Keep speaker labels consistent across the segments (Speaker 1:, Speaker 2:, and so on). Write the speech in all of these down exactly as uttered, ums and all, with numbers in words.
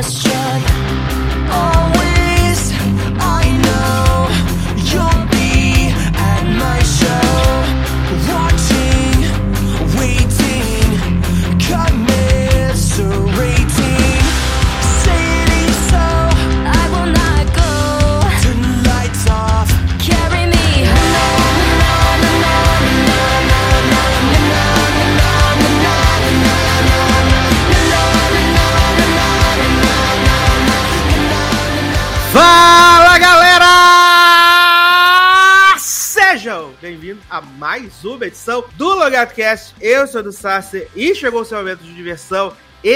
Speaker 1: question. Always, I know you'll be at my show, watching, waiting, commiserating, saying so. I will not go. Turn the lights off. Carry me
Speaker 2: Fala, galera! Sejam bem-vindos a mais uma edição do LogadoCast. Eu sou o do Sarce e chegou o seu momento de diversão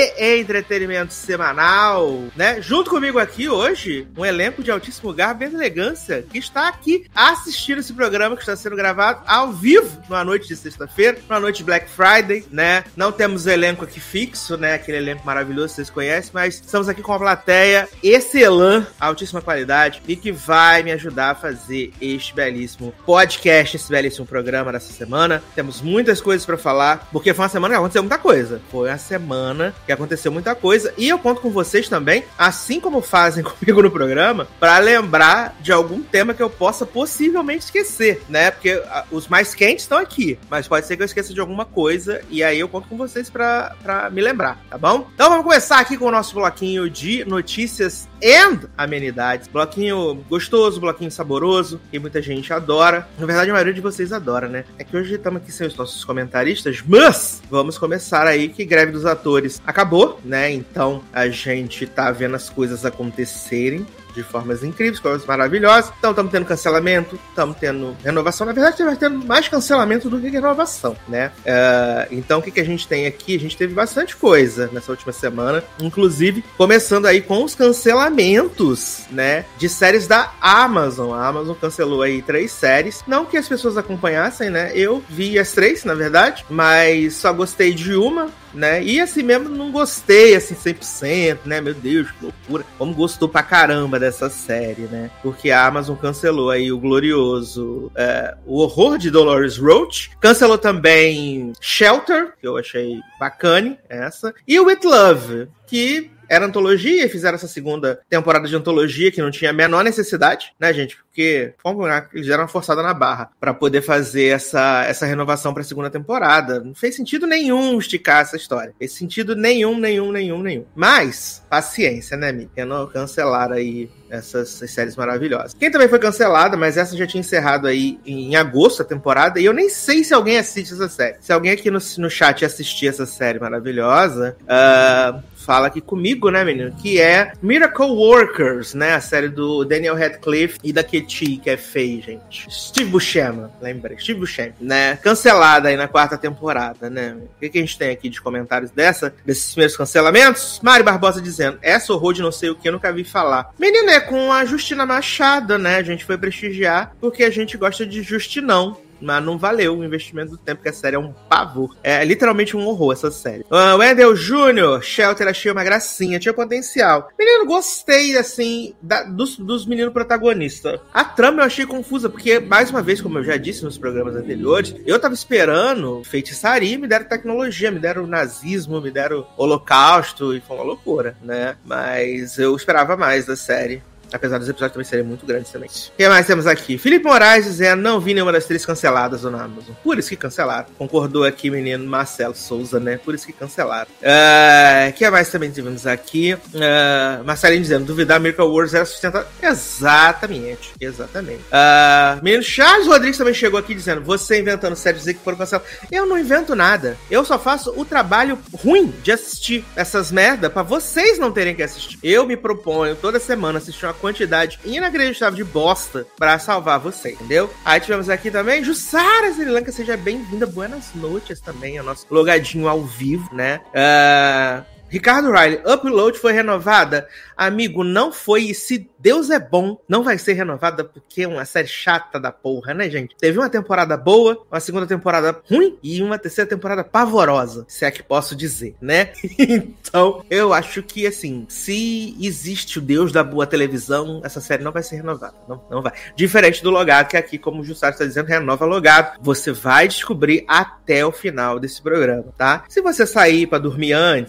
Speaker 2: e entretenimento semanal, né? Junto comigo aqui hoje, um elenco de altíssimo garbo e elegância que está aqui assistindo esse programa que está sendo gravado ao vivo numa noite de sexta-feira, numa noite de Black Friday, né? Não temos o elenco aqui fixo, né? Aquele elenco maravilhoso que vocês conhecem, mas estamos aqui com uma plateia excelente, altíssima qualidade e que vai me ajudar a fazer este belíssimo podcast, esse belíssimo programa dessa semana. Temos muitas coisas para falar, porque foi uma semana que aconteceu muita coisa. Foi uma semana que aconteceu muita coisa, e eu conto com vocês também, assim como fazem comigo no programa, para lembrar de algum tema que eu possa possivelmente esquecer, né? Porque a, os mais quentes estão aqui, mas pode ser que eu esqueça de alguma coisa, e aí eu conto com vocês para para me lembrar, tá bom? Então vamos começar aqui com o nosso bloquinho de notícias e amenidades. Bloquinho gostoso, bloquinho saboroso, que muita gente adora. Na verdade, a maioria de vocês adora, né? É que hoje estamos aqui sem os nossos comentaristas, mas vamos começar aí que greve dos atores acabou, né? Então a gente tá vendo as coisas acontecerem de formas incríveis, coisas maravilhosas. Então estamos tendo cancelamento, estamos tendo renovação. Na verdade, vai tendo mais cancelamento do que renovação, né? Uh, então o que, que a gente tem aqui? A gente teve bastante coisa nessa última semana, inclusive começando aí com os cancelamentos, né? De séries da Amazon. A Amazon cancelou aí três séries. Não que as pessoas acompanhassem, né? Eu vi as três, na verdade, mas só gostei de uma, né? E assim mesmo não gostei, assim, cem por cento, né? Meu Deus, que loucura. Como gostou pra caramba dessa série, né? Porque a Amazon cancelou aí o glorioso é, O Horror de Dolores Roach. Cancelou também Shelter, que eu achei bacana, essa. E With Love, que era antologia, e fizeram essa segunda temporada de antologia, que não tinha a menor necessidade, né, gente? Porque eles deram uma forçada na barra pra poder fazer essa, essa renovação pra segunda temporada. Não fez sentido nenhum esticar essa história. Fez sentido nenhum, nenhum, nenhum, nenhum. Mas, paciência, né, amigo? Não cancelaram aí essas, essas séries maravilhosas. Quem também foi cancelada, mas essa já tinha encerrado aí em agosto a temporada, e eu nem sei se alguém assiste essa série. Se alguém aqui no, no chat assistir essa série maravilhosa, uh, fala aqui comigo, né, menino? Que é Miracle Workers, né? A série do Daniel Radcliffe e da Katie, que é feia, gente. Steve Buscemi, lembrei. Steve Buscemi, né? Cancelada aí na quarta temporada, né? O que, que a gente tem aqui de comentários dessa, desses primeiros cancelamentos? Mari Barbosa dizendo, essa horror de não sei o que, eu nunca vi falar. Menina, é com a Justina Machado, né? A gente foi prestigiar porque a gente gosta de Justinão. Mas não valeu o investimento do tempo, que a série é um pavor. É literalmente um horror, essa série. Uh, Wendell Júnior, Shelter, achei uma gracinha, tinha potencial. Menino, gostei, assim, da, dos, dos meninos protagonistas. A trama eu achei confusa, porque, mais uma vez, como eu já disse nos programas anteriores, eu tava esperando feitiçaria, me deram tecnologia, me deram nazismo, me deram holocausto, e foi uma loucura, né? Mas eu esperava mais da série. Apesar dos episódios também serem muito grandes também. O que mais temos aqui? Felipe Moraes dizendo, não vi nenhuma das três canceladas na Amazon. Por isso que cancelaram. Concordou aqui, menino Marcelo Souza, né? Por isso que cancelaram. O uh, que mais também tivemos aqui? Uh, Marcelinho dizendo, duvidar Miracle Wars era sustentável. Exatamente. Exatamente. Uh, menino Charles Rodrigues também chegou aqui dizendo, você inventando séries que foram canceladas. Eu não invento nada. Eu só faço o trabalho ruim de assistir essas merda pra vocês não terem que assistir. Eu me proponho toda semana assistir uma quantidade inacreditável de bosta pra salvar você, entendeu? Aí tivemos aqui também Jussara Sri Lanka, seja bem-vinda, buenas noites também, é o nosso logadinho ao vivo, né? Uh, Ricardo Riley, Upload foi renovada? Amigo, não foi, e se Deus é bom, não vai ser renovada, porque é uma série chata da porra, né, gente? Teve uma temporada boa, uma segunda temporada ruim e uma terceira temporada pavorosa, se é que posso dizer, né? Então, eu acho que, assim, se existe o Deus da boa televisão, essa série não vai ser renovada, não, não vai. Diferente do Logado, que aqui, como o Jussara está dizendo, renova Logado. Você vai descobrir até o final desse programa, tá? Se você sair pra dormir antes, ou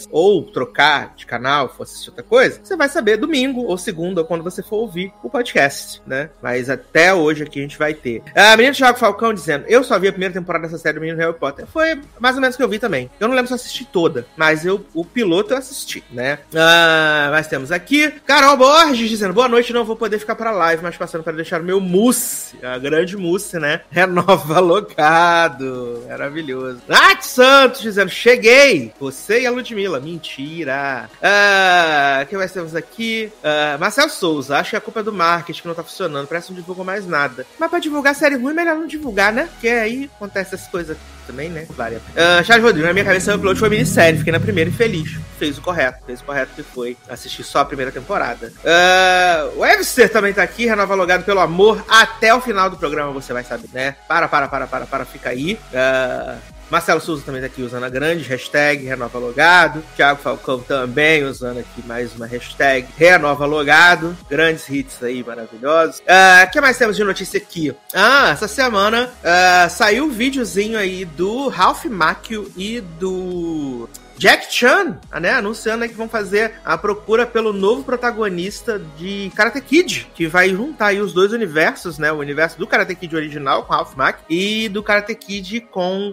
Speaker 2: trocar de canal, for assistir outra coisa, você vai saber domingo ou segunda, ou quando você for ouvir o podcast, né? Mas até hoje aqui a gente vai ter. A menina Thiago Falcão dizendo, eu só vi a primeira temporada dessa série do Menino Harry Potter. Foi mais ou menos o que eu vi também. Eu não lembro se eu assisti toda, mas eu, o piloto eu assisti, né? Ah, mas temos aqui Carol Borges dizendo, boa noite, não vou poder ficar pra live, mas passando para deixar o meu mousse, a grande mousse, né? Renova logado. Maravilhoso. Nath Santos dizendo, cheguei! Você e a Ludmilla. Mentira. Ah, o que mais temos aqui? Ah, Marcelo Souza, acho que a culpa é do marketing que não tá funcionando, parece que não divulgam mais nada. Mas pra divulgar série ruim, melhor não divulgar, né? Porque aí acontece essas coisas também, né? Várias. Uh, Charles Rodrigues, na minha cabeça o upload foi minissérie, fiquei na primeira e feliz. Fez o correto, fez o correto que foi assistir só a primeira temporada. Uh, o Webster também tá aqui, renova logado pelo amor, até o final do programa você vai saber, né? Para, para, para, para, para, fica aí. Uh, Marcelo Souza também tá aqui usando a grande hashtag Renova Logado. Thiago Falcão também usando aqui mais uma hashtag Renova Logado. Grandes hits aí, maravilhosos. O uh, que mais temos de notícia aqui? Ah, essa semana uh, saiu um videozinho aí do Ralph Macchio e do Jack Chan, né, anunciando aí que vão fazer a procura pelo novo protagonista de Karate Kid, que vai juntar aí os dois universos, né, o universo do Karate Kid original com Ralph Macchio e do Karate Kid com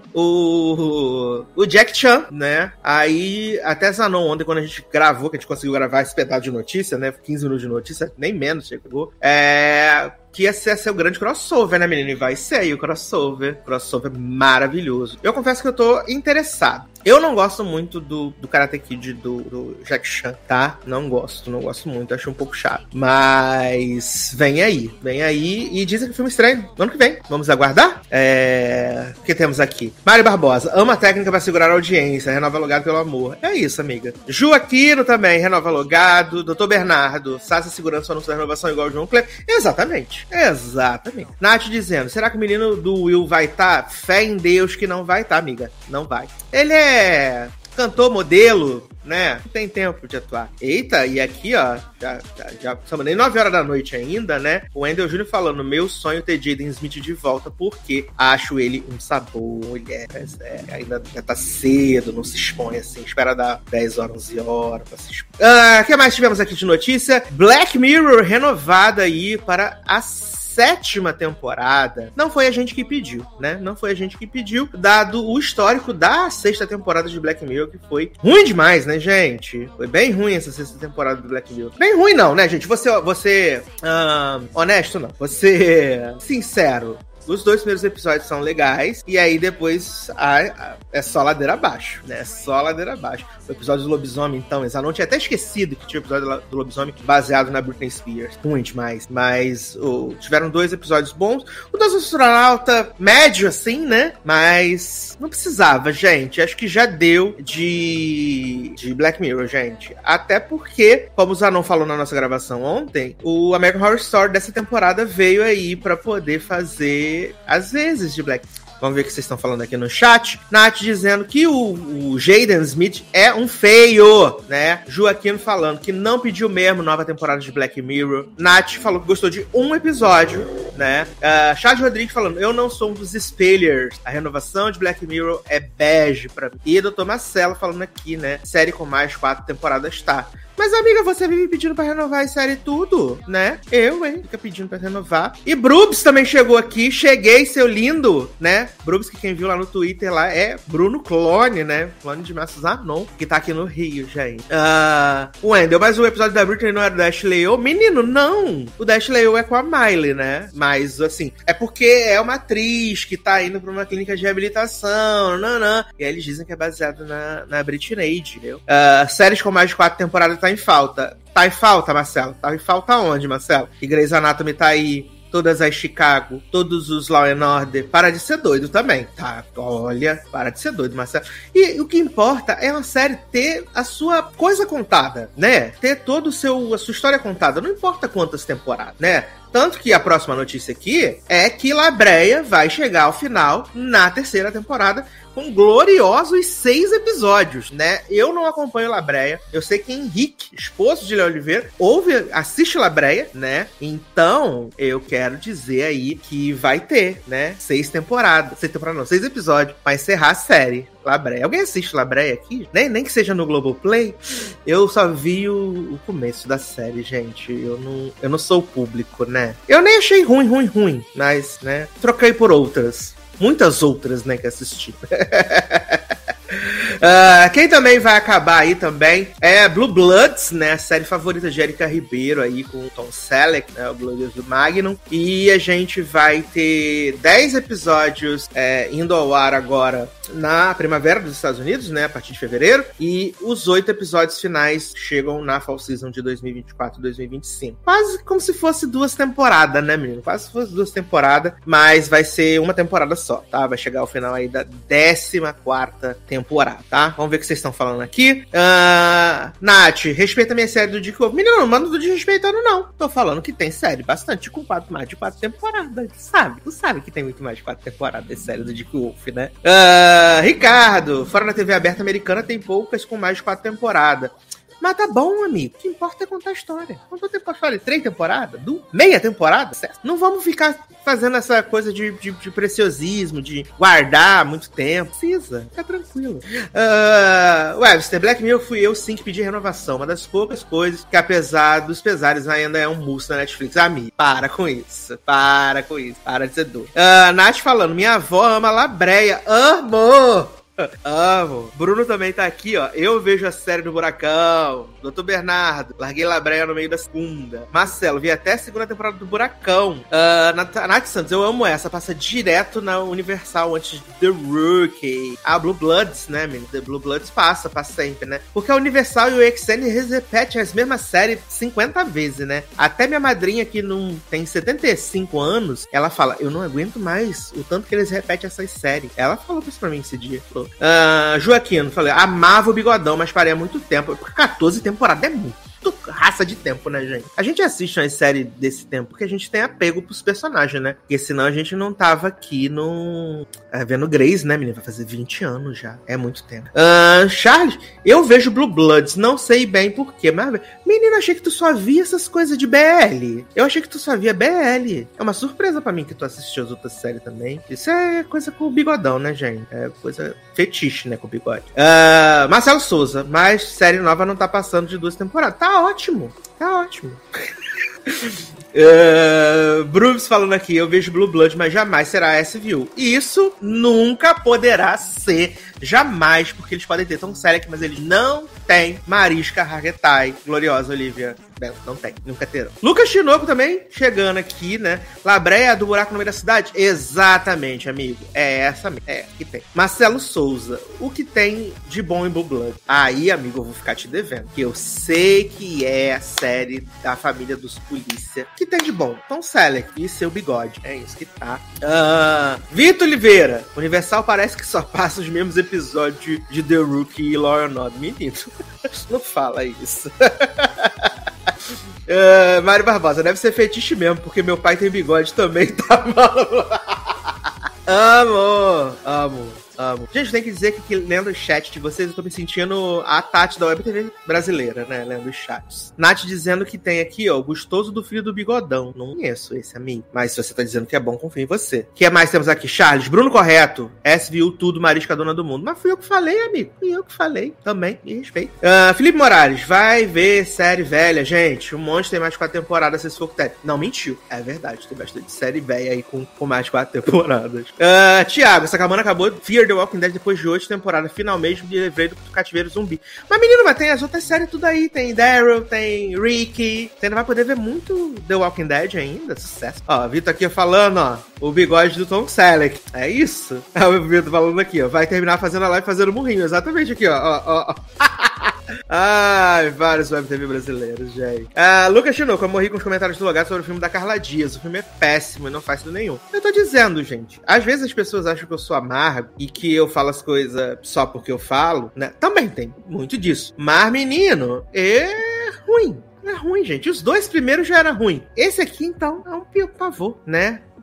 Speaker 2: o, o Jack Chan, né. Aí, até Zanon, ontem quando a gente gravou, que a gente conseguiu gravar esse pedaço de notícia, né, quinze minutos de notícia, nem menos chegou, é... que ia ser, ser o grande crossover, né, menino? E vai ser aí o crossover. Crossover maravilhoso. Eu confesso que eu tô interessado. Eu não gosto muito do, do Karate Kid do, do Jack Chan, tá? Não gosto, não gosto muito. Acho um pouco chato. Mas vem aí, vem aí. E dizem que o filme estreia no ano que vem. Vamos aguardar? É... O que temos aqui? Mário Barbosa. Ama a técnica pra segurar a audiência. Renova logado pelo amor. É isso, amiga. Ju Aquino também. Renova logado. doutor Bernardo. Sassa Segurança, anúncio da renovação igual o João Cleber. Exatamente. Exatamente. Nath dizendo, será que o menino do Will vai estar? Tá? Fé em Deus que não vai estar, tá, amiga. Não vai. Ele é cantor, modelo, né? Não tem tempo de atuar. Eita, e aqui, ó, já, já, já são nem nove horas da noite ainda, né? O Wendel Júnior falando, meu sonho é ter Jaden Smith de volta, porque acho ele um sabor, mulher. É, ainda já tá cedo, não se expõe assim. Espera dar dez horas, onze horas pra se expor. O ah, que mais tivemos aqui de notícia? Black Mirror renovada aí para a sétima temporada. Não foi a gente que pediu, né? Não foi a gente que pediu, dado o histórico da sexta temporada de Black Mirror, que foi ruim demais, né, gente? Foi bem ruim essa sexta temporada do Black Mirror. Bem ruim não, né, gente? Você, você uh, honesto não. Você sincero. Os dois primeiros episódios são legais, e aí depois a, a, é só ladeira abaixo, né? É só ladeira abaixo. O episódio do lobisomem, então, eu não tinha até esquecido que tinha o episódio do lobisomem baseado na Britney Spears. Ruim demais. Mas oh, tiveram dois episódios bons. O do astronauta, médio, assim, né? Mas não precisava, gente. Acho que já deu de, de Black Mirror, gente. Até porque, como o Zanon falou na nossa gravação ontem, o American Horror Story dessa temporada veio aí pra poder fazer às vezes de Black. Vamos ver o que vocês estão falando aqui no chat. Nath dizendo que o, o Jaden Smith é um feio, né? Joaquim falando que não pediu mesmo nova temporada de Black Mirror. Nath falou que gostou de um episódio, né? Uh, Charles Rodrigues falando, eu não sou um dos spoilers. A renovação de Black Mirror é bege pra mim. E doutor Marcelo falando aqui, né? Série com mais quatro temporadas tá. Mas, amiga, você vive pedindo pra renovar a série tudo, né? Eu, hein? Fica pedindo pra renovar. E Brubs também chegou aqui. Cheguei, seu lindo, né? Brubs, que quem viu lá no Twitter lá é Bruno Clone, né? Clone de Márcio Zanon, que tá aqui no Rio, gente. Uh, o Wendel, mas o episódio da Britney não era do Ashley O? Menino, não! O da Ashley O é com a Miley, né? Mas, assim, é porque é uma atriz que tá indo pra uma clínica de reabilitação, nanã. E aí eles dizem que é baseado na, na Britney, entendeu? Uh, séries com mais de quatro temporadas tá em falta. Tá em falta, Marcelo? Tá em falta onde, Marcelo? Que Grey's Anatomy tá aí, todas as Chicago, todos os Law and Order. Para de ser doido também, tá? Olha, para de ser doido, Marcelo. E o que importa é uma série ter a sua coisa contada, né? Ter todo o seu, a sua história contada. Não importa quantas temporadas, né? Tanto que a próxima notícia aqui é que La Brea vai chegar ao final na terceira temporada com gloriosos seis episódios, né? Eu não acompanho Labreia. Eu sei que Henrique, esposo de Léo Oliveira, ouve, assiste Labreia, né? Então, eu quero dizer aí que vai ter, né? Seis temporadas. Seis temporadas não, seis episódios pra encerrar a série. Labreia. Alguém assiste Labreia aqui? Nem, nem que seja no Globoplay. Eu só vi o, o começo da série, gente. Eu não, eu não sou o público, né? Eu nem achei ruim, ruim, ruim. Mas, né? Troquei por outras. Muitas outras, né, que assisti. Uh, quem também vai acabar aí também é Blue Bloods, né? A série favorita de Erika Ribeiro aí com o Tom Selleck, né? O glorioso Magnum. E a gente vai ter dez episódios é, indo ao ar agora na primavera dos Estados Unidos, né? A partir de fevereiro. E os oito episódios finais chegam na Fall Season de dois mil e vinte e quatro, dois mil e vinte e cinco. Quase como se fosse duas temporadas, né, menino? Quase se fosse duas temporadas, mas vai ser uma temporada só, tá? Vai chegar ao final aí da décima quarta temporada, tá? Vamos ver o que vocês estão falando aqui. Uh, Nath, respeita a minha série do Dick Wolf. Menino, não manda do desrespeitando, não. Tô falando que tem série bastante com quatro, mais de quatro temporadas. Tu sabe? Tu sabe que tem muito mais de quatro temporadas de série do Dick Wolf, né? Uh, Ricardo, fora da T V aberta americana tem poucas com mais de quatro temporadas. Mas tá bom, amigo. O que importa é contar a história. Quanto tempo a história? Três temporadas? Du? Meia temporada? Certo? Não vamos ficar fazendo essa coisa de, de, de preciosismo, de guardar muito tempo. Precisa. Fica tranquilo. Uh, Webster, Black Mirror fui eu sim que pedi renovação. Uma das poucas coisas que, apesar dos pesares, ainda é um must na Netflix. Amigo, para com isso. Para com isso. Para de ser doido. Uh, Nath falando, minha avó ama Labreia. Amor! Amo. Bruno também tá aqui, ó. Eu vejo a série do Buracão. doutor Bernardo. Larguei Labreia no meio da segunda. Marcelo, vi até a segunda temporada do Buracão. Uh, Nath, Nath Santos, eu amo essa. Passa direto na Universal antes de The Rookie. A Blue Bloods, né, menino? The Blue Bloods passa, passa sempre, né? Porque a Universal e o X N repetem as mesmas séries cinquenta vezes, né? Até minha madrinha, que não tem setenta e cinco anos, ela fala, eu não aguento mais o tanto que eles repetem essas séries. Ela falou isso pra mim esse dia. Falou. Uh, Joaquim, falei, amava o Bigodão, mas parei há muito tempo. Porque catorze temporadas é muito raça de tempo, né, gente? A gente assiste uma série desse tempo porque a gente tem apego pros personagens, né? Porque senão a gente não tava aqui no... É, vendo Grace, né, menina? Vai fazer vinte anos já. É muito tempo. Uh, Charles, eu vejo Blue Bloods, não sei bem porquê, mas... Menina, achei que tu só via essas coisas de B L. Eu achei que tu só via B L. É uma surpresa pra mim que tu assistiu as outras séries também. Isso é coisa com o Bigodão, né, gente? É coisa fetiche, né, com o bigode. Uh, Marcelo Souza, mas série nova não tá passando de duas temporadas. Tá ótimo, tá ótimo. uh, Bruce falando aqui, eu vejo Blue Blood, mas jamais será S V U. Isso nunca poderá ser, jamais, porque eles podem ter Tom Selleck, mas eles não têm Mariska Hargitay, gloriosa Olivia Benson, não tem, nunca terão. Lucas Tinoco também chegando aqui, né? Labreia do buraco no meio da cidade? Exatamente, amigo, é essa mesmo, é, que tem. Marcelo Souza, o que tem de bom em Blue Blood? Aí, amigo, eu vou ficar te devendo, que eu sei que é a série da família dos polícia. O que tem de bom? Tom Selleck e seu bigode, é isso que tá. Uh, Vitor Oliveira, Universal parece que só passa os mesmos episódios de, de The Rookie e Law and Order. Menino, não fala isso. Uh, Mário Barbosa, deve ser fetiche mesmo, porque meu pai tem bigode também, tá maluco? Amo, amo, amo. Gente, tem que dizer que, que lendo o chat de vocês, eu tô me sentindo a Tati da Web T V brasileira, né? Lendo os chats. Nath dizendo que tem aqui, ó, o gostoso do filho do bigodão. Não conheço esse amigo. Mas se você tá dizendo que é bom, confio em você. O que mais temos aqui? Charles, Bruno Correto. S V U tudo, Mariska dona do mundo. Mas fui eu que falei, amigo. Fui eu que falei. Também, me respeito. Uh, Felipe Morales, vai ver série velha, gente. O Monte tem mais de quatro temporadas, se for que tem. Não, mentiu. É verdade, tem bastante série velha aí com, com mais de quatro temporadas. Uh, Tiago, essa cabana acabou de Fear the Walking Dead depois de oito temporadas. Finalmente me livrei do cativeiro zumbi. Mas, menino, mas tem as outras séries tudo aí. Tem Daryl, tem Ricky. Você não vai poder ver muito The Walking Dead ainda. Sucesso. Ó, Vitor aqui falando, ó. O bigode do Tom Selleck. É isso? É o Vitor falando aqui, ó. Vai terminar fazendo a live fazendo murrinho. Exatamente aqui, ó. Ó, ó, ó. Ai, vários web T V brasileiros, gente. Ah, Lucas Chinoco, eu morri com os comentários do lugar sobre o filme da Carla Dias. O filme é péssimo e não faz sentido nenhum. Eu tô dizendo, gente. Às vezes as pessoas acham que eu sou amargo e que eu falo as coisas só porque eu falo, né? Também tem muito disso. Mas, menino, é ruim. É ruim, gente. Os dois primeiros já era ruim. Esse aqui, então, é um pavor, né?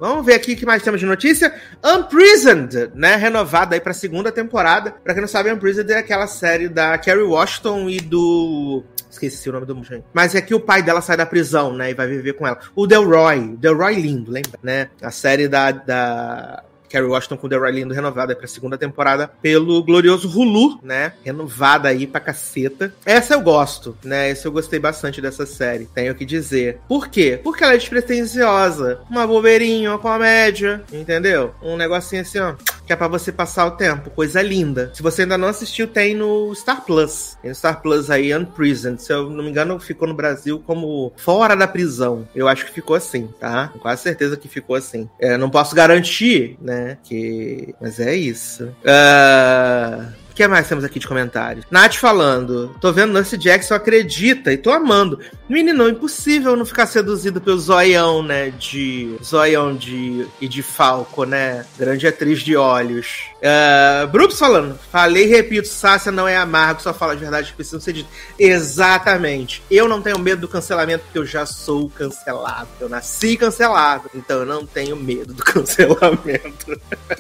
Speaker 2: vamos ver aqui o que mais temos de notícia. Unprisoned, né? Renovada aí pra segunda temporada. Pra quem não sabe, Unprisoned é aquela série da Kerry Washington e do... Esqueci o nome do gente. Mas é que o pai dela sai da prisão, né? E vai viver com ela. O Delroy. Delroy lindo, lembra? Né? A série da... da... Kerry Washington com o Delroy Lindo renovada aí pra segunda temporada pelo glorioso Hulu, né? Renovada aí pra caceta. Essa eu gosto, né? Essa eu gostei bastante dessa série, tenho que dizer. Por quê? Porque ela é despretensiosa. Uma bobeirinha, uma comédia, entendeu? Um negocinho assim, ó, que é pra você passar o tempo. Coisa linda. Se você ainda não assistiu, tem no Star Plus. Tem no Star Plus aí, Unprisoned. Se eu não me engano, ficou no Brasil como Fora da Prisão. Eu acho que ficou assim, tá? Com quase certeza que ficou assim. É, não posso garantir, né? Que... Mas é isso. Uh... O que mais temos aqui de comentários? Nath falando, tô vendo Nancy Jackson, acredita, e tô amando. Menino, impossível não ficar seduzido pelo zoião, né, de... Zoião de... e de Falco, né? Grande atriz de olhos. Uh, Brups falando, falei e repito, Sácia não é amargo, só fala as verdades que precisam ser ditas. Exatamente. Eu não tenho medo do cancelamento, porque eu já sou cancelado. Eu nasci cancelado, então eu não tenho medo do cancelamento.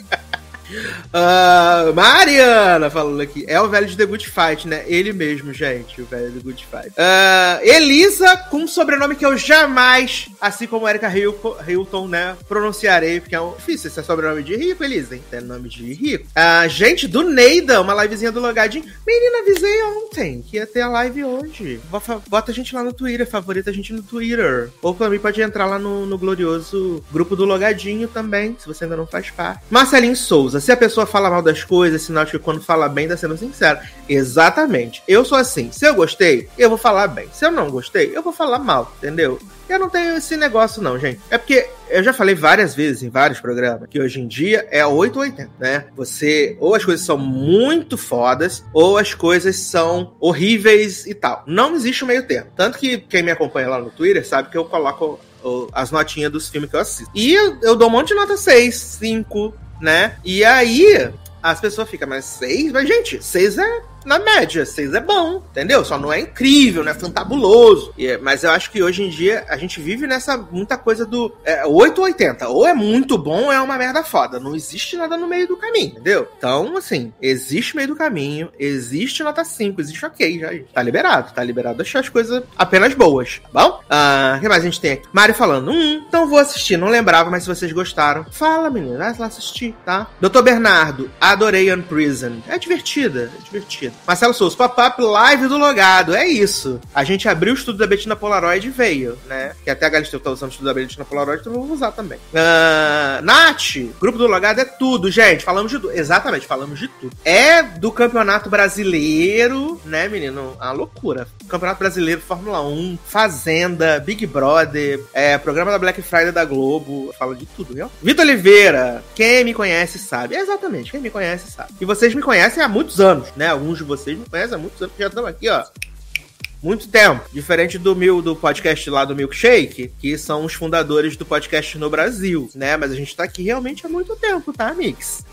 Speaker 2: Uh, Mariana falando aqui. É o velho de The Good Fight, né? Ele mesmo, gente. O velho de The Good Fight. Uh, Elisa, com um sobrenome que eu jamais, assim como Erika Hilton, né, pronunciarei, porque é um difícil. Esse é sobrenome de rico, Elisa, hein? Tem nome de rico. Uh, gente, do Neida, uma livezinha do Logadinho. Menina, avisei ontem que ia ter a live hoje. Bota a gente lá no Twitter, favorita a gente no Twitter. Ou pra mim pode entrar lá no, no glorioso grupo do Logadinho também, se você ainda não faz parte. Marcelinho Souza. Se a pessoa fala mal das coisas, é sinal de que quando fala bem, tá sendo sincero. Exatamente. Eu sou assim. Se eu gostei, eu vou falar bem. Se eu não gostei, eu vou falar mal, entendeu? Eu não tenho esse negócio não, gente. É porque eu já falei várias vezes em vários programas que hoje em dia é oito ou oitenta, né? Você, ou as coisas são muito fodas, ou as coisas são horríveis e tal. Não existe um meio termo. Tanto que quem me acompanha lá no Twitter sabe que eu coloco as notinhas dos filmes que eu assisto. E eu, eu dou um monte de nota seis, cinco, né? E aí as pessoas ficam, mas seis? Mas, gente, seis é na média, seis é bom, entendeu? Só não é incrível, não é fantabuloso. E, mas eu acho que hoje em dia a gente vive nessa muita coisa do é, oito ou oitenta. Ou é muito bom ou é uma merda foda. Não existe nada no meio do caminho, entendeu? Então, assim, existe meio do caminho, existe nota cinco, existe ok, já tá liberado. Tá liberado deixar as coisas apenas boas, tá bom? Ah, o que mais a gente tem aqui? Mari falando, hum, então vou assistir, não lembrava, mas se vocês gostaram, fala, menina, vai lá assistir, tá? doutor Bernardo, adorei Unprisoned. É divertida, é divertida. Marcelo Souza, pop-up live do Logado, é isso. A gente abriu o estudo da Bettina Polaroid e veio, né? Que até a Galisteu tá usando o estudo da Bettina Polaroid, então eu vou usar também. Uh, Nath, grupo do Logado é tudo, gente. Falamos de tudo. Exatamente, falamos de tudo. É do Campeonato Brasileiro, né, menino? Uma loucura. Campeonato Brasileiro, Fórmula um, Fazenda, Big Brother, é, programa da Black Friday da Globo. Fala de tudo, viu? Vitor Oliveira, quem me conhece sabe. É exatamente, quem me conhece sabe. E vocês me conhecem há muitos anos, né? Alguns de vocês me conhecem há muitos anos, que já estão aqui, ó. Muito tempo. Diferente do meu, do podcast lá do Milkshake, que são os fundadores do podcast no Brasil, né? Mas a gente tá aqui realmente há muito tempo, tá, Mix?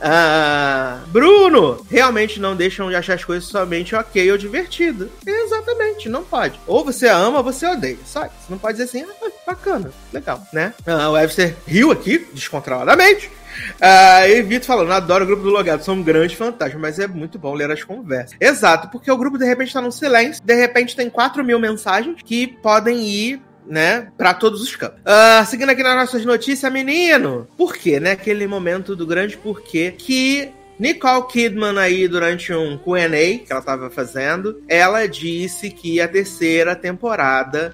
Speaker 2: Ah, Bruno! Realmente não deixam de achar as coisas somente ok ou divertido. Exatamente, não pode. Ou você ama ou você odeia. Só isso. Não pode dizer assim, ah, bacana, legal, né? Ah, o Webster riu aqui, descontroladamente. Uh, e Vitor falando, adoro o grupo do Logado, sou um grande fantasma, mas é muito bom ler as conversas. Exato, porque o grupo de repente tá num silêncio, de repente tem quatro mil mensagens que podem ir, né, pra todos os campos. Uh, seguindo aqui nas nossas notícias, menino, por quê, né, aquele momento do grande porquê que Nicole Kidman aí, durante um Q and A que ela tava fazendo, ela disse que a terceira temporada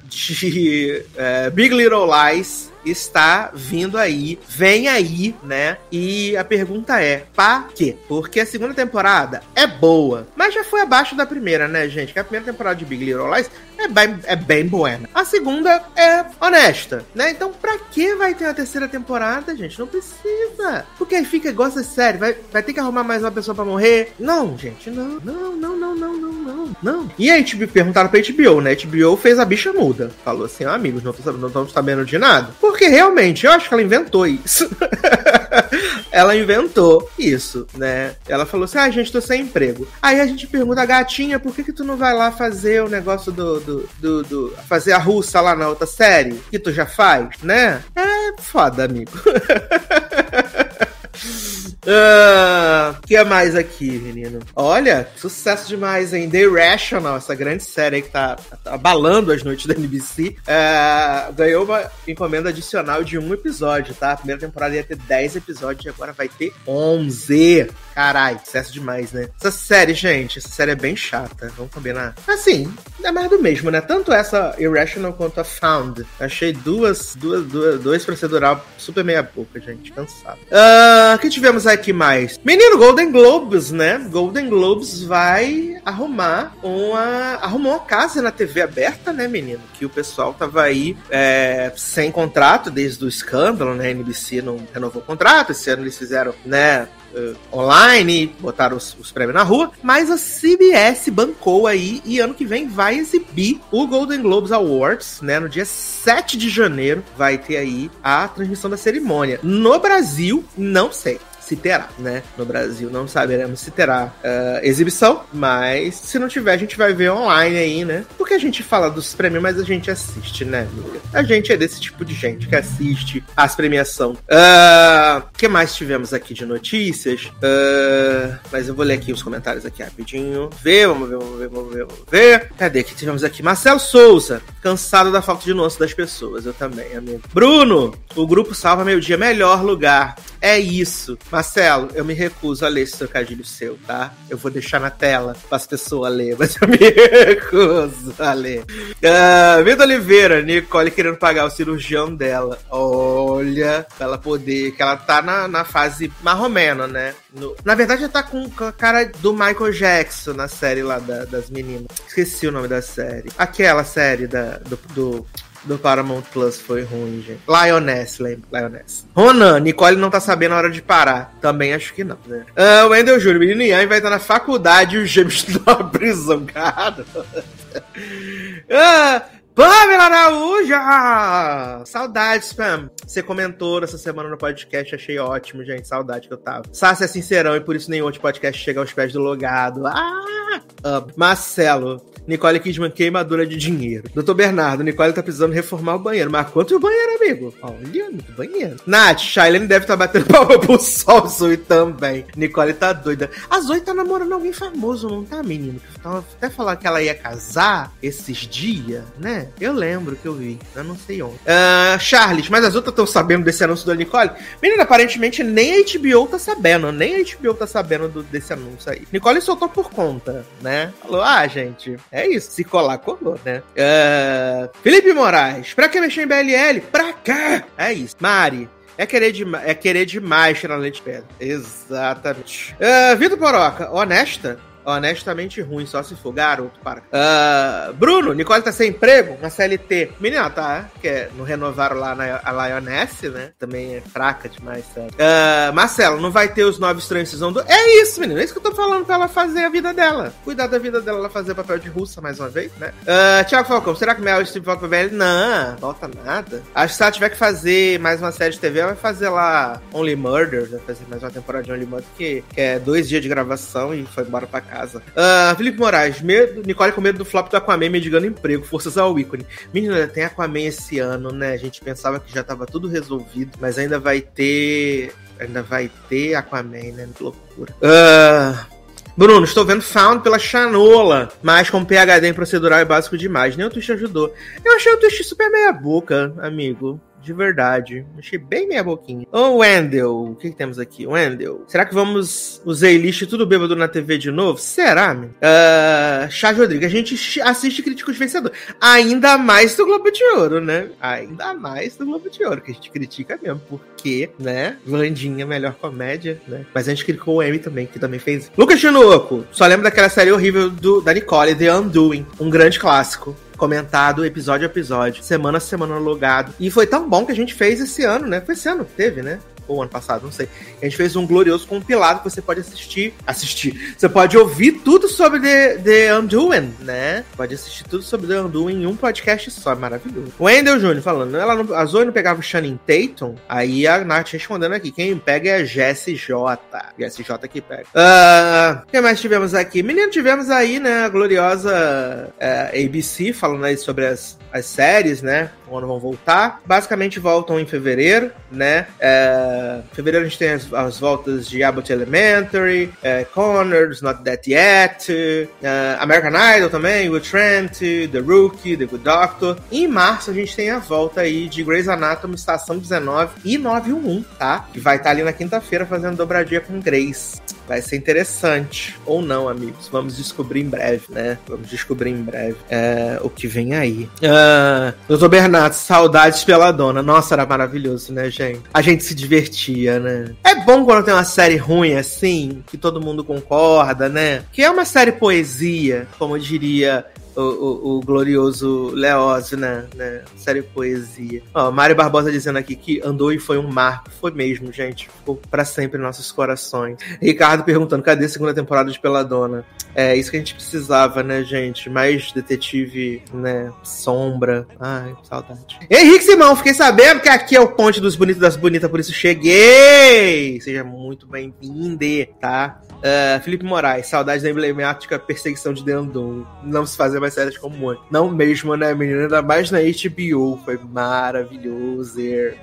Speaker 2: de uh, Big Little Lies está vindo aí, vem aí, né? E a pergunta é, pra quê? Porque a segunda temporada é boa, mas já foi abaixo da primeira, né, gente? Que a primeira temporada de Big Little Lies é bem, é bem buena. A segunda é honesta, né? Então, pra que vai ter a terceira temporada, gente? Não precisa. Porque aí fica igual essa série, vai, vai ter que arrumar mais uma pessoa pra morrer? Não, gente, não. Não, não, não, não, não, não. não. E aí, tipo, perguntaram pra H B O, né? H B O fez a bicha muda. Falou assim, ó, amigos, não estamos sabendo de nada. Por Porque realmente, eu acho que ela inventou isso. Ela inventou isso, né? Ela falou assim, ah, gente, tô sem emprego. Aí a gente pergunta, gatinha, por que que tu não vai lá fazer o negócio do... do, do, do fazer a russa lá na outra série? Que tu já faz, né? É foda, amigo. O uh, que é mais aqui, menino? Olha, sucesso demais, hein? The Irrational, essa grande série aí que tá, tá abalando as noites da N B C, uh, ganhou uma encomenda adicional de um episódio, tá? A primeira temporada ia ter dez episódios e agora vai ter onze. Caralho, sucesso demais, né? Essa série, gente, essa série é bem chata, vamos combinar. Assim, é mais do mesmo, né? Tanto essa Irrational quanto a Found. Achei duas, duas, duas dois procedural super meia boca, gente, cansado. O uh, que tivemos aqui mais? Menino, Golden Globes, né? Golden Globes vai arrumar uma... Arrumou uma casa na T V aberta, né, menino? Que o pessoal tava aí é, sem contrato desde o escândalo, né? A N B C não renovou o contrato, esse ano eles fizeram, né... Uh, online, botaram os, os prêmios na rua, mas a C B S bancou aí e ano que vem vai exibir o Golden Globes Awards, né, no dia sete de janeiro vai ter aí a transmissão da cerimônia. No Brasil, não sei se terá, né? No Brasil não saberemos se terá uh, exibição, mas se não tiver, a gente vai ver online aí, né? Porque a gente fala dos prêmios, mas a gente assiste, né, amiga? A gente é desse tipo de gente que assiste as premiações. O uh, que mais tivemos aqui de notícias? Uh, mas eu vou ler aqui os comentários aqui rapidinho. Ver, vamos ver, vamos ver, vamos ver, vamos ver. Cadê que tivemos aqui? Marcelo Souza, cansado da falta de nuance das pessoas. Eu também, amigo. Bruno, o grupo Salva Meio Dia, melhor lugar. É isso. Marcelo, eu me recuso a ler esse trocadilho seu, tá? Eu vou deixar na tela para as pessoas lerem, mas eu me recuso a ler. Uh, Vida Oliveira, Nicole querendo pagar o cirurgião dela. Olha, pra ela poder... Que ela tá na, na fase marromeno, né? No, na verdade, ela tá com, com a cara do Michael Jackson na série lá da, das meninas. Esqueci o nome da série. Aquela série da, do... do do Paramount Plus foi ruim, gente. Lioness, lembra? Lioness. Ronan, Nicole não tá sabendo a hora de parar. Também acho que não, né? Uh, o Wendel Júnior, menino Ian vai estar na faculdade e os gêmeos na prisão, cara. uh, Pamela Araújo! Saudades, Pam. Você comentou essa semana no podcast, achei ótimo, gente. Saudade que eu tava. Sassi é sincerão e por isso nenhum outro podcast chega aos pés do logado. Ah! Uh, Marcelo. Nicole Kidman, queimadura de dinheiro. doutor Bernardo, Nicole tá precisando reformar o banheiro. Mas quanto o banheiro, amigo? Olha, muito banheiro. Nath, Shailene deve estar tá batendo palma pro sol, Zoe também. Nicole tá doida. A Zoe tá namorando alguém famoso, não tá, menino? Tava até falar que ela ia casar esses dias, né? Eu lembro que eu vi. Eu não sei onde. Uh, Charles, mas as outras estão sabendo desse anúncio da Nicole? Menina, aparentemente nem a H B O tá sabendo. Nem a H B O tá sabendo do, desse anúncio aí. Nicole soltou por conta, né? Falou, ah, gente... É isso, se colar, colou, né? Uh, Felipe Moraes, pra que mexer em B L L? Pra cá! É isso. Mari, é querer, de, é querer demais tirar leite de pedra. Exatamente. Uh, Vitor Poroca, honesta? Honestamente ruim, só se for, garoto, para. Uh, Bruno, Nicole tá sem emprego na C L T. Menina, tá, que é, não renovaram lá na a Lioness, né? Também é fraca demais, sério. Uh, Marcelo, não vai ter os Nove Estranhos Season dois? É isso, menino, é isso que eu tô falando pra ela fazer a vida dela. Cuidar da vida dela, ela fazer o papel de russa mais uma vez, né? Uh, Thiago Falcão, será que Mel Streep volta pra B L? Não, volta nada. Acho que se ela tiver que fazer mais uma série de T V, ela vai fazer lá Only Murder, vai fazer mais uma temporada de Only Murder, que, que é dois dias de gravação e foi embora pra casa. Casa. Uh, Felipe Moraes, medo, Nicole com medo do flop do Aquaman mendigando emprego, forças ao ícone. Menina, tem Aquaman esse ano, né? A gente pensava que já tava tudo resolvido, mas ainda vai ter. Ainda vai ter Aquaman, né? Que loucura. Uh, Bruno, estou vendo Found pela Chanola, mas com P H D em procedural é básico demais. Nem o twist ajudou. Eu achei o twist super meia boca, amigo. De verdade. Achei bem meia boquinha. Ô, oh, Wendell. O que, que temos aqui? Wendell. Será que vamos usar list tudo bêbado na T V de novo? Será, meu? Uh, Chá Rodrigues. A gente assiste Críticos Vencedores. Ainda mais do Globo de Ouro, né? Ainda mais do Globo de Ouro, que a gente critica mesmo. Porque, né? Vandinha, melhor comédia, né? Mas a gente criticou o Emmy também, que também fez. Lucas Chinoco. Só lembro daquela série horrível do, da Nicole, The Undoing. Um grande clássico. Comentado episódio a episódio, semana a semana logado. E foi tão bom que a gente fez esse ano, né? Foi esse ano que teve, né? ou ano passado, não sei. A gente fez um glorioso compilado que você pode assistir, assistir, você pode ouvir tudo sobre The, The Undoing, né? Pode assistir tudo sobre The Undoing em um podcast só, é maravilhoso. O Wendel Júnior falando, ela não, a Zoe não pegava o Channing Tatum, aí a Nath respondendo aqui, quem pega é a Jessie J. Jessie J que pega. Uh, o que mais tivemos aqui? Menino, tivemos aí, né, a gloriosa uh, A B C falando aí sobre as, as séries, né, quando vão voltar. Basicamente voltam em fevereiro, né, uh, em fevereiro a gente tem as, as voltas de Abbott Elementary, uh, Connors, Not That Yet, uh, American Idol também, Will Trent, The Rookie, The Good Doctor. E em março a gente tem a volta aí de Grey's Anatomy, Estação dezenove e nove um um, tá? Que vai estar ali na quinta-feira fazendo dobradinha com Grace. Vai ser interessante. Ou não, amigos. Vamos descobrir em breve, né? Vamos descobrir em breve é, o que vem aí. Uh, doutor Bernardo, saudades pela dona. Nossa, era maravilhoso, né, gente? A gente se divertia, né? É bom quando tem uma série ruim assim, que todo mundo concorda, né? Que é uma série poesia, como diria O, o, o glorioso Leózio, né? né? Série poesia. Ó, Mário Barbosa dizendo aqui que andou e foi um marco. Foi mesmo, gente. Ficou pra sempre em nossos corações. Ricardo perguntando, cadê a segunda temporada de Peladona? É isso que a gente precisava, né, gente? Mais detetive, né? Sombra. Ai, saudade. Henrique Simão, fiquei sabendo que aqui é o Ponte dos Bonitos das Bonitas, por isso cheguei! Seja muito bem-vindo, tá? Uh, Felipe Moraes, saudade da emblemática perseguição de Deandon. Não se fazer mais séries como hoje. Não mesmo, né, menina? Ainda mais na H B O. Foi maravilhoso.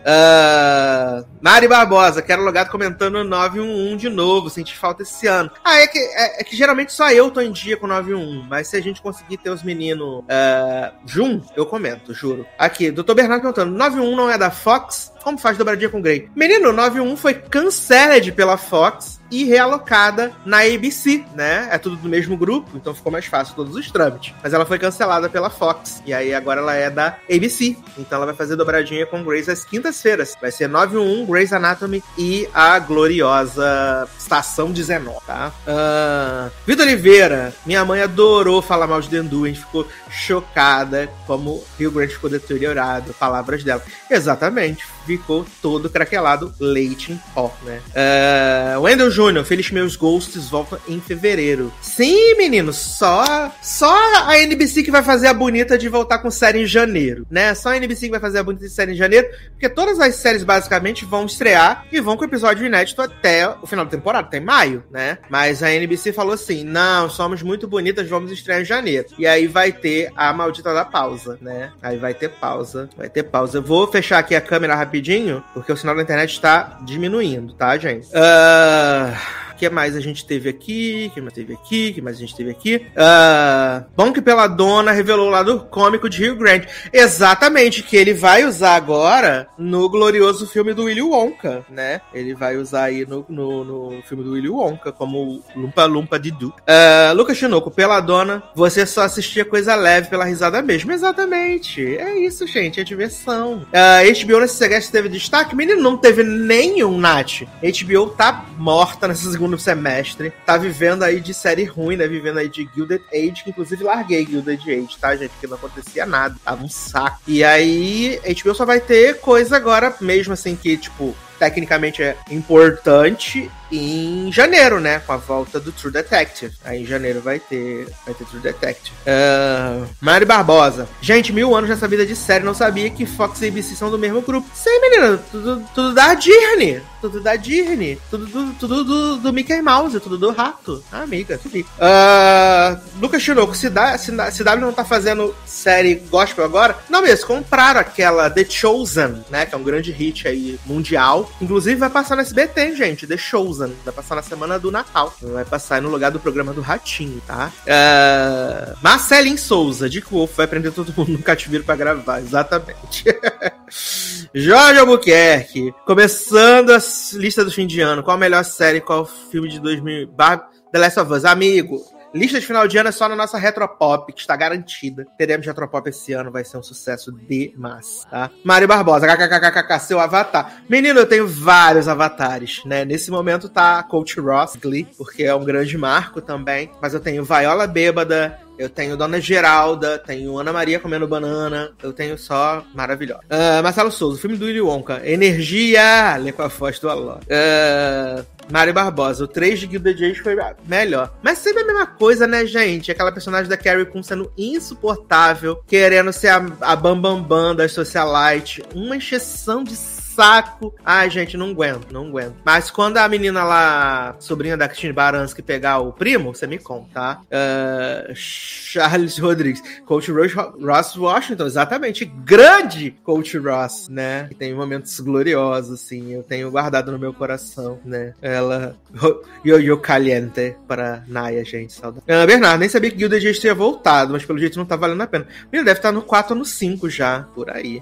Speaker 2: Uh, Mari Barbosa, quero logado comentando nove um um de novo. Senti falta esse ano. Ah, é que, é, é que geralmente só eu tô em dia com nove um um. Mas se a gente conseguir ter os meninos uh, juntos, eu comento, juro. Aqui, doutor Bernardo perguntando, nove um um não é da Fox? Como faz dobradinha com Grey? Menino, nove um um foi canceled pela Fox e realocada na A B C, né? É tudo do mesmo grupo, então ficou mais fácil todos os trâmites. Mas ela foi cancelada pela Fox, e aí agora ela é da A B C. Então ela vai fazer dobradinha com Grey's às quintas-feiras. Vai ser nove um um, Grey's Anatomy e a gloriosa Estação dezenove, tá? Uh, Vitor Oliveira, minha mãe adorou falar mal de Dendu, a gente ficou chocada como Rio Grande ficou deteriorado, palavras dela. Exatamente, ficou todo craquelado, leite em pó, né? Uh, Wendel Júnior, Feliz Meus Ghosts volta em fevereiro. Sim, menino, só, só a N B C que vai fazer a bonita de voltar com série em janeiro, né? Só a N B C que vai fazer a bonita de série em janeiro, porque todas as séries basicamente vão estrear e vão com episódio inédito até o final da temporada, até maio, né? Mas a N B C falou assim, não, somos muito bonitas, vamos estrear em janeiro. E aí vai ter a maldita da pausa, né? Aí vai ter pausa, vai ter pausa. Eu vou fechar aqui a câmera rapidinho, porque o sinal da internet está diminuindo, tá, gente? Uh... O que mais a gente teve aqui? O que mais teve aqui? O que mais a gente teve aqui? Uh, bom que Peladona revelou o lado cômico de Hugh Grant. Exatamente, que ele vai usar agora no glorioso filme do Willy Wonka, né? Ele vai usar aí no, no, no filme do Willy Wonka como Lumpa Lumpa Didu. Uh, Lucas Chinoco, Peladona, você só assistia coisa leve pela risada mesmo. Exatamente. É isso, gente. É diversão. Uh, H B O nesse segredo teve destaque? Menino, não teve nenhum, Nath. H B O tá morta nessa segunda no semestre, tá vivendo aí de série ruim, né, vivendo aí de Gilded Age, que inclusive larguei Gilded Age, tá, gente, porque não acontecia nada, tava um saco. E aí, H B O só vai ter coisa agora, mesmo assim, que, tipo, tecnicamente é importante em janeiro, né? Com a volta do True Detective. Aí em janeiro vai ter, vai ter True Detective. Uh, Mari Barbosa. Gente, mil anos nessa vida de série, não sabia que Fox e A B C são do mesmo grupo. Sim, menina, tudo, tudo da Disney. Tudo da Disney. Tudo, tudo, tudo do, do Mickey Mouse, tudo do rato. Ah, amiga, tudo isso. Uh, Lucas Chinoco, se, dá, se, se W não tá fazendo série gospel agora? Não mesmo, compraram aquela The Chosen, né? Que é um grande hit aí mundial. Inclusive vai passar no S B T, gente, The Chosen. Vai passar na semana do Natal. Vai passar no lugar do programa do Ratinho, tá? Uh, Marcelinho Souza, de Wolf, vai prender todo mundo no cativeiro pra gravar. Exatamente. Jorge Albuquerque, começando a lista do fim de ano. Qual a melhor série, qual filme de dois mil... The Last of Us. Amigo, Lista de final de ano é só na nossa Retropop, que está garantida. Teremos Retropop esse ano, vai ser um sucesso demais, tá? Mário Barbosa, kkkk, seu avatar. Menino, eu tenho vários avatares, né? Nesse momento tá Coach Ross Glee, porque é um grande marco também. Mas eu tenho Viola Bêbada, eu tenho Dona Geralda, tenho Ana Maria comendo banana, eu tenho só maravilhosa. Uh, Marcelo Souza, filme do Willy Wonka, Energia, lê com a voz do Alô. Uh, Mário Barbosa, o três de Gilded Age foi melhor. Mas sempre a mesma coisa, né, gente? Aquela personagem da Carrie Coon sendo insuportável, querendo ser a, a bambambam bam, bam das socialite, uma encheção de saco. Ai, gente, não aguento, não aguento. Mas quando a menina lá, sobrinha da Christine Baranski, pegar o primo, você me conta, tá? Uh, Charles Rodrigues, Coach Ross Washington, exatamente. Grande Coach Ross, né? Que tem momentos gloriosos, assim. Eu tenho guardado no meu coração, né? Ela... Yo-Yo Caliente para Naya, gente. Saudade. Uh, Bernardo, nem sabia que Gilded Age tinha voltado, mas pelo jeito não tá valendo a pena. Ele deve estar no quatro ou no cinco já, por aí.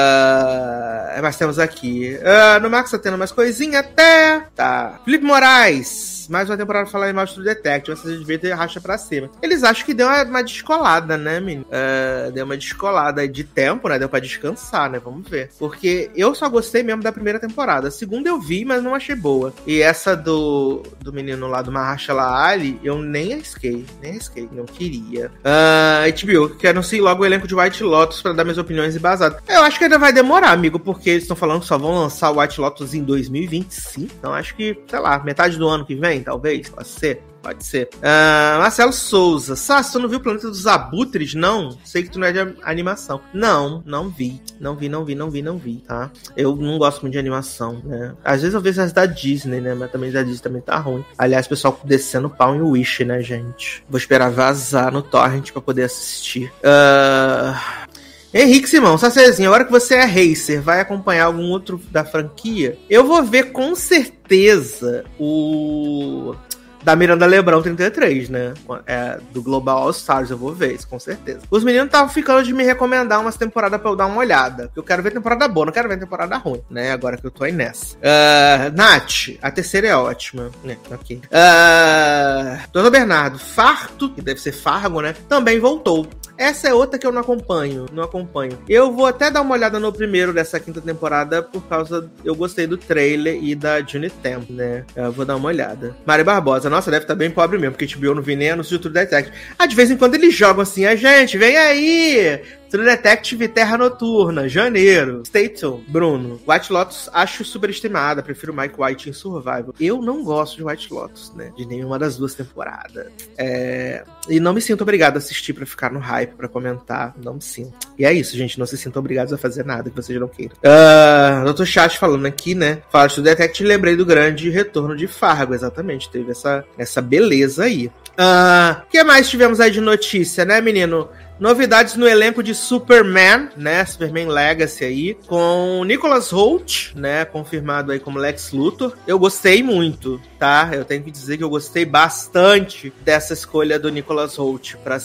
Speaker 2: Uh, mas temos aqui Uh, no Max tá tendo mais coisinha até. Tá. Felipe Moraes. Mais uma temporada pra falar mal de True Detective. Vocês devem ter racha pra cima. Eles acham que deu uma, uma descolada, né, menino? Uh, deu uma descolada de tempo, né? Deu pra descansar, né? Vamos ver. Porque eu só gostei mesmo da primeira temporada. A segunda eu vi, mas não achei boa. E essa do, do menino lá, do Mahershala Ali, eu nem arrisquei. Nem arrisquei. Não queria. Uh, H B O, que anunciei logo o elenco de White Lotus pra dar minhas opiniões embasadas. Eu acho que ainda vai demorar, amigo, porque eles estão falando que só vão lançar o White Lotus em dois mil e vinte e cinco. Então acho que, sei lá, metade do ano que vem, talvez. Pode ser. Pode ser. Uh, Marcelo Souza. Sassi, tu não viu o Planeta dos Abutres, não? Sei que tu não é de animação. Não, não vi. Não vi, não vi, não vi, não vi, tá? Eu não gosto muito de animação, né? Às vezes eu vejo as da Disney, né? Mas também da Disney também tá ruim. Aliás, o pessoal descendo pau em Wish, né, gente? Vou esperar vazar no Torrent pra poder assistir. Uh... Henrique Simão, Sassezinho, agora que você é racer, vai acompanhar algum outro da franquia? Eu vou ver com certeza o... da Miranda Lebrão trinta e três, né? É, do Global All Stars, eu vou ver isso, com certeza. Os meninos estavam ficando de me recomendar umas temporadas pra eu dar uma olhada. Eu quero ver temporada boa, não quero ver temporada ruim, né? Agora que eu tô aí nessa. Uh, Nath, a terceira é ótima. É, ok. Uh, Doutor Bernardo, Farto, que deve ser Fargo, né? Também voltou. Essa é outra que eu não acompanho, não acompanho. Eu vou até dar uma olhada no primeiro dessa quinta temporada, por causa... Eu gostei do trailer e da Juni Temp, né? Eu vou dar uma olhada. Mari Barbosa, nossa, deve estar bem pobre mesmo, porque H B O não vi nem anúncio de True Detective. Ah, de vez em quando eles jogam assim, a gente, vem aí! True Detective Terra Noturna, janeiro. Stay tuned. Bruno, White Lotus acho superestimada, prefiro Mike White em Survival. Eu não gosto de White Lotus, né? De nenhuma das duas temporadas. É... E não me sinto obrigado a assistir pra ficar no hype, pra comentar. Não me sinto. E é isso, gente. Não se sintam obrigados a fazer nada que vocês não queiram. Uh, doutor Chat falando aqui, né? Fala de True Detective, lembrei do grande retorno de Fargo. Exatamente. Teve essa, essa beleza aí. O uh, que mais tivemos aí de notícia, né, menino? Novidades no elenco de Superman, né? Superman Legacy aí, com Nicholas Hoult, né? Confirmado aí como Lex Luthor. Eu gostei muito, tá? Eu tenho que dizer que eu gostei bastante dessa escolha do Nicholas Hoult pra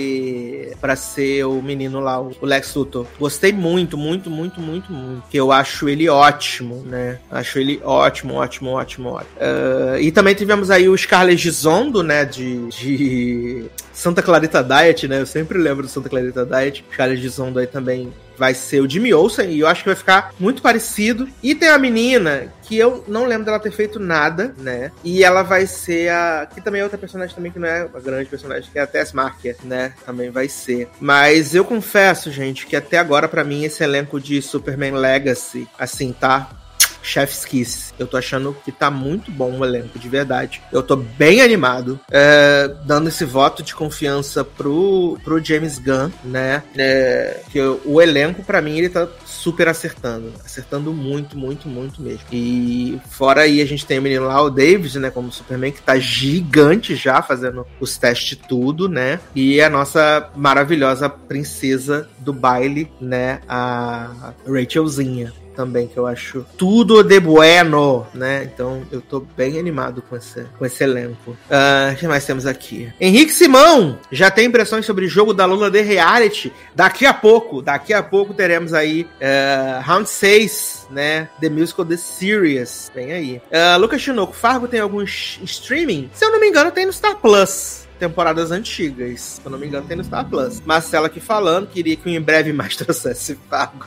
Speaker 2: ser para ser o menino lá, o Lex Luthor. Gostei muito, muito, muito, muito, muito. Que eu acho ele ótimo, né? Acho ele ótimo, ótimo, ótimo, ótimo. Uh, e também tivemos aí o Scarlett Gisondo, né? De, de Santa Clarita Diet, né? Eu sempre lembro do Santa Clarita Diet. Scarlett Gisondo aí também vai ser o Jimmy Olsen, e eu acho que vai ficar muito parecido. E tem a menina, que eu não lembro dela ter feito nada, né? E ela vai ser a... que também é outra personagem também, que não é uma grande personagem, que é a Tess Marker, né? Também vai ser. Mas eu confesso, gente, que até agora, pra mim, esse elenco de Superman Legacy, assim, tá... Chef's Kiss. Eu tô achando que tá muito bom o elenco, de verdade. Eu tô bem animado, é, dando esse voto de confiança pro, pro James Gunn, né? É, que o, o elenco, pra mim, ele tá super acertando. Acertando muito, muito, muito mesmo. E fora aí, a gente tem o menino lá, o David, né? Como Superman, que tá gigante já, fazendo os testes tudo, né? E a nossa maravilhosa princesa do baile, né? A Rachelzinha. Também, que eu acho tudo de bueno, né? Então, eu tô bem animado com esse, com esse elenco. Uh, o que mais temos aqui? Henrique Simão já tem impressões sobre o jogo da Lula de reality. Daqui a pouco, daqui a pouco teremos aí uh, Round seis, né? The Musical The Series. Vem aí. Uh, Lucas Chinoco, Fargo tem algum streaming? Se eu não me engano, tem no Star Plus. temporadas antigas. Se eu não me engano, tem no Star Plus. Marcela aqui falando, queria que o Em Breve Mais trouxesse Fargo.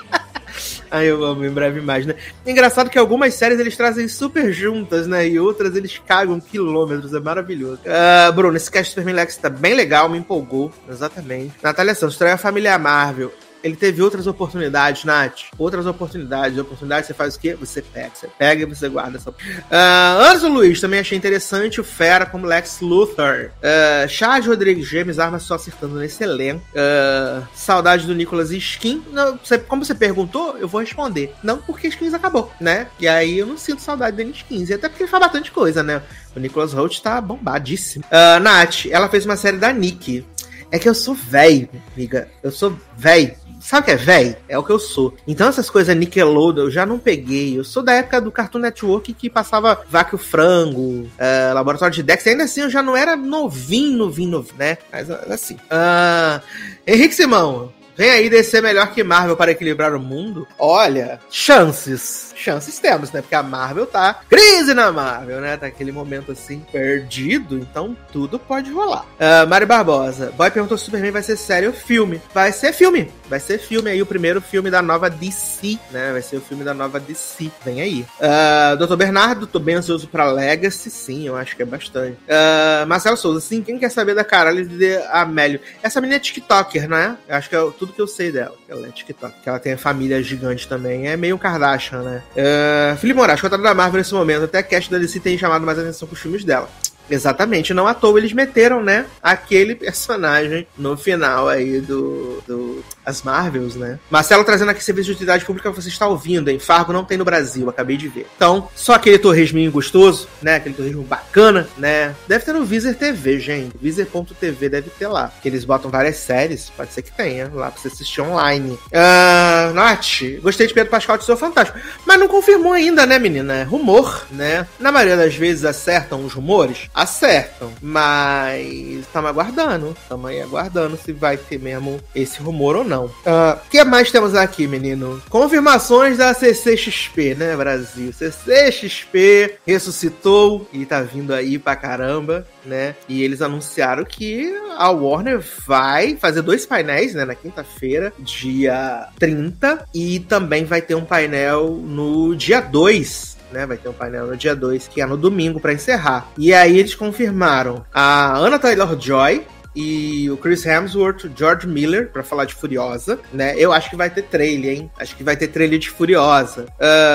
Speaker 2: Ai, eu amo Em Breve Mais, né? Engraçado que algumas séries eles trazem super juntas, né? E outras eles cagam quilômetros, é maravilhoso. Uh, Bruno, esse cast Superman Lex tá bem legal, me empolgou. Exatamente. Natália Santos, estreia a família Marvel. Ele teve outras oportunidades, Nath. Outras oportunidades. Oportunidades, você faz o quê? Você pega. Você pega e você guarda essa... Uh, Anderson Luiz, também achei interessante o Fera como Lex Luthor. Uh, Chad Rodrigues, James Armas só acertando nesse elenco. Uh, saudade do Nicolas Skin. Não, você, como você perguntou, eu vou responder. Não porque Skins acabou, né? E aí eu não sinto saudade dele Skins. E até porque ele faz bastante coisa, né? O Nicholas Hoult tá bombadíssimo. Uh, Nath, ela fez uma série da Nick. É que eu sou velho, amiga. Eu sou velho. Sabe o que é véi? É o que eu sou. Então essas coisas Nickelodeon eu já não peguei. Eu sou da época do Cartoon Network que passava Vaca e o Frango, uh, Laboratório de Dexter. Ainda assim eu já não era novinho, novinho, novinho, né? Mas assim. Uh, Henrique Simão. Vem aí descer melhor que Marvel para equilibrar o mundo? Olha, chances. Chances temos, né? Porque a Marvel tá... Crise na Marvel, né? Tá aquele momento assim, perdido. Então, tudo pode rolar. Uh, Mari Barbosa. Boy perguntou se Superman vai ser série ou filme. Vai ser filme. Vai ser filme aí. O primeiro filme da nova D C, né? Vai ser o filme da nova D C. Vem aí. Uh, doutor Bernardo. Tô bem ansioso pra Legacy. Sim, eu acho que é bastante. Uh, Marcelo Souza. Sim, quem quer saber da caralho de Amélio? Essa menina é TikToker, né? Eu acho que é tudo que eu sei dela. Ela é TikTok. Que ela tem a família gigante também. É meio um Kardashian, né? Uh, Felipe Moraes, contrário da Marvel nesse momento, até a cast da D C tem chamado mais atenção com os filmes dela. Exatamente, não à toa eles meteram, né, aquele personagem no final aí do, do as Marvels, né. Marcelo trazendo aqui serviço de utilidade pública, você está ouvindo, em Fargo não tem no Brasil, acabei de ver. Então, só aquele torresminho gostoso, né, aquele torresmo bacana, né, deve ter no Vizer T V, gente, Vizer ponto T V deve ter lá, que eles botam várias séries, pode ser que tenha, lá pra você assistir online. Uh, Nath, gostei de Pedro Pascal de Seu Fantástico, mas não confirmou ainda, né, menina, é rumor, né, na maioria das vezes acertam os rumores, acertam, mas estamos aguardando, estamos aí aguardando se vai ter mesmo esse rumor ou não. O uh, que mais temos aqui, menino? Confirmações da C C X P, né, Brasil? C C X P ressuscitou e tá vindo aí pra caramba, né? E eles anunciaram que a Warner vai fazer dois painéis, né, na quinta-feira, dia trinta, e também vai ter um painel no dia dois, né, vai ter um painel no dia dois, que é no domingo, pra encerrar. E aí eles confirmaram a Anya Taylor-Joy e o Chris Hemsworth, o George Miller, pra falar de Furiosa, né? Eu acho que vai ter trailer, hein? Acho que vai ter trailer de Furiosa.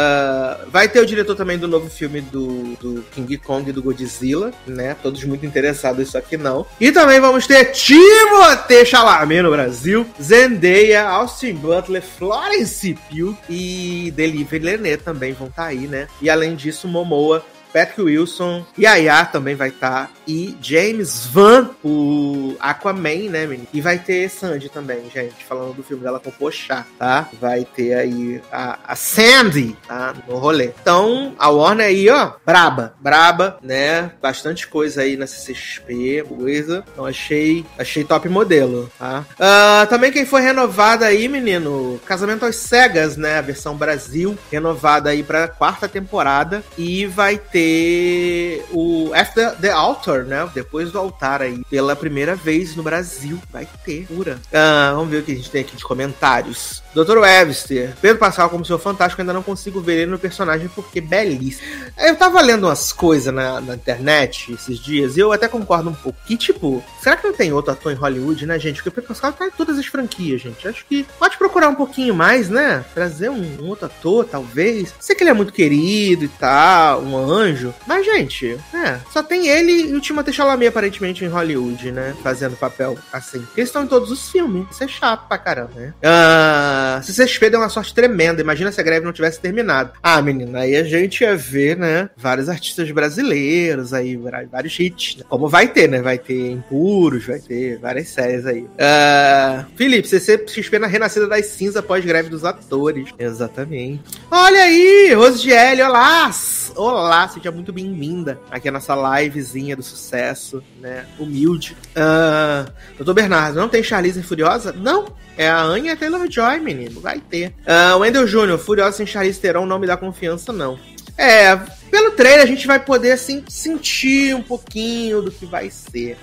Speaker 2: Uh, vai ter o diretor também do novo filme do, do King Kong e do Godzilla, né? Todos muito interessados, isso aqui não. E também vamos ter Timothée Chalamet no Brasil, Zendaya, Austin Butler, Florence Pugh e Denis Villeneuve também vão estar aí, né? E além disso, Momoa, Patrick Wilson, Yaya também vai estar, tá, e James Van, o Aquaman, né, menino? E vai ter Sandy também, gente, falando do filme dela com Pochá, tá? Vai ter aí a, a Sandy, tá? No rolê. Então, a Warner aí, ó, braba, braba, né? Bastante coisa aí na C C X P, coisa. Então, achei, achei top modelo, tá? Uh, também quem foi renovada aí, menino, Casamento às Cegas, né? A versão Brasil, renovada aí pra quarta temporada, e vai ter o After the Altar, né? Depois do altar aí, pela primeira vez no Brasil. Vai ter, pura. Ah, vamos ver o que a gente tem aqui de comentários. doutor Webster, Pedro Pascal como seu fantástico, ainda não consigo ver ele no personagem porque belíssimo. Eu tava lendo umas coisas na, na internet esses dias e eu até concordo um pouco. Que tipo, será que não tem outro ator em Hollywood, né, gente? Porque o Pedro Pascal tá em todas as franquias, gente. Acho que pode procurar um pouquinho mais, né? Trazer um, um outro ator, talvez. Sei que ele é muito querido e tal, um anjo. Mas, gente, é, só tem ele e o Timothée Chalamet, aparentemente, em Hollywood, né? Fazendo papel assim. Eles estão em todos os filmes. Isso é chato pra caramba, né? Ah, C C X P deu uma sorte tremenda. Imagina se a greve não tivesse terminado. Ah, menina, aí a gente ia ver, né? Vários artistas brasileiros aí, vários hits, né? Como vai ter, né? Vai ter Impuros, vai ter várias séries aí. Ah, Felipe, C C X P na renascida das cinzas após greve dos atores. Exatamente. Olha aí, Rosiele, olá! Olá, seja muito bem-vinda aqui a nossa livezinha do sucesso, né? Humilde. Uh, doutor Bernardo, não tem Charlize Furiosa? Não, é a Anya Taylor-Joy, menino. Vai ter. Uh, Wendel Júnior, Furiosa sem Charlize Theron não me dá confiança, não. É, pelo, trailer a gente vai poder, assim, sentir um pouquinho do que vai ser.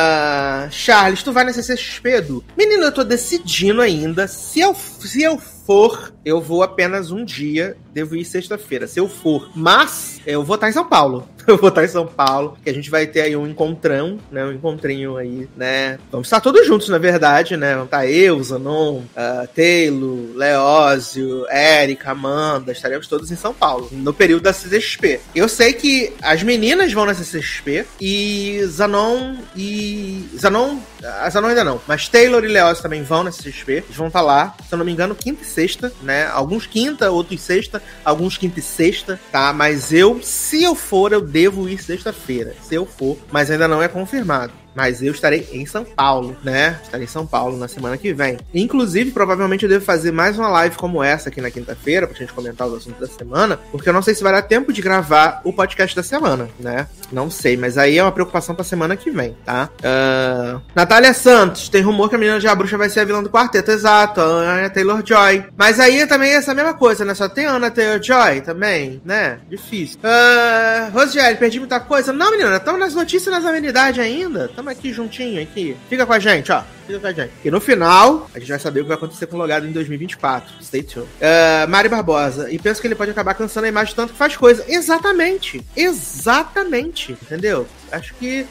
Speaker 2: Uh, Charles, tu vai na C C X P, Edu? Menino, eu tô decidindo ainda. Se eu, se eu for, eu vou apenas um dia. Devo ir sexta-feira, se eu for. Mas eu vou estar em São Paulo. Eu vou estar em São Paulo, que a gente vai ter aí um encontrão, né? Um encontrinho aí, né? Vamos estar todos juntos, na verdade, né? Vamos estar eu, Zanon, uh, Taylor, Leózio, Érica, Amanda. Estaremos todos em São Paulo, no período da C C X P. Eu sei que as meninas vão na C C X P e Zanon e... Zanon... A Zanon ainda não, mas Taylor e Leózio também vão na C C X P. Eles vão estar lá, se eu não me engano, quinta e sexta, né? Alguns quinta, outros sexta, alguns quinta e sexta, tá? Mas eu, se eu for, eu devo ir sexta-feira. Se eu for, mas ainda não é confirmado. Mas eu estarei em São Paulo, né? Estarei em São Paulo na semana que vem. Inclusive, provavelmente eu devo fazer mais uma live como essa aqui na quinta-feira, pra gente comentar os assuntos da semana, porque eu não sei se vai dar tempo de gravar o podcast da semana, né? Não sei, mas aí é uma preocupação pra semana que vem, tá? Uh... Natália Santos, tem rumor que a menina de A Bruxa vai ser a vilã do quarteto, exato, a Anya Taylor-Joy. Mas aí também é essa mesma coisa, né? Só tem a Anya Taylor-Joy também, né? Difícil. Uh... Rosiane, perdi muita coisa? Não, menina, estamos nas notícias nas amenidades ainda. Estamos aqui juntinho, aqui. Fica com a gente, ó. Fica com a gente. E no final, a gente vai saber o que vai acontecer com o Logado em dois mil e vinte e quatro. Stay tuned. Uh, Mari Barbosa. E penso que ele pode acabar cansando a imagem tanto que faz coisa. Exatamente. Exatamente. Entendeu? Acho que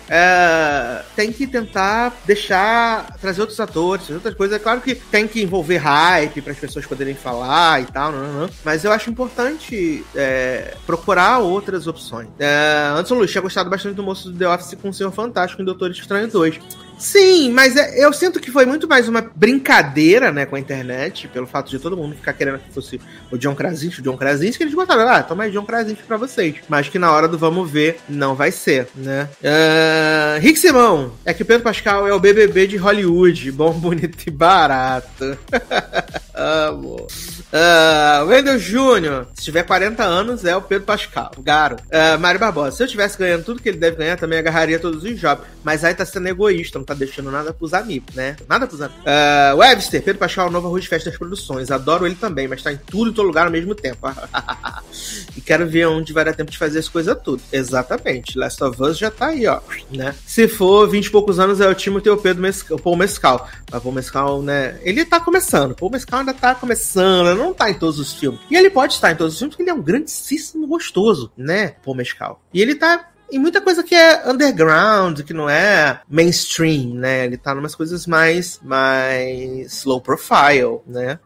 Speaker 2: uh, tem que tentar deixar, trazer outros atores, trazer outras coisas. É claro que tem que envolver hype para as pessoas poderem falar e tal, não, não, não. Mas eu acho importante é, procurar outras opções. Uh, Anderson Luiz, tinha gostado bastante do moço do The Office com o Senhor Fantástico em Doutor Estranho dois. Sim, mas é, eu sinto que foi muito mais uma brincadeira, né, com a internet, pelo fato de todo mundo ficar querendo que fosse o John Krasinski, o John Krasinski, eles botaram, ah, toma aí John Krasinski pra vocês. Mas que na hora do vamos ver, não vai ser, né? Uh, Rick Simão, é que o Pedro Pascal é o B B B de Hollywood, bom, bonito e barato. Amo. Uh, Wendel Júnior, se tiver quarenta anos, é o Pedro Pascal, Garo. Uh, Mário Barbosa, se eu tivesse ganhando tudo que ele deve ganhar, também agarraria todos os jobs. Mas aí tá sendo egoísta, não tá deixando nada pros amigos, né? Nada pros amigos. Uh, Webster, Pedro Pascal é o novo Arroz de Festa das Produções. Adoro ele também, mas tá em tudo e todo lugar ao mesmo tempo. E quero ver onde vai dar tempo de fazer as coisas tudo. Exatamente. Last of Us já tá aí, ó. Né? Se for vinte e poucos anos, é o Timothy ou Pedro Mescal, o Paul Mescal. Mas o Paul Mescal, né? Ele tá começando. O Paul Mescal ainda tá começando. Não tá em todos os filmes. E ele pode estar em todos os filmes porque ele é um grandíssimo gostoso, né? Paul Mescal. E ele tá e muita coisa que é underground, que não é mainstream, né? Ele tá numas coisas mais, mais low profile, né?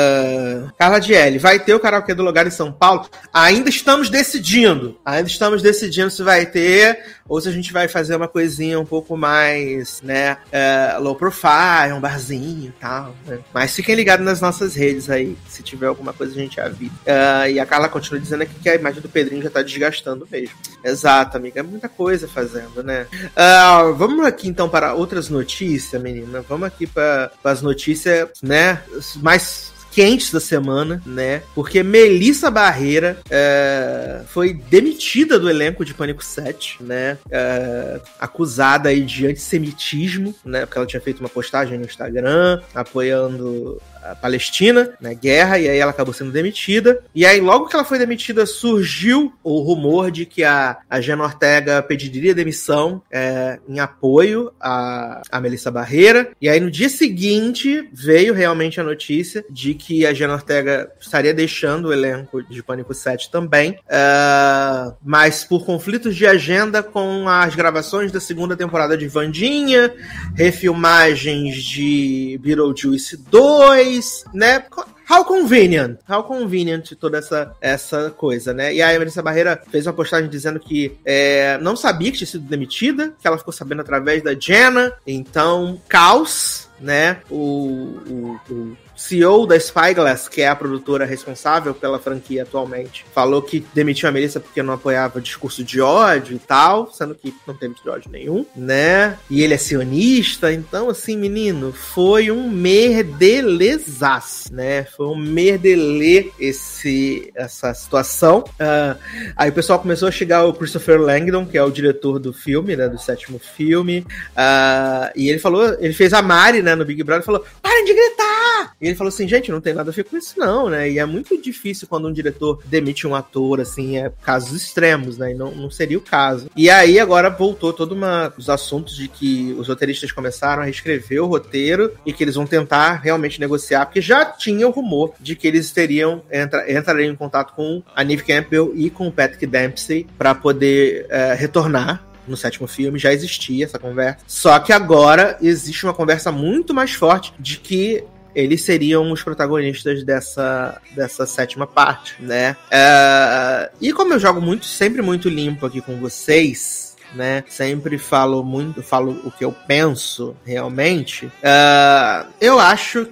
Speaker 2: Uh, Carla Dielli, vai ter o karaokê do Lugar em São Paulo? Ainda estamos decidindo. Ainda estamos decidindo se vai ter ou se a gente vai fazer uma coisinha um pouco mais, né, uh, low profile, um barzinho e tal, né? Mas fiquem ligados nas nossas redes aí, se tiver alguma coisa a gente avisa. Uh, e a Carla continua dizendo aqui que a imagem do Pedrinho já tá desgastando mesmo. Exato, amiga. É muita coisa fazendo, né? Uh, vamos aqui, então, para outras notícias, menina. Vamos aqui para as notícias, né, mais quentes da semana, né? Porque Melissa Barreira é, foi demitida do elenco de Pânico sete, né? É, acusada aí de antissemitismo, né? Porque ela tinha feito uma postagem no Instagram apoiando a Palestina, né, guerra, e aí ela acabou sendo demitida. E aí, logo que ela foi demitida, surgiu o rumor de que a, a Jenna Ortega pediria demissão é, em apoio a, a Melissa Barreira. E aí, no dia seguinte, veio realmente a notícia de que a Jenna Ortega estaria deixando o elenco de Pânico sete também, uh, mas por conflitos de agenda com as gravações da segunda temporada de Wandinha, refilmagens de Beetlejuice dois, né? How convenient, how convenient toda essa, essa coisa, né? E aí a Melissa Barreira fez uma postagem dizendo que é, não sabia que tinha sido demitida, que ela ficou sabendo através da Jenna. Então, caos, né? O, o, o C E O da Spyglass, que é a produtora responsável pela franquia atualmente, falou que demitiu a Melissa porque não apoiava o discurso de ódio e tal, sendo que não tem de ódio nenhum, né? E ele é sionista, então, assim, menino, foi um merdelezaço, né? Foi um merdelê esse, essa situação. Uh, aí o pessoal começou a chegar o Christopher Langdon, que é o diretor do filme, né? Do sétimo filme. Uh, e ele falou, ele fez a Mari, né? No Big Brother, falou, parem de gritar! E ele falou assim, gente, não tem nada a ver com isso não, né? E é muito difícil quando um diretor demite um ator, assim, é casos extremos, né? E não, não seria o caso. E aí agora voltou todos os assuntos de que os roteiristas começaram a reescrever o roteiro e que eles vão tentar realmente negociar, porque já tinha o rumor de que eles teriam, entra, entrariam em contato com a Neve Campbell e com o Patrick Dempsey para poder é, retornar no sétimo filme. Já existia essa conversa. Só que agora existe uma conversa muito mais forte de que eles seriam os protagonistas dessa, dessa sétima parte, né? É, e como eu jogo muito, sempre muito limpo aqui com vocês, né? Sempre falo muito, falo o que eu penso realmente. Uh, eu acho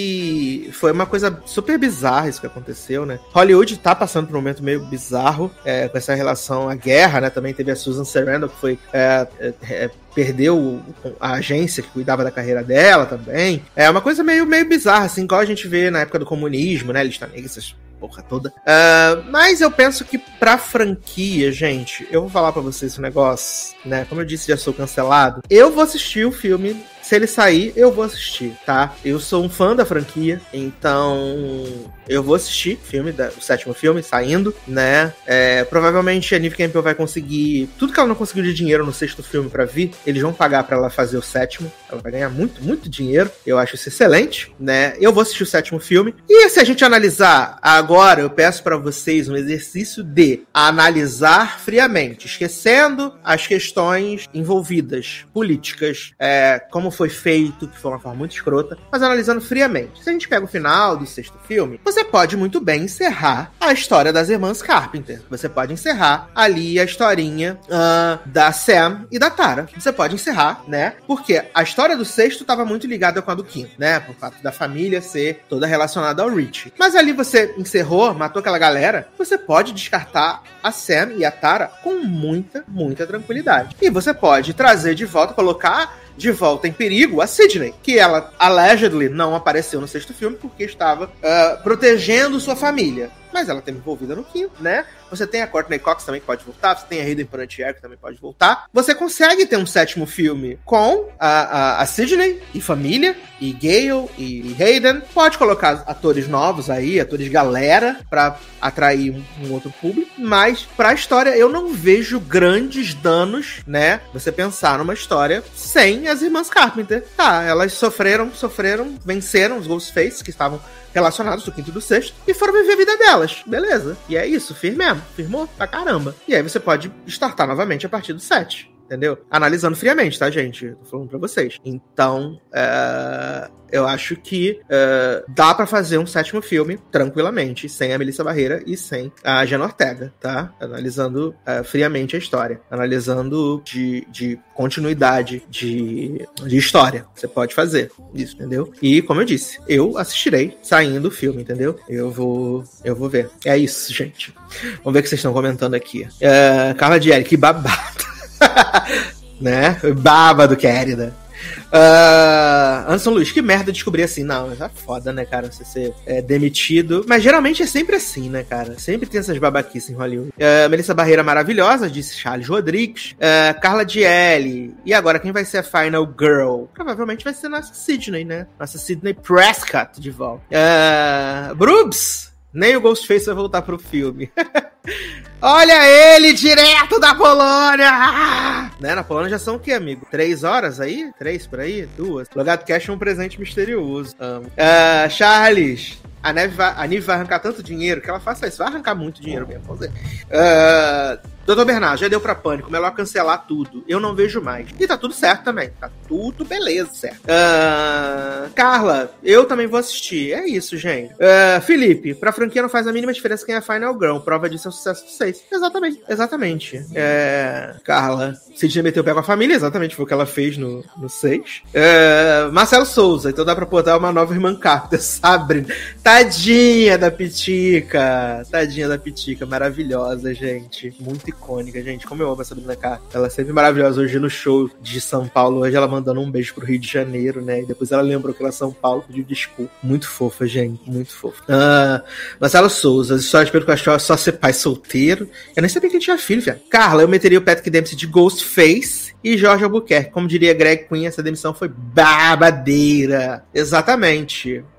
Speaker 2: que foi uma coisa super bizarra isso que aconteceu, né? Hollywood tá passando por um momento meio bizarro é, com essa relação à guerra, né? Também teve a Susan Sarandon, que foi é, é, perdeu a agência que cuidava da carreira dela também. É uma coisa meio, meio bizarra, assim, igual a gente vê na época do comunismo, né? Lista negra, essas porra toda. Uh, mas eu penso que pra franquia, gente, eu vou falar pra vocês um negócio, né? Como eu disse, já sou cancelado. Eu vou assistir o filme. Se ele sair, eu vou assistir, tá? Eu sou um fã da franquia, então eu vou assistir o filme, da, o sétimo filme, saindo, né? É, provavelmente a Neve Campbell vai conseguir tudo que ela não conseguiu de dinheiro no sexto filme pra vir, eles vão pagar pra ela fazer o sétimo. Ela vai ganhar muito, muito dinheiro. Eu acho isso excelente, né? Eu vou assistir o sétimo filme. E se a gente analisar agora, eu peço pra vocês um exercício de analisar friamente, esquecendo as questões envolvidas, políticas, é, como foi feito, que foi uma forma muito escrota, mas analisando friamente. Se a gente pega o final do sexto filme, você pode muito bem encerrar a história das irmãs Carpenter. Você pode encerrar ali a historinha uh, da Sam e da Tara. Você pode encerrar, né? Porque a história do sexto estava muito ligada com a do quinto, né? Por fato da família ser toda relacionada ao Rich. Mas ali você encerrou, matou aquela galera, você pode descartar a Sam e a Tara com muita, muita tranquilidade. E você pode trazer de volta, colocar de volta em perigo a Sidney, que ela allegedly não apareceu no sexto filme porque estava uh, protegendo sua família. Mas ela esteve envolvida no quinto, né? Você tem a Courtney Cox também que pode voltar, você tem a Hayden Panettiere que também pode voltar. Você consegue ter um sétimo filme com a, a, a Sidney e família, e Gale e, e Hayden. Pode colocar atores novos aí, atores galera, pra atrair um, um outro público. Mas pra história eu não vejo grandes danos, né? Você pensar numa história sem as irmãs Carpenter. Tá, elas sofreram, sofreram, venceram os Ghostface que estavam relacionados do quinto e do sexto, e foram viver a vida delas. Beleza. E é isso, firmemos. Firmou pra caramba. E aí você pode startar novamente a partir do sete. Entendeu? Analisando friamente, tá, gente? Tô falando pra vocês. Então, é... eu acho que é... dá pra fazer um sétimo filme tranquilamente, sem a Melissa Barreira e sem a Jenna Ortega, tá? Analisando é, friamente a história. Analisando de, de continuidade de, de história. Você pode fazer isso, entendeu? E, como eu disse, eu assistirei saindo o filme, entendeu? Eu vou, eu vou ver. É isso, gente. Vamos ver o que vocês estão comentando aqui. É... Carla Dieri, que babado. Né? Bábado, querida. Uh, Anderson Luiz, que merda descobrir assim. Não, é foda, né, cara? Você ser é, demitido. Mas geralmente é sempre assim, né, cara? Sempre tem essas babaquices em Hollywood. Uh, Melissa Barreira maravilhosa, disse Charles Rodrigues. Uh, Carla Dielli. E agora, quem vai ser a Final Girl? Provavelmente vai ser nossa Sidney, né? Nossa Sidney Prescott de volta. Uh, Brubs! Nem o Ghostface vai voltar pro filme. Olha ele, direto da Polônia! Ah! Né, na Polônia já são o quê, amigo? Três horas aí? Três por aí? Duas? Logado Cash é um presente misterioso. Amo. Uh, Charles... A Neve, vai, a Neve vai arrancar tanto dinheiro que ela faça isso. Vai arrancar muito dinheiro mesmo. Vamos ver. Uh, doutor Bernardo, já deu pra pânico. Melhor cancelar tudo. Eu não vejo mais. E tá tudo certo também. Tá tudo beleza, certo. Uh, Carla, eu também vou assistir. É isso, gente. Uh, Felipe, pra franquia não faz a mínima diferença quem é Final Girl. Prova disso é o sucesso do seis. Exatamente. Exatamente. Uh, Carla, Sidney meteu o pé com a família. Exatamente. Foi o que ela fez no, no seis. Uh, Marcelo Souza. Então dá pra botar uma nova irmã Carpenter. Sabrina. Tadinha da Pitica. Tadinha da Pitica. Maravilhosa, gente. Muito icônica, gente. Como eu amo essa Sabrina Carpenter. Ela é sempre maravilhosa. Hoje no show de São Paulo, hoje ela mandando um beijo pro Rio de Janeiro, né? E depois ela lembrou que ela é São Paulo, pediu desculpa. Muito fofa, gente. Muito fofa. Ah, Marcelo Souza. As histórias de Pedro Cachorro é só ser pai solteiro. Eu nem sabia que ele tinha filho, velho. Carla, eu meteria o Patrick Dempsey de Ghostface e Jorge Albuquerque. Como diria Greg Queen, essa demissão foi babadeira. Exatamente.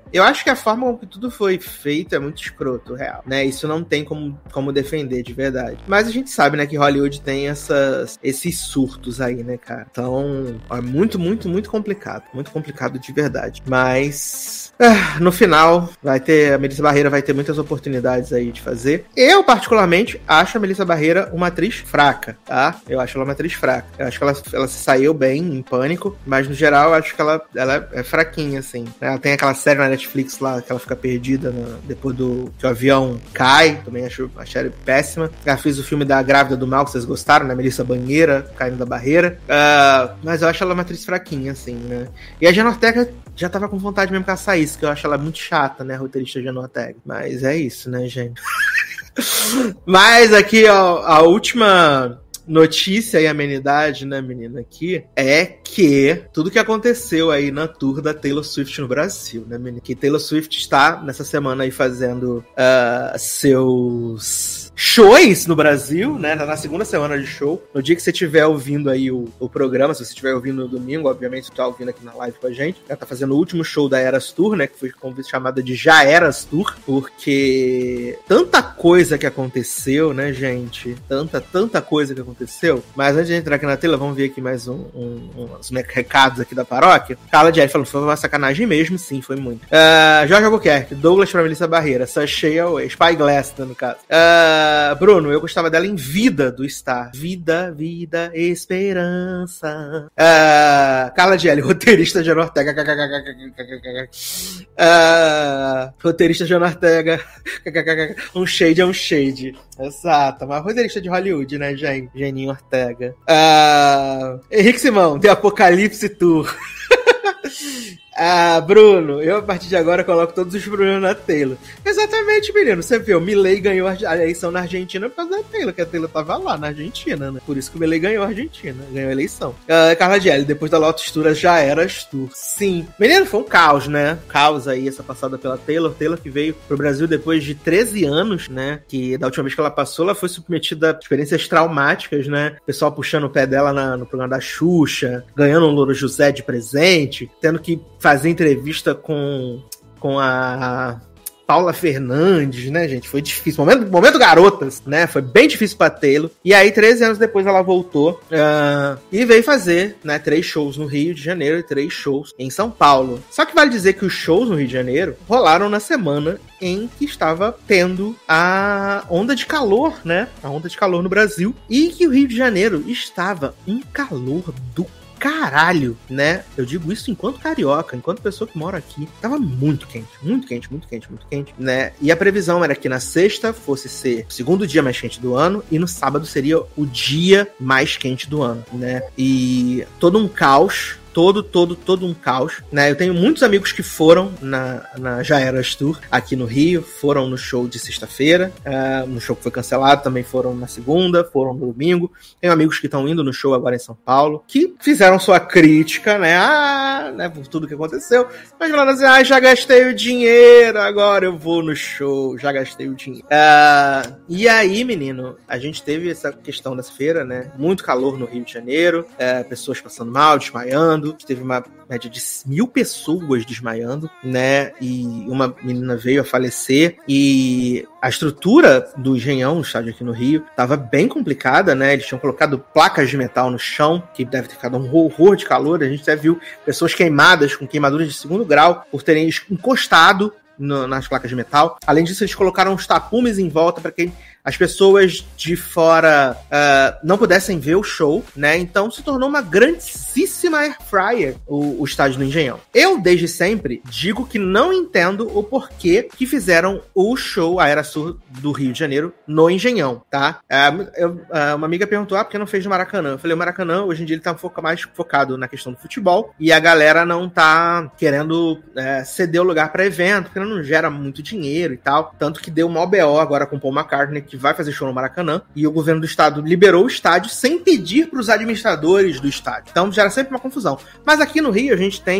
Speaker 2: Eu acho que a forma como tudo foi feito é muito escroto, real, né? Isso não tem como, como defender de verdade. Mas a gente sabe, né, que Hollywood tem essas, esses surtos aí, né, cara? Então, é muito, muito, muito complicado. Muito complicado de verdade. Mas, ah, no final, vai ter, a Melissa Barreira vai ter muitas oportunidades aí de fazer. Eu, particularmente, acho a Melissa Barreira uma atriz fraca, tá? Eu acho ela uma atriz fraca. Eu acho que ela, ela se saiu bem em Pânico, mas no geral, eu acho que ela, ela é fraquinha, assim. Ela tem aquela série na Netflix lá, que ela fica perdida no, depois do que o avião cai, também acho a série péssima. Ela fez o filme da Grávida do Mal, que vocês gostaram, né? Melissa Banheira, caindo da barreira. Uh, mas eu acho ela uma atriz fraquinha, assim, né? E a Jenna Ortega já tava com vontade mesmo que ela saísse, que eu acho ela muito chata, né? A roteirista Jenna Ortega. Mas é isso, né, gente? Mas aqui, ó, a última notícia e amenidade, né, menina, aqui, é que tudo que aconteceu aí na tour da Taylor Swift no Brasil, né, menina? Que Taylor Swift está nessa semana aí fazendo uh, seus shows no Brasil, né? Tá na segunda semana de show. No dia que você estiver ouvindo aí o, o programa, se você estiver ouvindo no domingo, obviamente você tá ouvindo aqui na live com a gente, ela tá fazendo o último show da Eras Tour, né? Que foi chamada de Já Eras Tour, porque tanta coisa que aconteceu, né, gente? Tanta, tanta coisa que aconteceu. Mas antes de entrar aqui na tela, vamos ver aqui mais um, um, um, uns recados aqui da paróquia. Carla Jerry falando, foi uma sacanagem mesmo, sim, foi muito. Uh, Jorge Albuquerque, Douglas pra Melissa Barreira, Sashay Away, Spyglass, no caso. Uh, Bruno, eu gostava dela em Vida, do Star. Vida, vida, esperança. Uh, Carla Gelli, roteirista Jenna Ortega. Uh, roteirista Jenna Ortega. Um shade é um shade. Exato, mas roteirista de Hollywood, né, gente? Geninho Ortega. Uh, Henrique Simão, The Apocalipse Tour. Ah, Bruno, eu a partir de agora coloco todos os Bruno na Taylor. Exatamente, menino. Você viu, o Milei ganhou a eleição na Argentina por causa da Taylor, que a Taylor tava lá na Argentina, né? Por isso que o Milei ganhou a Argentina, ganhou a eleição. Uh, Carla Gelli, depois da Lotus Tour já era as Tour. Sim. Menino, foi um caos, né? Caos aí, essa passada pela Taylor. Taylor que veio pro Brasil depois de treze anos, né? Que da última vez que ela passou, ela foi submetida a experiências traumáticas, né? O pessoal puxando o pé dela na, no programa da Xuxa, ganhando um Louro José de presente, tendo que fazer entrevista com, com a Paula Fernandes, né, gente? Foi difícil. Momento, momento garotas, né? Foi bem difícil pra Taylor. E aí, treze anos depois, ela voltou uh, e veio fazer, né, três shows no Rio de Janeiro e três shows em São Paulo. Só que vale dizer que os shows no Rio de Janeiro rolaram na semana em que estava tendo a onda de calor, né? A onda de calor no Brasil. E que o Rio de Janeiro estava um calor do caralho, né? Eu digo isso enquanto carioca, enquanto pessoa que mora aqui. Tava muito quente, muito quente, muito quente, muito quente, né? E a previsão era que na sexta fosse ser o segundo dia mais quente do ano e no sábado seria o dia mais quente do ano, né? E todo um caos. Todo, todo, todo um caos, né? Eu tenho muitos amigos que foram na, na Já Eras Tour aqui no Rio, foram no show de sexta-feira, uh, no show que foi cancelado, também foram na segunda, foram no domingo. Tenho amigos que estão indo no show agora em São Paulo, que fizeram sua crítica, né? Ah, né? Por tudo que aconteceu, mas falando assim, ah, já gastei o dinheiro, agora eu vou no show, já gastei o dinheiro. Uh, e aí, menino, a gente teve essa questão dessa feira, né? Muito calor no Rio de Janeiro, uh, pessoas passando mal, desmaiando. Teve uma média de mil pessoas desmaiando, né? E uma menina veio a falecer. E a estrutura do Engenhão, no estádio aqui no Rio, estava bem complicada, né? Eles tinham colocado placas de metal no chão, que deve ter ficado um horror de calor. A gente até viu pessoas queimadas, com queimaduras de segundo grau, por terem encostado no, nas placas de metal. Além disso, eles colocaram uns tapumes em volta para que as pessoas de fora uh, não pudessem ver o show, né? Então se tornou uma grandíssima air fryer o, o estádio do Engenhão. Eu, desde sempre, digo que não entendo o porquê que fizeram o show a Eras Tour do Rio de Janeiro no Engenhão, tá? Uh, eu, uh, uma amiga perguntou, ah, por que não fez no Maracanã? Eu falei, o Maracanã, hoje em dia, ele tá foca, mais focado na questão do futebol e a galera não tá querendo uh, ceder o lugar para evento, porque não gera muito dinheiro e tal. Tanto que deu uma O B O agora com o Paul McCartney, que vai fazer show no Maracanã, e o governo do estado liberou o estádio sem pedir para os administradores do estádio. Então gera sempre uma confusão. Mas aqui no Rio a gente tem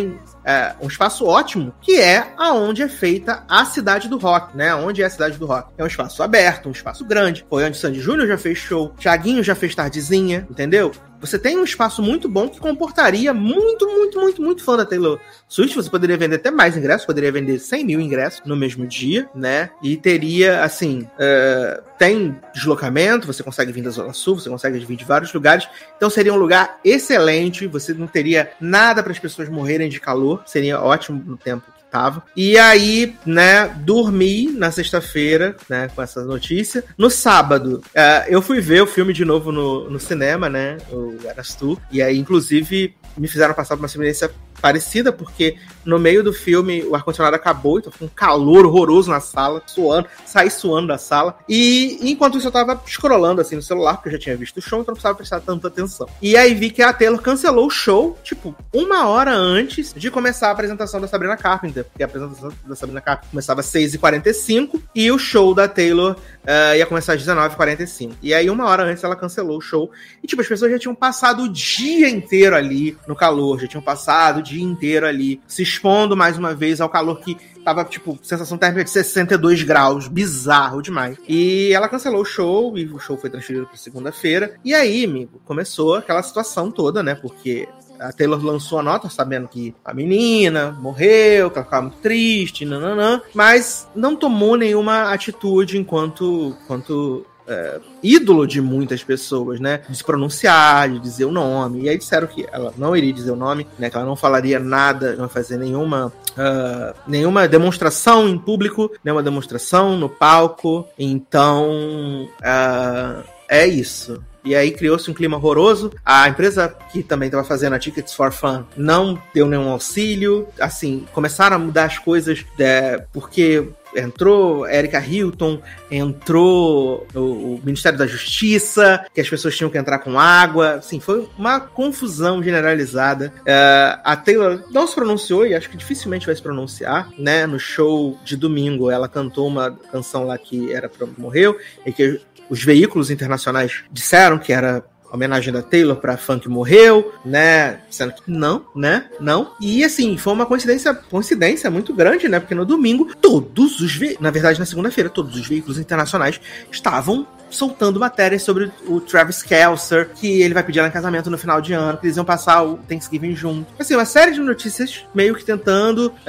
Speaker 2: é, um espaço ótimo, que é aonde é feita a Cidade do Rock, né? Onde é a Cidade do Rock. É um espaço aberto, um espaço grande. Foi onde Sandy Júnior já fez show, Thiaguinho já fez tardezinha, entendeu? Você tem um espaço muito bom que comportaria muito, muito, muito, muito fã da Taylor Swift. Você poderia vender até mais ingressos, poderia vender cem mil ingressos no mesmo dia, né? E teria, assim, uh, tem deslocamento, você consegue vir da Zona Sul, você consegue vir de vários lugares. Então seria um lugar excelente, você não teria nada para as pessoas morrerem de calor, seria ótimo no tempo tava. E aí, né, dormi na sexta-feira, né, com essa notícia. No sábado, uh, eu fui ver o filme de novo no, no cinema, né, o Eras Tu, e aí, inclusive, me fizeram passar por uma experiência parecida, porque no meio do filme o ar-condicionado acabou, então ficou um calor horroroso na sala, suando, saí suando da sala, e enquanto isso eu tava scrollando assim no celular, porque eu já tinha visto o show, então não precisava prestar tanta atenção. E aí vi que a Taylor cancelou o show, tipo, uma hora antes de começar a apresentação da Sabrina Carpenter, porque a apresentação da Sabrina Carpenter começava às seis e quarenta e cinco, e o show da Taylor uh, ia começar às dezenove e quarenta e cinco. E aí uma hora antes ela cancelou o show, e tipo, as pessoas já tinham passado o dia inteiro ali no calor, já tinham passado o dia inteiro ali, se expondo mais uma vez ao calor que tava, tipo, sensação térmica de sessenta e dois graus, bizarro demais. E ela cancelou o show, e o show foi transferido pra segunda-feira. E aí, amigo, começou aquela situação toda, né, porque a Taylor lançou a nota sabendo que a menina morreu, que ela ficava muito triste, nananã, mas não tomou nenhuma atitude enquanto... enquanto É, ídolo de muitas pessoas, né? De se pronunciar, de dizer o nome. E aí disseram que ela não iria dizer o nome, né? Que ela não falaria nada, não ia fazer nenhuma, uh, nenhuma demonstração em público, nenhuma demonstração no palco. Então, uh, é isso. E aí criou-se um clima horroroso. A empresa que também estava fazendo a Tickets for Fun não deu nenhum auxílio. Assim, começaram a mudar as coisas, é, porque entrou Erika Hilton, entrou o, o Ministério da Justiça, que as pessoas tinham que entrar com água. Assim, foi uma confusão generalizada. Uh, a Taylor não se pronunciou, e acho que dificilmente vai se pronunciar, né? No show de domingo, ela cantou uma canção lá que era pra morreu, e que os veículos internacionais disseram que era homenagem da Taylor pra fã que morreu, né? Sendo que não, né? Não. E assim, foi uma coincidência, coincidência muito grande, né? Porque no domingo, todos os ve... na verdade, na segunda-feira, todos os veículos internacionais estavam soltando matérias sobre o Travis Kelce, que ele vai pedir ela em casamento no final de ano, que eles iam passar o Thanksgiving junto. Assim, uma série de notícias meio que tentando uh,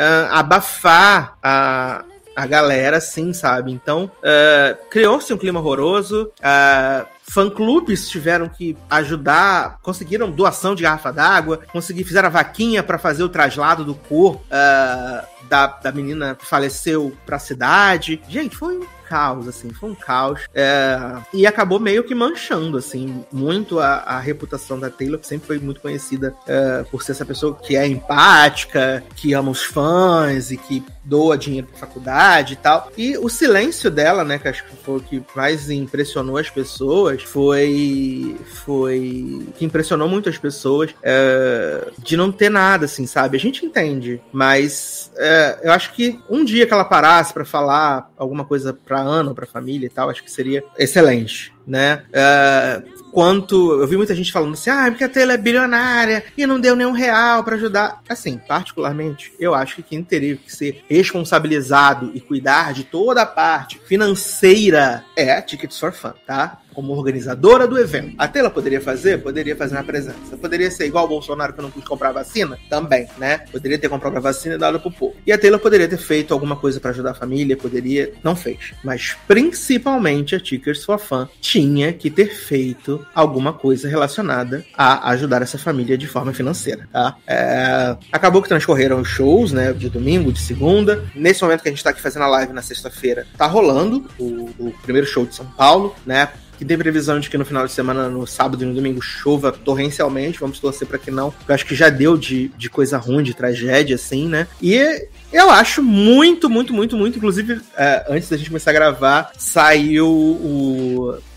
Speaker 2: abafar a a galera, assim, sabe? Então, uh, criou-se um clima horroroso. Uh, fã-clubes tiveram que ajudar, conseguiram doação de garrafa d'água, conseguiram, fizeram a vaquinha para fazer o traslado do corpo uh, da, da menina que faleceu pra cidade. Gente, foi um caos, assim, foi um caos. É, e acabou meio que manchando, assim, muito a, a reputação da Taylor, que sempre foi muito conhecida é, por ser essa pessoa que é empática, que ama os fãs e que doa dinheiro pra faculdade e tal. E o silêncio dela, né, que acho que foi o que mais impressionou as pessoas, foi... foi... que impressionou muito as pessoas, é, de não ter nada, assim, sabe? A gente entende, mas é, eu acho que um dia que ela parasse pra falar alguma coisa pra Ana, pra família e tal, acho que seria excelente, né? É, quanto... eu vi muita gente falando assim, ah, porque a Taylor é bilionária e não deu nenhum real pra ajudar. Assim, particularmente, eu acho que quem teria que ser responsabilizado e cuidar de toda a parte financeira é a Tickets for Fun, tá? Como organizadora do evento. A Taylor poderia fazer? Poderia fazer na presença. Poderia ser igual o Bolsonaro, que eu não quis comprar vacina? Também, né? Poderia ter comprado a vacina e dado pro povo. E a Taylor poderia ter feito alguma coisa pra ajudar a família, poderia... não fez. Mas, principalmente, a Tickets for Fun tinha que ter feito alguma coisa relacionada a ajudar essa família de forma financeira, tá? É... acabou que transcorreram os shows, né? De domingo, de segunda. Nesse momento que a gente tá aqui fazendo a live na sexta-feira, tá rolando o, o primeiro show de São Paulo, né? Que tem previsão de que no final de semana, no sábado e no domingo, chova torrencialmente. Vamos torcer pra que não. Eu acho que já deu de, de coisa ruim, de tragédia, assim, né? E eu acho muito, muito, muito, muito. Inclusive, é, antes da gente começar a gravar, saiu o...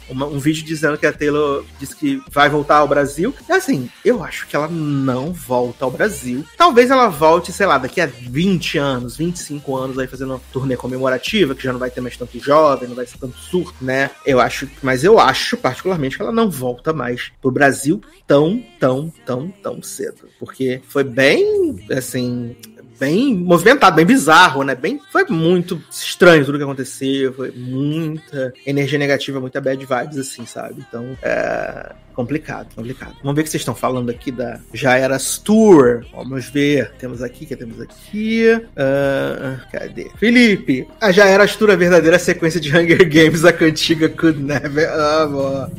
Speaker 2: uma, um vídeo dizendo que a Taylor disse que vai voltar ao Brasil. E assim, eu acho que ela não volta ao Brasil. Talvez ela volte, sei lá, daqui a vinte anos, vinte e cinco anos, aí fazendo uma turnê comemorativa, que já não vai ter mais tanto jovem, não vai ser tanto surto, né? Eu acho, mas eu acho, particularmente, que ela não volta mais pro Brasil tão, tão, tão, tão cedo. Porque foi bem, assim... bem movimentado, bem bizarro, né? Bem, foi muito estranho tudo que aconteceu, foi muita energia negativa, muita bad vibes, assim, sabe? Então, é complicado, complicado. Vamos ver o que vocês estão falando aqui da Já Eras Tour. Vamos ver. Temos aqui, que temos aqui? Uh, cadê? Felipe, a Já Eras Tour, a verdadeira sequência de Hunger Games, a cantiga Could Never... Amo.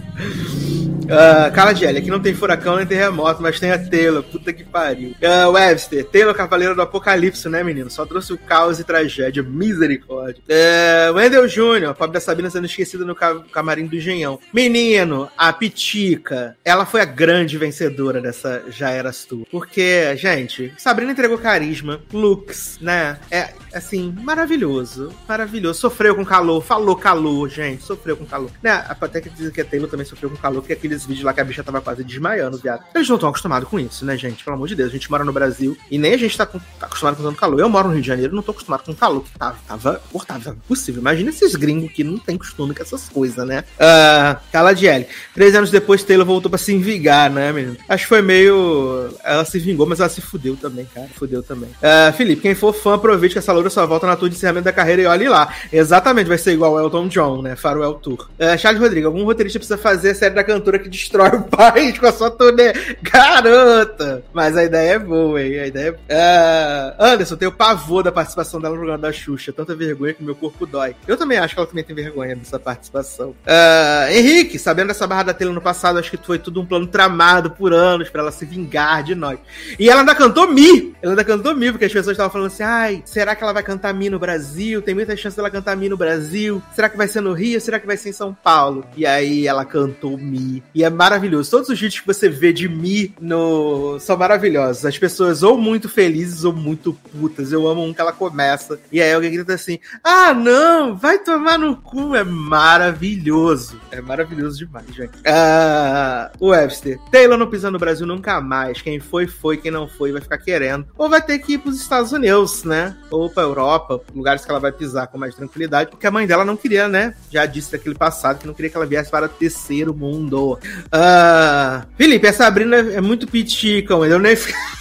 Speaker 2: Uh, Carla Gelli, aqui não tem furacão nem terremoto, mas tem a Taylor, puta que pariu. Uh, Webster, Taylor, Cavaleiro do Apocalipse, né, menino? Só trouxe o caos e tragédia, misericórdia. Uh, Wendel Júnior, pobre da Sabina sendo esquecida no ca- camarim do Engenhão. Menino, a Pitica, ela foi a grande vencedora dessa Já Eras Tour. Porque, gente, Sabrina entregou carisma, looks, né? É, assim, maravilhoso, maravilhoso. Sofreu com calor, falou calor, gente, sofreu com calor. Né? Até que dizer que a Taylor também sofreu com calor, porque aqueles vídeos lá que a bicha tava quase desmaiando, viado. Eles não estão acostumados com isso, né, gente? Pelo amor de Deus, a gente mora no Brasil e nem a gente tá, com, tá acostumado com tanto calor. Eu moro no Rio de Janeiro, não tô acostumado com calor, que tava, tava, por, tava impossível. Imagina esses gringos que não tem costume com essas coisas, né? Uh, Carla Gelli. Três anos depois, Taylor voltou pra se vingar, né, menino? Acho que foi meio... Ela se vingou, mas ela se fudeu também, cara. Fudeu também. Uh, Felipe, quem for fã, aproveite que essa loura só volta na tour de encerramento da carreira e olhe lá. Exatamente, vai ser igual o Elton John, né? Farewell Tour. Uh, Charles Rodrigues, algum roteirista precisa fazer a série da cantora que destrói o país com a sua turnê. Garota! Mas a ideia é boa, hein? A ideia é... Uh, Anderson, tem o pavor da participação dela no programa da Xuxa. Tanta vergonha que meu corpo dói. Eu também acho que ela também tem vergonha dessa participação. Uh, Henrique, sabendo dessa barra da Taylor no passado, acho que foi tudo um plano tramado por anos pra ela se vingar de nós. E ela ainda cantou Mi! Ela ainda cantou Mi, porque as pessoas estavam falando assim, ai, será que ela vai cantar Mi no Brasil? Tem muita chance dela cantar Mi no Brasil. Será que vai ser no Rio? Será que vai ser em São Paulo? E aí ela cantou Mi. E é maravilhoso. Todos os vídeos que você vê de Mi no... são maravilhosos. As pessoas ou muito felizes ou muito putas. Eu amo um que ela começa e aí alguém grita assim, ah, não, vai tomar no cu. É maravilhoso. É maravilhoso demais, gente. Uh, o Webster. Taylor não pisa no Brasil nunca mais. Quem foi, foi. Quem não foi, vai ficar querendo. Ou vai ter que ir pros Estados Unidos, né? Ou pra Europa, lugares que ela vai pisar com mais tranquilidade, porque a mãe dela não queria, né? Já disse daquele passado que não queria que ela viesse para o terceiro mundo. Uh, Felipe, a Sabrina é muito pitica, eu nem...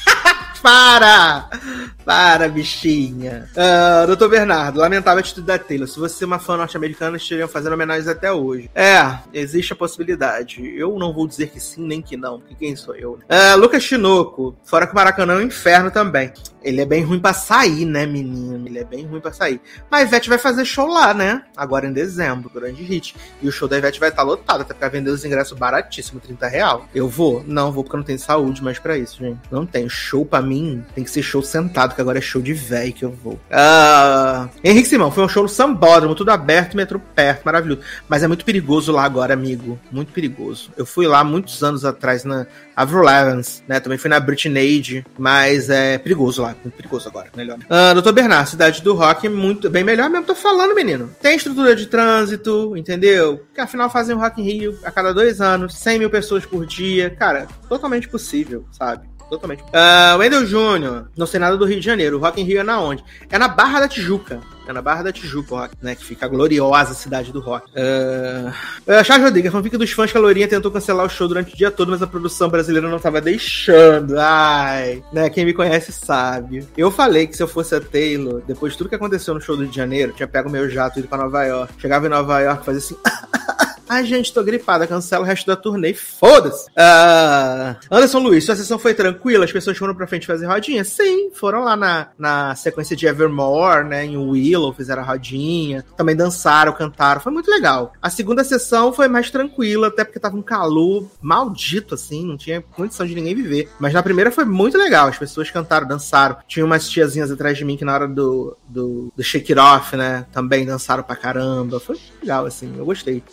Speaker 2: Para! Para, bichinha. Uh, doutor Bernardo, lamentável a atitude da Taylor. Se você é uma fã norte-americana, estariam fazendo homenagens até hoje. É, existe a possibilidade. Eu não vou dizer que sim, nem que não. Que quem sou eu? Uh, Lucas Chinoco, fora que o Maracanã é um inferno também. Ele é bem ruim pra sair, né, menino? Ele é bem ruim pra sair. Mas a Ivete vai fazer show lá, né? Agora em dezembro, grande hit. E o show da Ivete vai estar lotado, até porque vender os ingressos baratíssimo, trinta reais. Eu vou? Não, vou porque eu não tenho saúde mais pra isso, gente. Não tenho. Show pra mim tem que ser show sentado, que agora é show de véi que eu vou. Uh... Henrique Simão, foi um show no Sambódromo, tudo aberto, metrô perto, maravilhoso. Mas é muito perigoso lá agora, amigo. Muito perigoso. Eu fui lá muitos anos atrás na Avril Lavigne, né? Também fui na Britney, mas é perigoso lá. Muito perigoso agora, melhor. Uh, doutor Bernardo, cidade do rock, muito bem melhor mesmo, tô falando, menino. Tem estrutura de trânsito, entendeu? Que afinal fazem o Rock in Rio a cada dois anos, cem mil pessoas por dia. Cara, totalmente possível, sabe? Totalmente. Uh, Wendel Júnior, não sei nada do Rio de Janeiro. O Rock in Rio é na onde? É na Barra da Tijuca. É na Barra da Tijuca, rock, né? Que fica a gloriosa cidade do rock. Uh... Uh, Charles Rodrigues, a fanfic dos fãs que a Lourinha tentou cancelar o show durante o dia todo, mas a produção brasileira não tava deixando. Ai, né? Quem me conhece sabe. Eu falei que se eu fosse a Taylor, depois de tudo que aconteceu no show do Rio de Janeiro, tinha pego o meu jato e ido pra Nova York. Chegava em Nova York e fazia assim... Ai, gente, tô gripada, cancela o resto da turnê, foda-se. Uh, Anderson Luiz, sua sessão foi tranquila? As pessoas foram pra frente fazer rodinha? Sim, foram lá na, na sequência de Evermore, né, em Willow, fizeram a rodinha, também dançaram, cantaram, foi muito legal. A segunda sessão foi mais tranquila, até porque tava um calor maldito, assim, não tinha condição de ninguém viver. Mas na primeira foi muito legal, as pessoas cantaram, dançaram. Tinha umas tiazinhas atrás de mim que na hora do, do, do Shake It Off, né, também dançaram pra caramba. Foi legal, assim, eu gostei da experiência.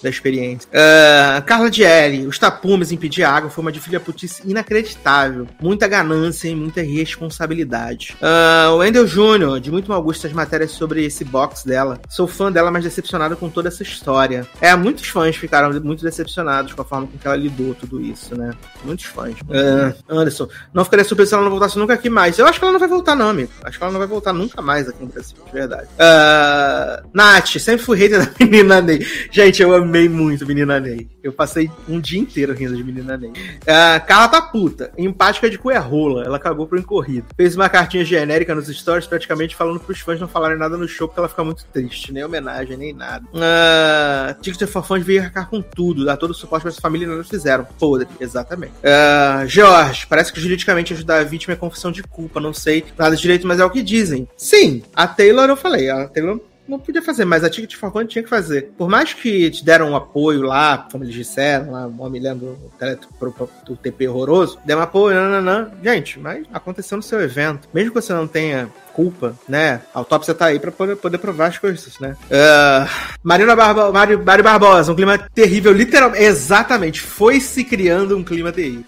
Speaker 2: experiência. Uh, Carla Dielli, os tapumes em pedir água foi uma de filha putice inacreditável. Muita ganância e muita irresponsabilidade. Uh, o Wendel Júnior, de muito mau gosto das matérias sobre esse box dela. Sou fã dela, mas decepcionado com toda essa história. É, muitos fãs ficaram muito decepcionados com a forma com que ela lidou tudo isso, né? Muitos fãs. Uh, Anderson, não ficaria surpreso se ela não voltasse nunca aqui mais. Eu acho que ela não vai voltar não, amigo. Acho que ela não vai voltar nunca mais aqui no Brasil, de verdade. Uh, Nath, sempre fui hater da Menina Ney. Gente, eu amei muito Menina Ney. Eu passei um dia inteiro rindo de Menina Ney. Uh, Carla tá puta. Empática de cu é rola. Ela cagou pro incorrido. Fez uma cartinha genérica nos stories, praticamente falando pros fãs não falarem nada no show, porque ela fica muito triste. Nem homenagem, nem nada. Uh, Ticket for Fãs veio arcar com tudo, dar todo o suporte pra essa família e não fizeram. Foda-se, exatamente. Uh, George, parece que juridicamente ajudar a vítima é confissão de culpa. Não sei nada direito, mas é o que dizem. Sim, a Taylor eu falei. A Taylor não podia fazer, mas a Ticket for Fun tinha que fazer. Por mais que te deram um apoio lá, como eles disseram, lá, humilhando o, tele, pro, pro, o T P horroroso, deram um apoio, nananã. Gente, mas aconteceu no seu evento. Mesmo que você não tenha culpa, né? A autópsia tá aí pra poder, poder provar as coisas, né? Uh, Marina Barbo- Mário, Mário Barbosa, um clima terrível, literalmente, exatamente, foi se criando um clima terrível.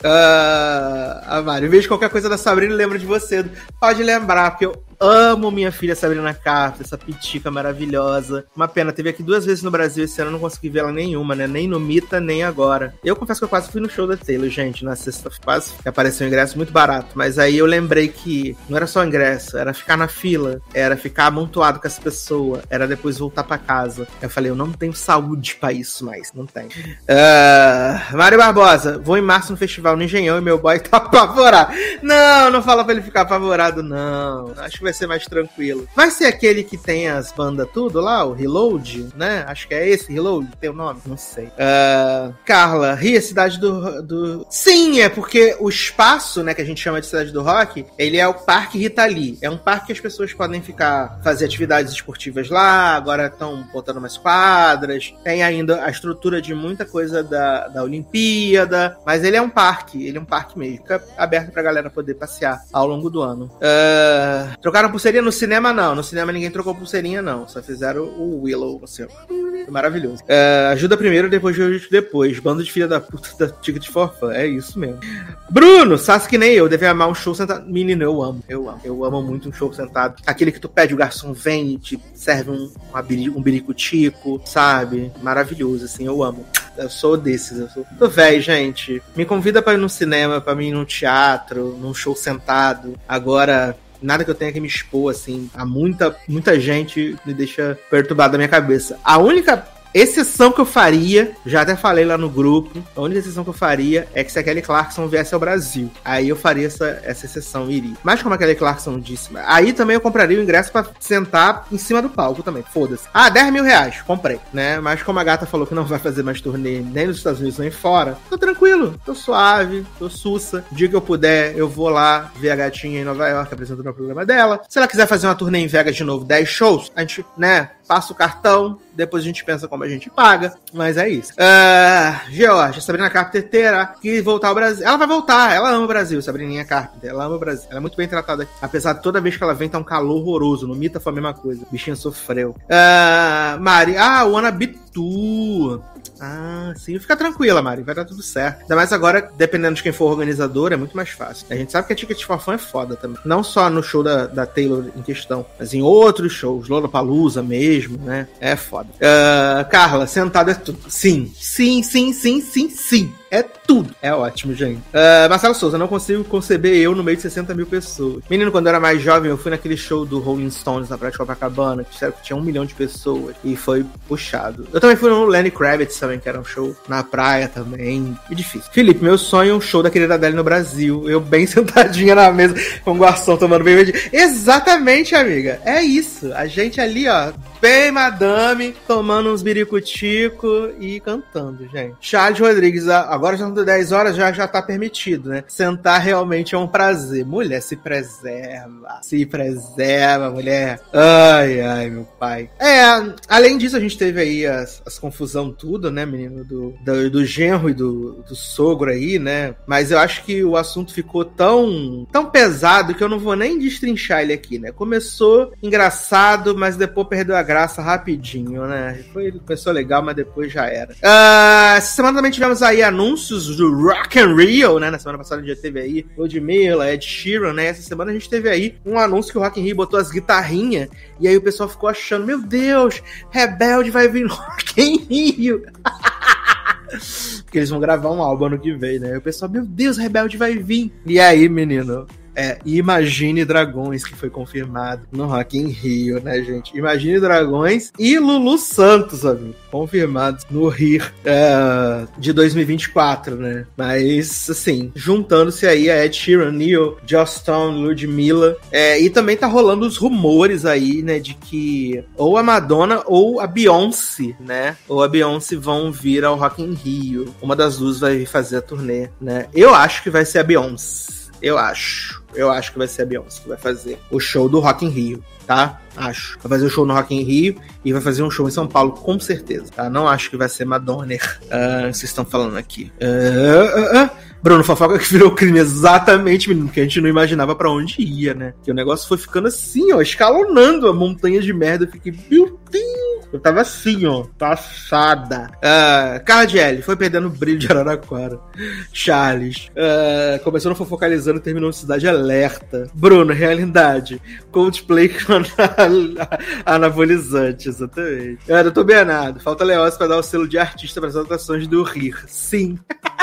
Speaker 2: Uh, a Mário, vejo qualquer coisa da Sabrina, lembra de você. Pode lembrar, porque eu amo minha filha Sabrina Carpenter, essa pitica maravilhosa. Uma pena, teve aqui duas vezes no Brasil esse ano, eu não consegui ver ela nenhuma, né? Nem no Mita, nem agora. Eu confesso que eu quase fui no show da Taylor, gente, na sexta, quase, que apareceu um ingresso muito barato. Mas aí eu lembrei que não era só ingresso, era ficar na fila, era ficar amontoado com essa pessoa, era depois voltar pra casa. Eu falei, eu não tenho saúde pra isso mais, não tenho. Uh, Mário Barbosa, vou em março no festival no Engenhão e meu boy tá apavorado. Não, não fala pra ele ficar apavorado, não. Acho que vai ser mais tranquilo. Vai ser aquele que tem as bandas tudo lá, o Reload, né? Acho que é esse, Reload, tem o nome? Não sei. Uh, Carla, Ria, cidade do, do... Sim, é porque o espaço, né, que a gente chama de cidade do rock, ele é o Parque Rita Lee. É um parque que as pessoas podem ficar, fazer atividades esportivas lá, agora estão botando umas quadras, tem ainda a estrutura de muita coisa da, da Olimpíada, mas ele é um parque, ele é um parque mesmo, fica aberto pra galera poder passear ao longo do ano. Uh, trocaram pulseirinha no cinema? Não, no cinema ninguém trocou pulseirinha não, só fizeram o Willow, assim, maravilhoso. Uh, ajuda primeiro, depois de depois, bando de filha da puta da Ticket for Fun, é isso mesmo. Bruno, Sasuke nem eu, deve amar um show sentado. Menino, eu amo, eu amo, eu amo muito um show sentado. Aquele que tu pede, o garçom vem e te serve um, um biricutico, sabe? Maravilhoso, assim, eu amo. Eu sou desses, eu sou... Tô velho, gente. Me convida pra ir no cinema, pra mim ir num teatro, num show sentado. Agora... Nada que eu tenha que me expor, assim, a muita, muita gente me deixa perturbado da minha cabeça. A única exceção que eu faria, já até falei lá no grupo, a única exceção que eu faria é que se a Kelly Clarkson viesse ao Brasil. Aí eu faria essa, essa exceção, iria. Mas como a Kelly Clarkson disse, aí também eu compraria o ingresso pra sentar em cima do palco também, foda-se. Ah, dez mil reais, comprei, né? Mas como a gata falou que não vai fazer mais turnê nem nos Estados Unidos nem fora, tô tranquilo, tô suave, tô sussa. O dia que eu puder, eu vou lá ver a gatinha em Nova York apresentando o programa dela. Se ela quiser fazer uma turnê em Vegas de novo, dez shows, a gente, né, passa o cartão, depois a gente pensa como a gente paga, mas é isso. Uh, Georgia, Sabrina Carpenter terá que voltar ao Brasil. Ela vai voltar, ela ama o Brasil, Sabrininha Carpenter, ela ama o Brasil. Ela é muito bem tratada aqui. Apesar de toda vez que ela vem, tá um calor horroroso. No Mita foi a mesma coisa. O bichinho sofreu. Uh, Mari, ah, Wanna Be Tu. Ah, sim. Fica tranquila, Mari. Vai dar tudo certo. Ainda mais agora, dependendo de quem for organizador, é muito mais fácil. A gente sabe que a Ticket for Fun é foda também. Não só no show da, da Taylor em questão, mas em outros shows. Lollapalooza mesmo, né? É foda. Uh, Carla, sentada é tudo. Sim. Sim, sim, sim, sim, sim. É tudo. É ótimo, gente. Uh, Marcelo Souza, não consigo conceber eu no meio de sessenta mil pessoas. Menino, quando eu era mais jovem, eu fui naquele show do Rolling Stones na Praia de Copacabana, que disseram que tinha um milhão de pessoas. E foi puxado. Eu também fui no Lenny Kravitz também, que era um show na praia também. E difícil. Felipe, meu sonho é um show da querida Adele no Brasil. Eu bem sentadinha na mesa, com um garçom tomando bem verde. Exatamente, amiga. É isso. A gente ali, ó, bem madame, tomando uns biricutico e cantando, gente. Charles Rodrigues, agora já são dez horas, já, já tá permitido, né? Sentar realmente é um prazer. Mulher, se preserva. Se preserva, mulher. Ai, ai, meu pai. É, além disso, a gente teve aí as, as confusão tudo, né, menino? Do, do, do genro e do, do sogro aí, né? Mas eu acho que o assunto ficou tão, tão pesado que eu não vou nem destrinchar ele aqui, né? Começou engraçado, mas depois perdeu a graça rapidinho, né? Foi, começou legal, mas depois já era. Uh, essa semana também tivemos aí anúncios do Rock in Rio, né? Na semana passada a gente já teve aí Ludmilla, Ed Sheeran, né? Essa semana a gente teve aí um anúncio que o Rock in Rio botou as guitarrinhas e aí o pessoal ficou achando, meu Deus, Rebelde vai vir no Rock in Rio. Porque eles vão gravar um álbum ano que vem, né? E o pessoal, meu Deus, Rebelde vai vir. E aí, menino... É, Imagine Dragões, que foi confirmado no Rock in Rio, né, gente? Imagine Dragões e Lulu Santos, amigo, confirmados no Rio é, de dois mil e vinte e quatro, né? Mas, assim, juntando-se aí a Ed Sheeran, Neil, Joss Stone, Ludmilla, é, e também tá rolando os rumores aí, né, de que ou a Madonna ou a Beyoncé, né? Ou a Beyoncé vão vir ao Rock in Rio. Uma das duas vai fazer a turnê, né? Eu acho que vai ser a Beyoncé. Eu acho. Eu acho que vai ser a Beyoncé que vai fazer o show do Rock in Rio, tá? Acho. Vai fazer o show no Rock in Rio e vai fazer um show em São Paulo, com certeza, tá? Não acho que vai ser Madonna. Uh, vocês estão falando aqui. Uh, uh, uh. Bruno, fofoca que virou crime, exatamente, menino, porque a gente não imaginava pra onde ia, né? Que o negócio foi ficando assim, ó, escalonando a montanha de merda. Eu fiquei, meu Deus! Eu tava assim, ó, passada. Uh, Carla Gelli foi perdendo o brilho de Araraquara. Charles. Uh, começou no Fofocalizando e terminou no Cidade Alerta. Bruno, realidade. Coldplay com anabolizante, exatamente. Uh, doutor Bernardo, falta Leócio pra dar o selo de artista para as atrações do Rir. Sim.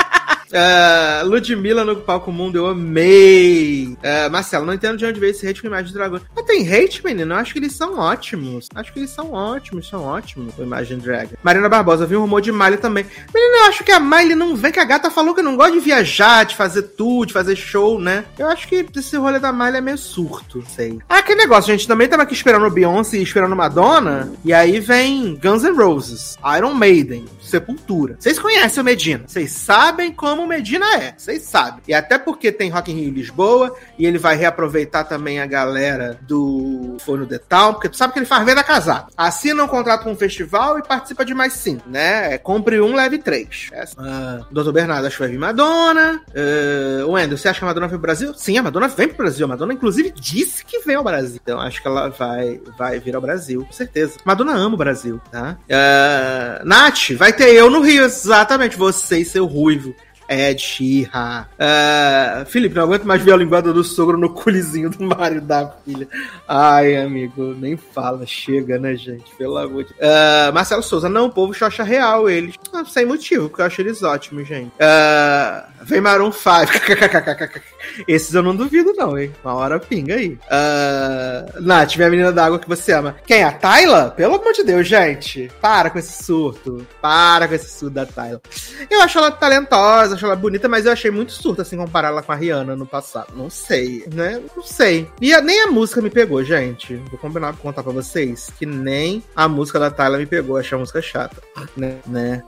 Speaker 2: Uh, Ludmilla no Palco Mundo, eu amei. Uh, Marcelo, não entendo de onde veio esse hate com Imagem de Dragões. Mas tem hate, menino? Eu acho que eles são ótimos. Acho que eles são ótimos, são ótimos com Imagine Dragon. Marina Barbosa, vi um rumor de Miley também. Menino, eu acho que a Miley não vem, que a gata falou que não gosta de viajar, de fazer tour, de fazer show, né? Eu acho que esse rolê da Miley é meio surto, sei. Ah, que negócio, gente. Também tava aqui esperando Beyoncé e esperando Madonna. E aí vem Guns N' Roses, Iron Maiden, Sepultura. Vocês conhecem o Medina. Vocês sabem como o Medina é. Vocês sabem. E até porque tem Rock in Rio em Lisboa. E ele vai reaproveitar também a galera do Foi no The Town. Porque tu sabe que ele faz venda casada. Assina um contrato com um festival e participa de mais cinco, né? É, compre um, leve três. É. Uh, doutor Bernardo, acho que vai vir Madonna. Uh, Wendel, você acha que a Madonna vem pro Brasil? Sim, a Madonna vem pro Brasil. A Madonna, inclusive, disse que vem ao Brasil. Então, acho que ela vai, vai vir ao Brasil. Com certeza. Madonna ama o Brasil, tá? Uh, Nath, vai ter eu no Rio, exatamente, você e seu ruivo. Ed Sheeran. Uh, Felipe, não aguento mais ver a linguada do sogro no culizinho do Mário da filha. Ai, amigo, nem fala. Chega, né, gente? Pelo amor de... Uh, Marcelo Souza, não, o povo xoxa real eles. Ah, sem motivo, porque eu acho eles ótimos, gente. Uh, vem Maroon cinco. Esses eu não duvido, não, hein? Uma hora pinga aí. Uh, Nath, minha menina d'água que você ama. Quem? A Tayla? Pelo amor de Deus, gente. Para com esse surto. Para com esse surto da Tayla. Eu acho ela talentosa, acho ela bonita, mas eu achei muito surto, assim, comparar ela com a Rihanna no passado. Não sei, né? Não sei. E a, nem a música me pegou, gente. Vou combinar, contar pra vocês que nem a música da Tayla me pegou. Achei a música chata, né? né?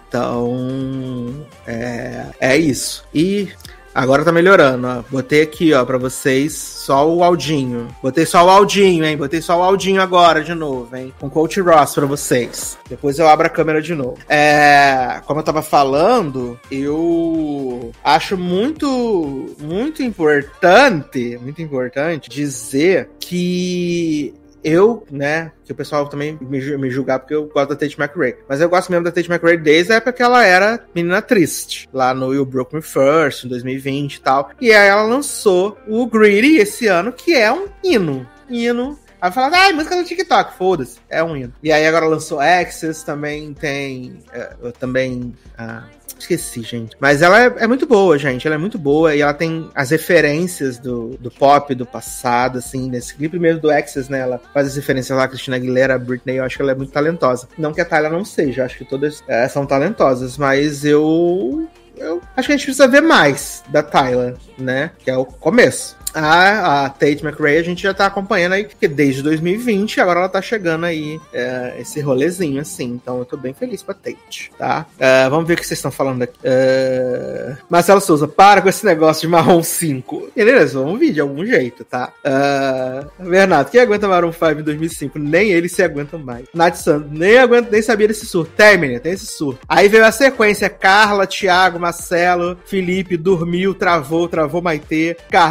Speaker 2: Então, é, é isso. E... agora tá melhorando, ó. Botei aqui, ó, pra vocês só o áudinho. Botei só o áudinho, hein? Botei só o áudinho agora de novo, hein? Com Coach Ross pra vocês. Depois eu abro a câmera de novo. É... Como eu tava falando, eu acho muito, muito importante, muito importante dizer que... eu, né, que o pessoal também me, me julgar porque eu gosto da Tate McRae. Mas eu gosto mesmo da Tate McRae desde a época que ela era menina triste. Lá no You Broke Me First, em dois mil e vinte e tal. E aí ela lançou o Greedy esse ano, que é um hino. Hino. Aí fala, ah, música do TikTok, foda-se. É um hino. E aí agora lançou Access, também tem... Uh, também... Uh, esqueci, gente. Mas ela é, é muito boa, gente. Ela é muito boa e ela tem as referências do, do pop do passado, assim. Nesse clipe mesmo do Access, né? Ela faz as referências lá, Christina Aguilera, Britney. Eu acho que ela é muito talentosa. Não que a Tyler não seja. Eu acho que todas é, são talentosas. Mas eu... eu acho que a gente precisa ver mais da Tyler, né? Que é o começo. A, a Tate McRae a gente já tá acompanhando aí, porque desde dois mil e vinte, agora ela tá chegando aí, é, esse rolezinho, assim. Então eu tô bem feliz com a Tate, tá? Uh, vamos ver o que vocês estão falando aqui. Uh, Marcelo Souza, para com esse negócio de Marrom cinco. Beleza, vamos vir de algum jeito, tá? Uh, Bernardo, quem aguenta Maroon cinco em dois mil e cinco? Nem eles se aguentam mais. Nath Santos, nem aguento, nem sabia desse surto. Termina, tem esse surto. Aí veio a sequência, Carla, Thiago, Marcelo, Felipe, dormiu, travou, travou Maitê, Carla, a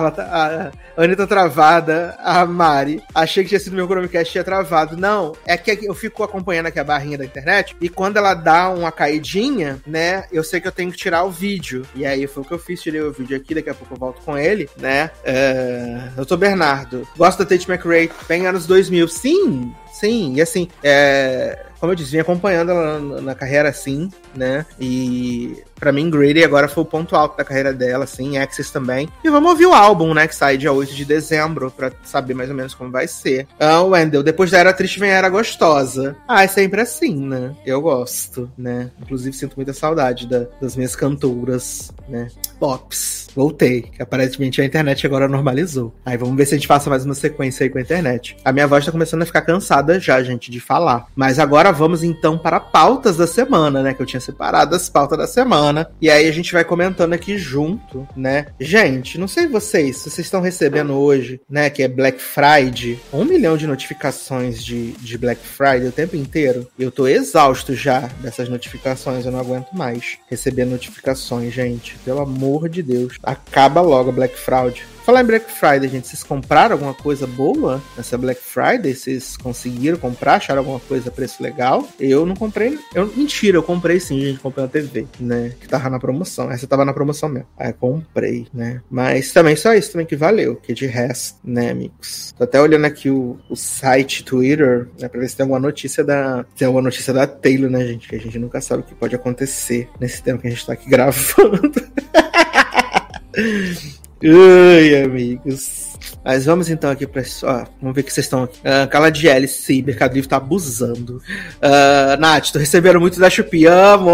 Speaker 2: a Anitta travada, a Mari. Achei que tinha sido meu Chromecast, tinha travado. Não, é que eu fico acompanhando aqui a barrinha da internet e quando ela dá uma caidinha, né, eu sei que eu tenho que tirar o vídeo. E aí foi o que eu fiz, tirei o vídeo aqui, daqui a pouco eu volto com ele, né. É... doutor Bernardo, gosto da Tate McRae, bem anos dois mil. Sim, sim, e assim, é... como eu disse, vim acompanhando ela na, na carreira, assim, né, e pra mim, Grady agora foi o ponto alto da carreira dela, assim, Access também. E vamos ouvir o álbum, né, que sai dia oito de dezembro, pra saber mais ou menos como vai ser. Ah, Wendell, depois da Era Triste vem a Era Gostosa. Ah, é sempre assim, né, eu gosto, né, inclusive sinto muita saudade da, das minhas cantoras, né, pops. Voltei, que aparentemente a internet agora normalizou. Aí vamos ver se a gente passa mais uma sequência aí com a internet. A minha voz tá começando a ficar cansada já, gente, de falar. Mas agora vamos então para pautas da semana, né? Que eu tinha separado as pautas da semana. E aí a gente vai comentando aqui junto, né? Gente, não sei vocês, se vocês estão recebendo hoje, né? Que é Black Friday, um milhão de notificações de, de Black Friday o tempo inteiro. Eu tô exausto já dessas notificações, eu não aguento mais receber notificações, gente. Pelo amor de Deus. Acaba logo a Black Friday. Falar em Black Friday, gente, vocês compraram alguma coisa boa nessa Black Friday? Vocês conseguiram comprar? Acharam alguma coisa a preço legal? Eu não comprei. Eu, mentira, eu comprei sim, gente. Comprei uma T V, né? Que tava na promoção. Essa tava na promoção mesmo. Aí comprei, né? Mas também só isso também que valeu. Que de resto, né, amigos? Tô até olhando aqui o, o site Twitter, né? Pra ver se tem alguma notícia da. Tem alguma notícia da Taylor, né, gente? Que a gente nunca sabe o que pode acontecer nesse tempo que a gente tá aqui gravando. Ai, amigos. Mas vamos então aqui pra... Ó, vamos ver o que vocês estão aqui. Uh, Carla de Hélice, Mercado Livre tá abusando. Uh, Nath, tô recebendo muito da Shopee. Amo!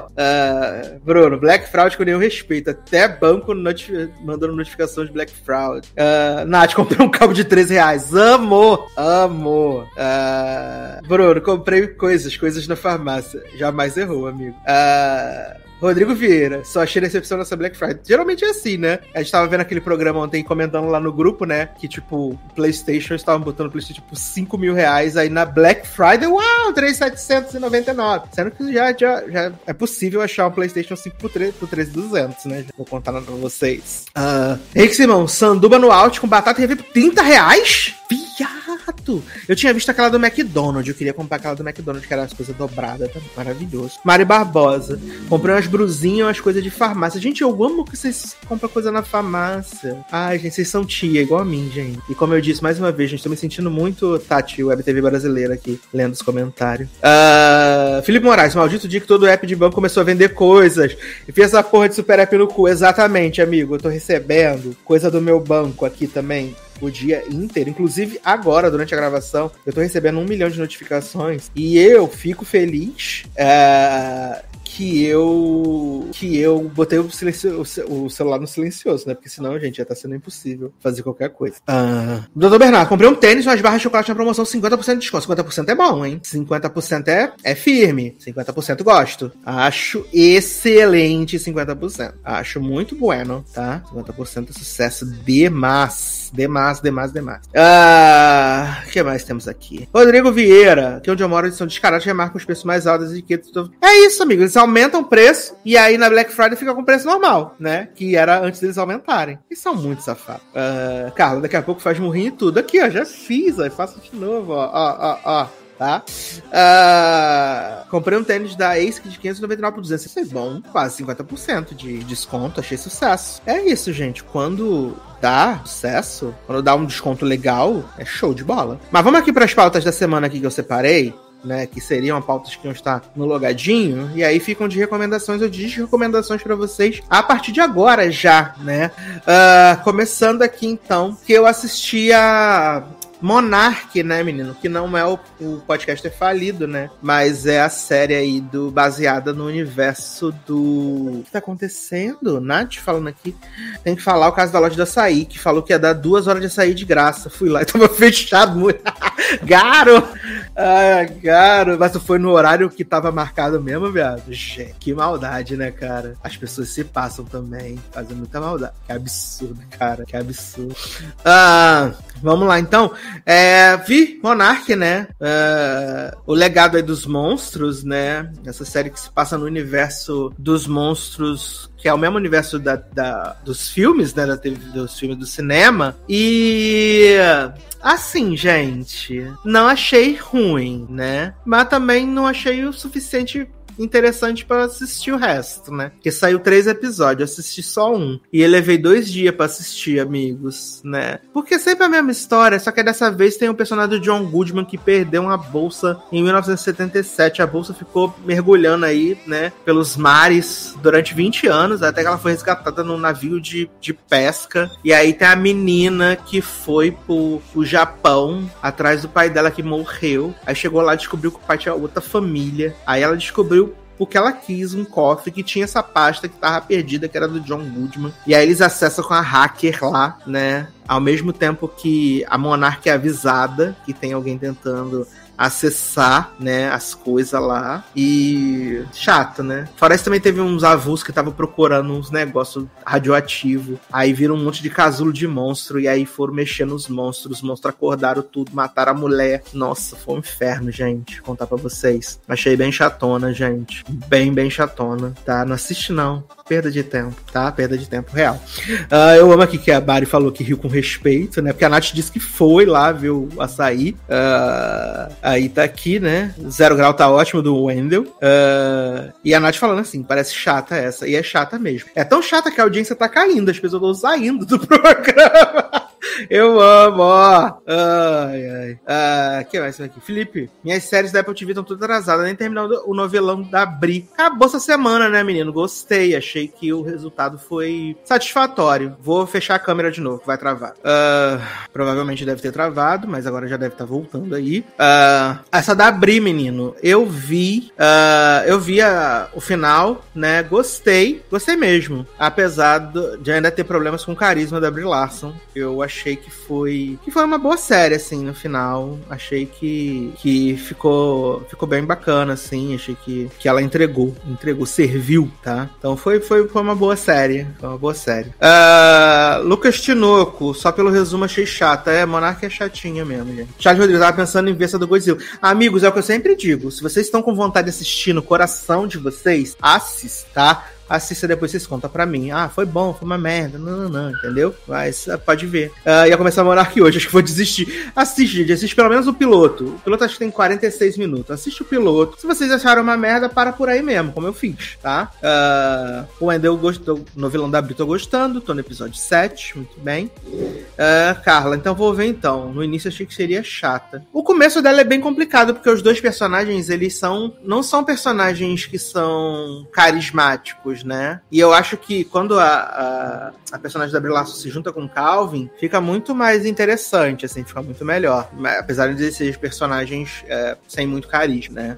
Speaker 2: Uh, Bruno, Black Fraud com nenhum respeito. Até banco notifi- mandando notificação de Black Fraud. Uh, Nath, comprei um cabo de treze reais. Amo! Amo! Uh, Bruno, comprei coisas, coisas na farmácia. Jamais errou, amigo. Uh... Rodrigo Vieira, só achei decepção nessa Black Friday. Geralmente é assim, né? A gente tava vendo aquele programa ontem, comentando lá no grupo, né? Que, tipo, PlayStation, estavam botando PlayStation, tipo, cinco mil reais. Aí na Black Friday, uau, três mil setecentos e noventa e nove. Sendo que já, já, já é possível achar um PlayStation cinco por três mil e duzentos, né? Já vou contar pra vocês. Uh, Henrique Simão, sanduba no out com batata e revê por trinta reais? Viado! Eu tinha visto aquela do McDonald's. Eu queria comprar aquela do McDonald's, que era as coisas dobradas. Tá maravilhoso. Mari Barbosa. Comprei umas brusinhas, umas coisas de farmácia. Gente, eu amo que vocês compram coisa na farmácia. Ai, gente, vocês são tia, igual a mim, gente. E como eu disse, mais uma vez, gente, tô me sentindo muito Tati, Web T V brasileira aqui, lendo os comentários. Uh, Felipe Moraes, maldito dia que todo app de banco começou a vender coisas. E fiz essa porra de super app no cu. Exatamente, amigo. Eu tô recebendo coisa do meu banco aqui também o dia inteiro. Inclusive, agora, durante a gravação, eu tô recebendo um milhão de notificações e eu fico feliz é, que eu que eu botei o, silencio, o celular no silencioso, né? Porque senão, gente, já tá sendo impossível fazer qualquer coisa. Ah, doutor Bernardo, comprei um tênis, umas barras de chocolate na promoção, cinquenta por cento de desconto. cinquenta por cento é bom, hein? cinquenta por cento é, é firme. cinquenta por cento gosto. Acho excelente cinquenta por cento. Acho muito bueno, tá? cinquenta por cento é sucesso demais. Demais, demais, demais. Ah, o que mais temos aqui? Rodrigo Vieira, que onde eu moro eles são descarados, remarcam os preços mais altos e que é isso, amigo. Eles aumentam o preço e aí na Black Friday fica com o preço normal, né? Que era antes deles aumentarem. Eles são muito safados. Uh, Carla, daqui a pouco faz murrinho e tudo. Aqui, ó, já fiz, ó, faço de novo, ó, ó, ó, ó. Tá? Uh, comprei um tênis da Ace de quinhentos e noventa e nove por duzentos. Isso é bom. Quase cinquenta por cento de desconto. Achei sucesso. É isso, gente. Quando dá sucesso, quando dá um desconto legal, é show de bola. Mas vamos aqui para as pautas da semana aqui que eu separei, né, que seriam pautas que iam estar no logadinho, e aí ficam de recomendações ou de recomendações para vocês a partir de agora já, né? Uh, começando aqui então, que eu assisti a Monark, né, menino? Que não é o, o podcaster falido, né? Mas é a série aí do, baseada no universo do... O que tá acontecendo? Nath falando aqui. Tem que falar o caso da loja de açaí, que falou que ia dar duas horas de açaí de graça. Fui lá e tava fechado. Garo! Ah, Garo! Mas tu foi no horário que tava marcado mesmo, viado? Gente, que maldade, né, cara? As pessoas se passam também, fazem muita maldade. Que absurdo, cara. Que absurdo. Ah, vamos lá, então. É, vi Monark, né? É, o legado aí dos monstros, né? Essa série que se passa no universo dos monstros que é o mesmo universo da, da, dos filmes, né, da T V, dos filmes do cinema, e... assim, gente, não achei ruim, né? Mas também não achei o suficiente interessante pra assistir o resto, né? Porque saiu três episódios, eu assisti só um. E eu levei dois dias pra assistir, amigos, né? Porque sempre a mesma história, só que dessa vez tem o personagem do John Goodman que perdeu uma bolsa em mil novecentos e setenta e sete. A bolsa ficou mergulhando aí, né? Pelos mares durante vinte anos, até que ela foi resgatada num navio de, de pesca. E aí tem a menina que foi pro, pro Japão, atrás do pai dela que morreu. Aí chegou lá e descobriu que o pai tinha outra família. Aí ela descobriu porque ela quis um cofre que tinha essa pasta que tava perdida, que era do John Goodman. E aí eles acessam com a hacker lá, né? Ao mesmo tempo que a Monarca é avisada que tem alguém tentando acessar, né, as coisas lá. E chato, né? Fora isso, também teve uns avulsos que estavam procurando uns negócios radioativos. Aí viram um monte de casulo de monstro. E aí foram mexendo nos monstros. Os monstros acordaram tudo, mataram a mulher. Nossa, foi um inferno, gente. Vou contar pra vocês. Achei bem chatona, gente. Bem, bem chatona, tá? Não assiste, não. Perda de tempo, tá? Perda de tempo real. Uh, eu amo aqui que a Bari falou que riu com respeito, né? Porque a Nath disse que foi lá ver o açaí. Uh, aí tá aqui, né? Zero Grau tá ótimo, do Wendell. Uh, e a Nath falando assim, parece chata essa. E é chata mesmo. É tão chata que a audiência tá caindo. As pessoas estão saindo do programa. Eu amo, ó. Ai, ai. Ah, que mais aqui? Felipe, minhas séries da Apple T V estão todas atrasadas. Nem terminou o novelão da Bri. Acabou essa semana, né, menino? Gostei. Achei que o resultado foi satisfatório. Vou fechar a câmera de novo, que vai travar. Uh, provavelmente deve ter travado, mas agora já deve estar voltando aí. Uh, essa da Bri, menino, eu vi. Uh, eu vi a, o final, né? Gostei. Gostei mesmo. Apesar do, de ainda ter problemas com o carisma da Brie Larson. Eu achei Achei que foi que foi uma boa série, assim, no final. Achei que, que ficou, ficou bem bacana, assim. Achei que, que ela entregou, entregou, serviu, tá? Então foi, foi, foi uma boa série. Foi uma boa série. Uh, Lucas Tinoco, só pelo resumo achei chata. É, Monarca é chatinha mesmo, gente. Charles Rodrigues, tava pensando em ver essa do Godzilla. Amigos, é o que eu sempre digo. Se vocês estão com vontade de assistir no coração de vocês, assista, tá? Assista depois, vocês contam pra mim. Ah, foi bom, foi uma merda. Não, não, não, entendeu? Mas pode ver. Uh, ia começar a morar aqui hoje, acho que vou desistir. Assiste, gente, assiste pelo menos o piloto. O piloto acho que tem quarenta e seis minutos. Assiste o piloto. Se vocês acharam uma merda, para por aí mesmo, como eu fiz, tá? Uh, o Wendell gostou, no vilão da Bri, tô gostando. Tô no episódio sete, muito bem. Uh, Carla, então vou ver então. No início achei que seria chata. O começo dela é bem complicado, porque os dois personagens, eles são... não são personagens que são carismáticos, né? E eu acho que quando a, a, a personagem da Brie Larson se junta com o Calvin, fica muito mais interessante, assim, fica muito melhor. Apesar de eles serem personagens é, sem muito carisma, né?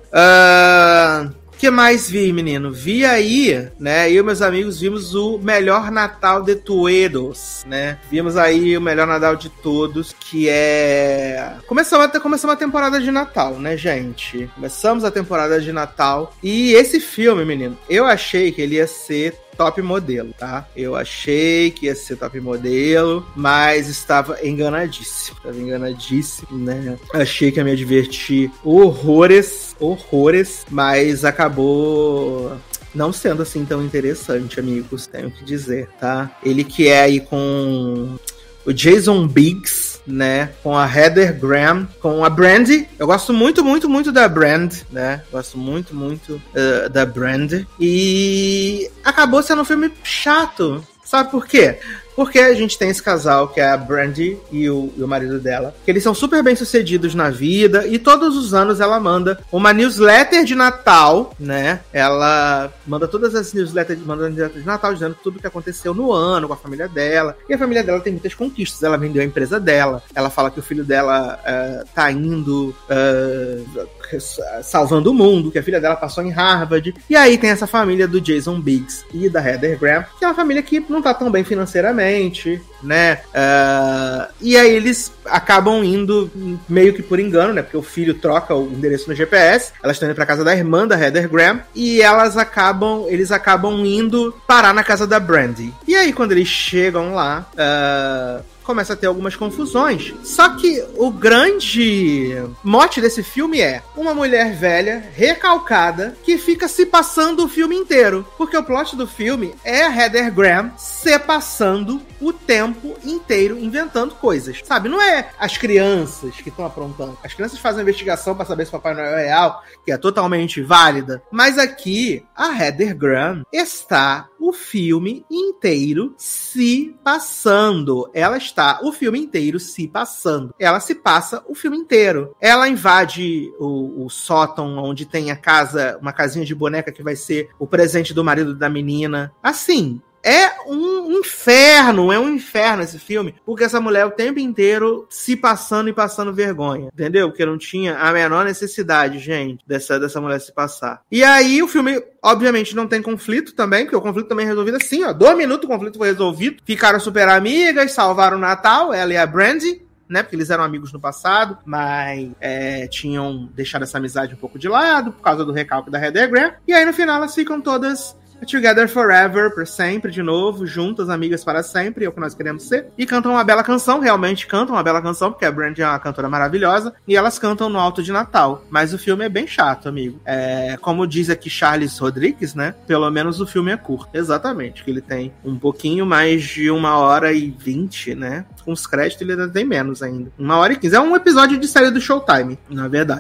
Speaker 2: O uh, que mais vi, menino? Vi aí, né? Eu e meus amigos vimos o melhor Natal de todos, né? Vimos aí o melhor Natal de todos, que é... Começamos a, começamos a temporada de Natal, né, gente? Começamos a temporada de Natal. E esse filme, menino, eu achei que ele ia ser top modelo, tá? Eu achei que ia ser top modelo, mas estava enganadíssimo. Estava enganadíssimo, né? Achei que ia me divertir horrores, horrores, mas acabou não sendo assim tão interessante, amigos, tenho que dizer, tá? Ele que é aí com o Jason Biggs, né, com a Heather Graham, com a Brandy. Eu gosto muito, muito, muito da Brandy, né? Gosto muito, muito uh, da Brandy. E acabou sendo um filme chato. Sabe por quê? Porque a gente tem esse casal, que é a Brandy e o, e o marido dela, que eles são super bem sucedidos na vida, e todos os anos ela manda uma newsletter de Natal, né? Ela manda todas as newsletters, manda newsletter de Natal, dizendo tudo o que aconteceu no ano com a família dela. E a família dela tem muitas conquistas. Ela vendeu a empresa dela, ela fala que o filho dela uh, tá indo uh, salvando o mundo, que a filha dela passou em Harvard. E aí tem essa família do Jason Biggs e da Heather Graham, que é uma família que não tá tão bem financeiramente, né? Uh, e aí eles acabam indo meio que por engano, né? Porque o filho troca o endereço no G P S. Elas estão indo pra casa da irmã da Heather Graham e elas acabam, eles acabam indo parar na casa da Brandy. E aí quando eles chegam lá, uh, começa a ter algumas confusões. Só que o grande mote desse filme é uma mulher velha, recalcada, que fica se passando o filme inteiro. Porque o plot do filme é a Heather Graham se passando o tempo inteiro inventando coisas. Sabe, não é as crianças que estão aprontando. As crianças fazem uma investigação pra saber se o Papai Noel é real, que é totalmente válida. Mas aqui, a Heather Graham está o filme inteiro se passando. Ela está o filme inteiro se passando. Ela se passa o filme inteiro. Ela invade o, o sótão onde tem a casa, uma casinha de boneca que vai ser o presente do marido da menina. Assim, é um inferno, é um inferno esse filme, porque essa mulher o tempo inteiro se passando e passando vergonha, entendeu? Porque não tinha a menor necessidade, gente, dessa, dessa mulher se passar. E aí o filme, obviamente, não tem conflito também, porque o conflito também é resolvido assim, ó, dois minutos o conflito foi resolvido, ficaram super amigas, salvaram o Natal, ela e a Brandy, né, porque eles eram amigos no passado, mas é, tinham deixado essa amizade um pouco de lado, por causa do recalque da Heather Graham, e aí no final elas ficam todas together forever, por sempre, de novo, juntas, amigas para sempre, é o que nós queremos ser. E cantam uma bela canção, realmente cantam uma bela canção, porque a Brandy é uma cantora maravilhosa, e elas cantam no alto de Natal. Mas o filme é bem chato, amigo. É, como diz aqui Charles Rodrigues, né? Pelo menos o filme é curto. Exatamente, que ele tem um pouquinho mais de uma hora e vinte, né? Com os créditos ele ainda tem menos ainda. Uma hora e quinze. É um episódio de série do Showtime, na verdade.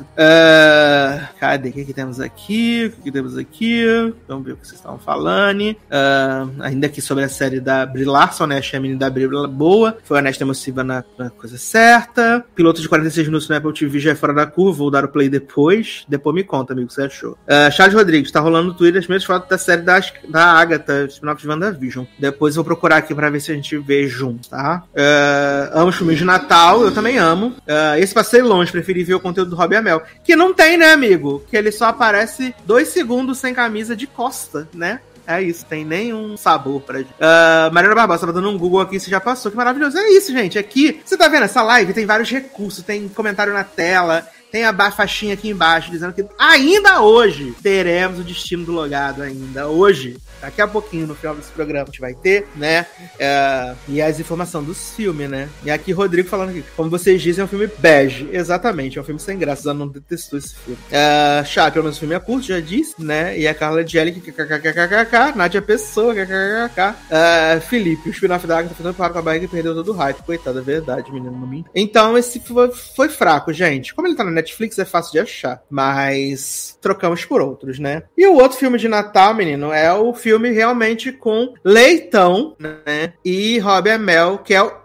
Speaker 2: Uh, cadê? O que, que temos aqui? O que, que temos aqui? Vamos ver o que vocês estavam falando. Uh, ainda aqui sobre a série da Brie Larson, né? Achei a menina da Brie boa. Foi honesta e emotiva na, na coisa certa. Piloto de quarenta e seis minutos no Apple T V já é fora da curva. Vou dar o play depois. Depois me conta, amigo, o que você achou. Uh, Charles Rodrigues, tá rolando no Twitter as mesmas fotos da série da, da Agatha, spin-off de WandaVision. Depois eu vou procurar aqui pra ver se a gente vê junto, tá? Uh, amo os filmes de Natal, eu também amo. Uh, esse passei longe, preferi ver o conteúdo do Robbie Amell. Que não tem, né, amigo? Que ele só aparece dois segundos sem camisa de costa, né? É isso, tem nenhum sabor pra gente. Uh, Mariana Barbosa, tava dando um Google aqui, você já passou, que maravilhoso. É isso, gente, aqui, você tá vendo essa live? Tem vários recursos, tem comentário na tela, tem a faixinha aqui embaixo dizendo que ainda hoje teremos o destino do logado ainda. Hoje, daqui a pouquinho, no final desse programa, a gente vai ter, né? Uh, e as informações dos filmes, né? E aqui, Rodrigo falando aqui, como vocês dizem, é um filme bege. Exatamente, é um filme sem graça. Eu não detestou esse filme. Uh, Chá, pelo menos o filme é curto, já disse, né? E a Carla Jelly, kkkkkk, Nádia Pessoa, kkkk. Uh, Felipe, o spin-off da Agatha tá fazendo para com a barriga e perdeu todo o hype. Coitada, é verdade, menino, não me... Então, esse foi, foi fraco, gente. Como ele tá na Netflix, é fácil de achar. Mas trocamos por outros, né? E o outro filme de Natal, menino, é o filme realmente com Leitão, né? E Robbie Amell, que é o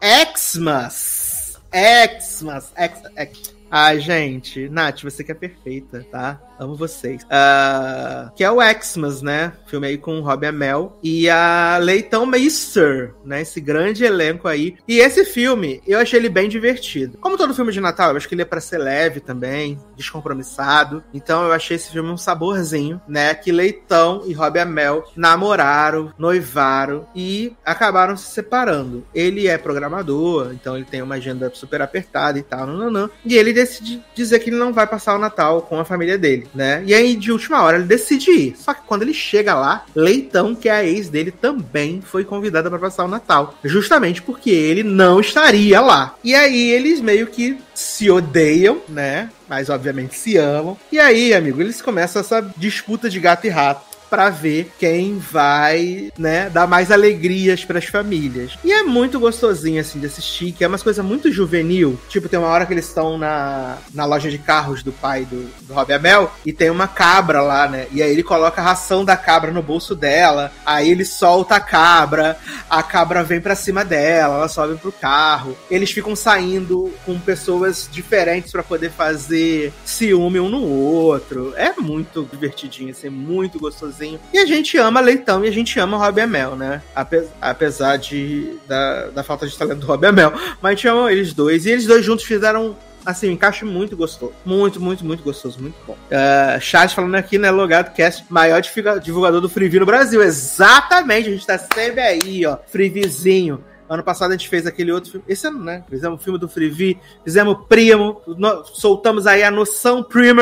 Speaker 2: Xmas. Xmas. X, X. Ai, gente. Nath, você que é perfeita, tá? Amo vocês. Uh, que é o Xmas, né? Filme aí com o Robbie Amell e a Leighton Meester, né? Esse grande elenco aí. E esse filme, eu achei ele bem divertido. Como todo filme de Natal, eu acho que ele é pra ser leve também, descompromissado. Então eu achei esse filme um saborzinho, né? Que Leighton e Robbie Amell namoraram, noivaram e acabaram se separando. Ele é programador, então ele tem uma agenda super apertada e tal, nananã. E ele decide dizer que ele não vai passar o Natal com a família dele, né? E aí, de última hora, ele decide ir. Só que quando ele chega lá, Leitão, que é a ex dele, também foi convidada para passar o Natal. Justamente porque ele não estaria lá. E aí, eles meio que se odeiam, né? Mas, obviamente, se amam. E aí, amigo, eles começam essa disputa de gato e rato pra ver quem vai, né, dar mais alegrias pras famílias. E é muito gostosinho, assim, de assistir, que é umas coisas muito juvenil. Tipo, tem uma hora que eles estão na, na loja de carros do pai do, do Robbie Amell, e tem uma cabra lá, né, e aí ele coloca a ração da cabra no bolso dela, aí ele solta a cabra, a cabra vem pra cima dela, ela sobe pro carro, eles ficam saindo com pessoas diferentes pra poder fazer ciúme um no outro. É muito divertidinho, assim, muito gostosinho. E a gente ama Leitão e a gente ama o Robbie Amell, né? Ape- apesar de, da, da falta de talento do Robbie Amell. Mas a gente ama eles dois. E eles dois juntos fizeram, assim, um encaixe muito gostoso. Muito, muito, muito gostoso. Muito bom. Uh, Charles falando aqui, né? Logado Cast, maior divulgador do Freevee no Brasil. Exatamente. A gente tá sempre aí, ó. Freeveezinho. Ano passado a gente fez aquele outro filme. Esse ano, né? Fizemos o filme do Freevee. Fizemos Primo. No, soltamos aí a Noção Primer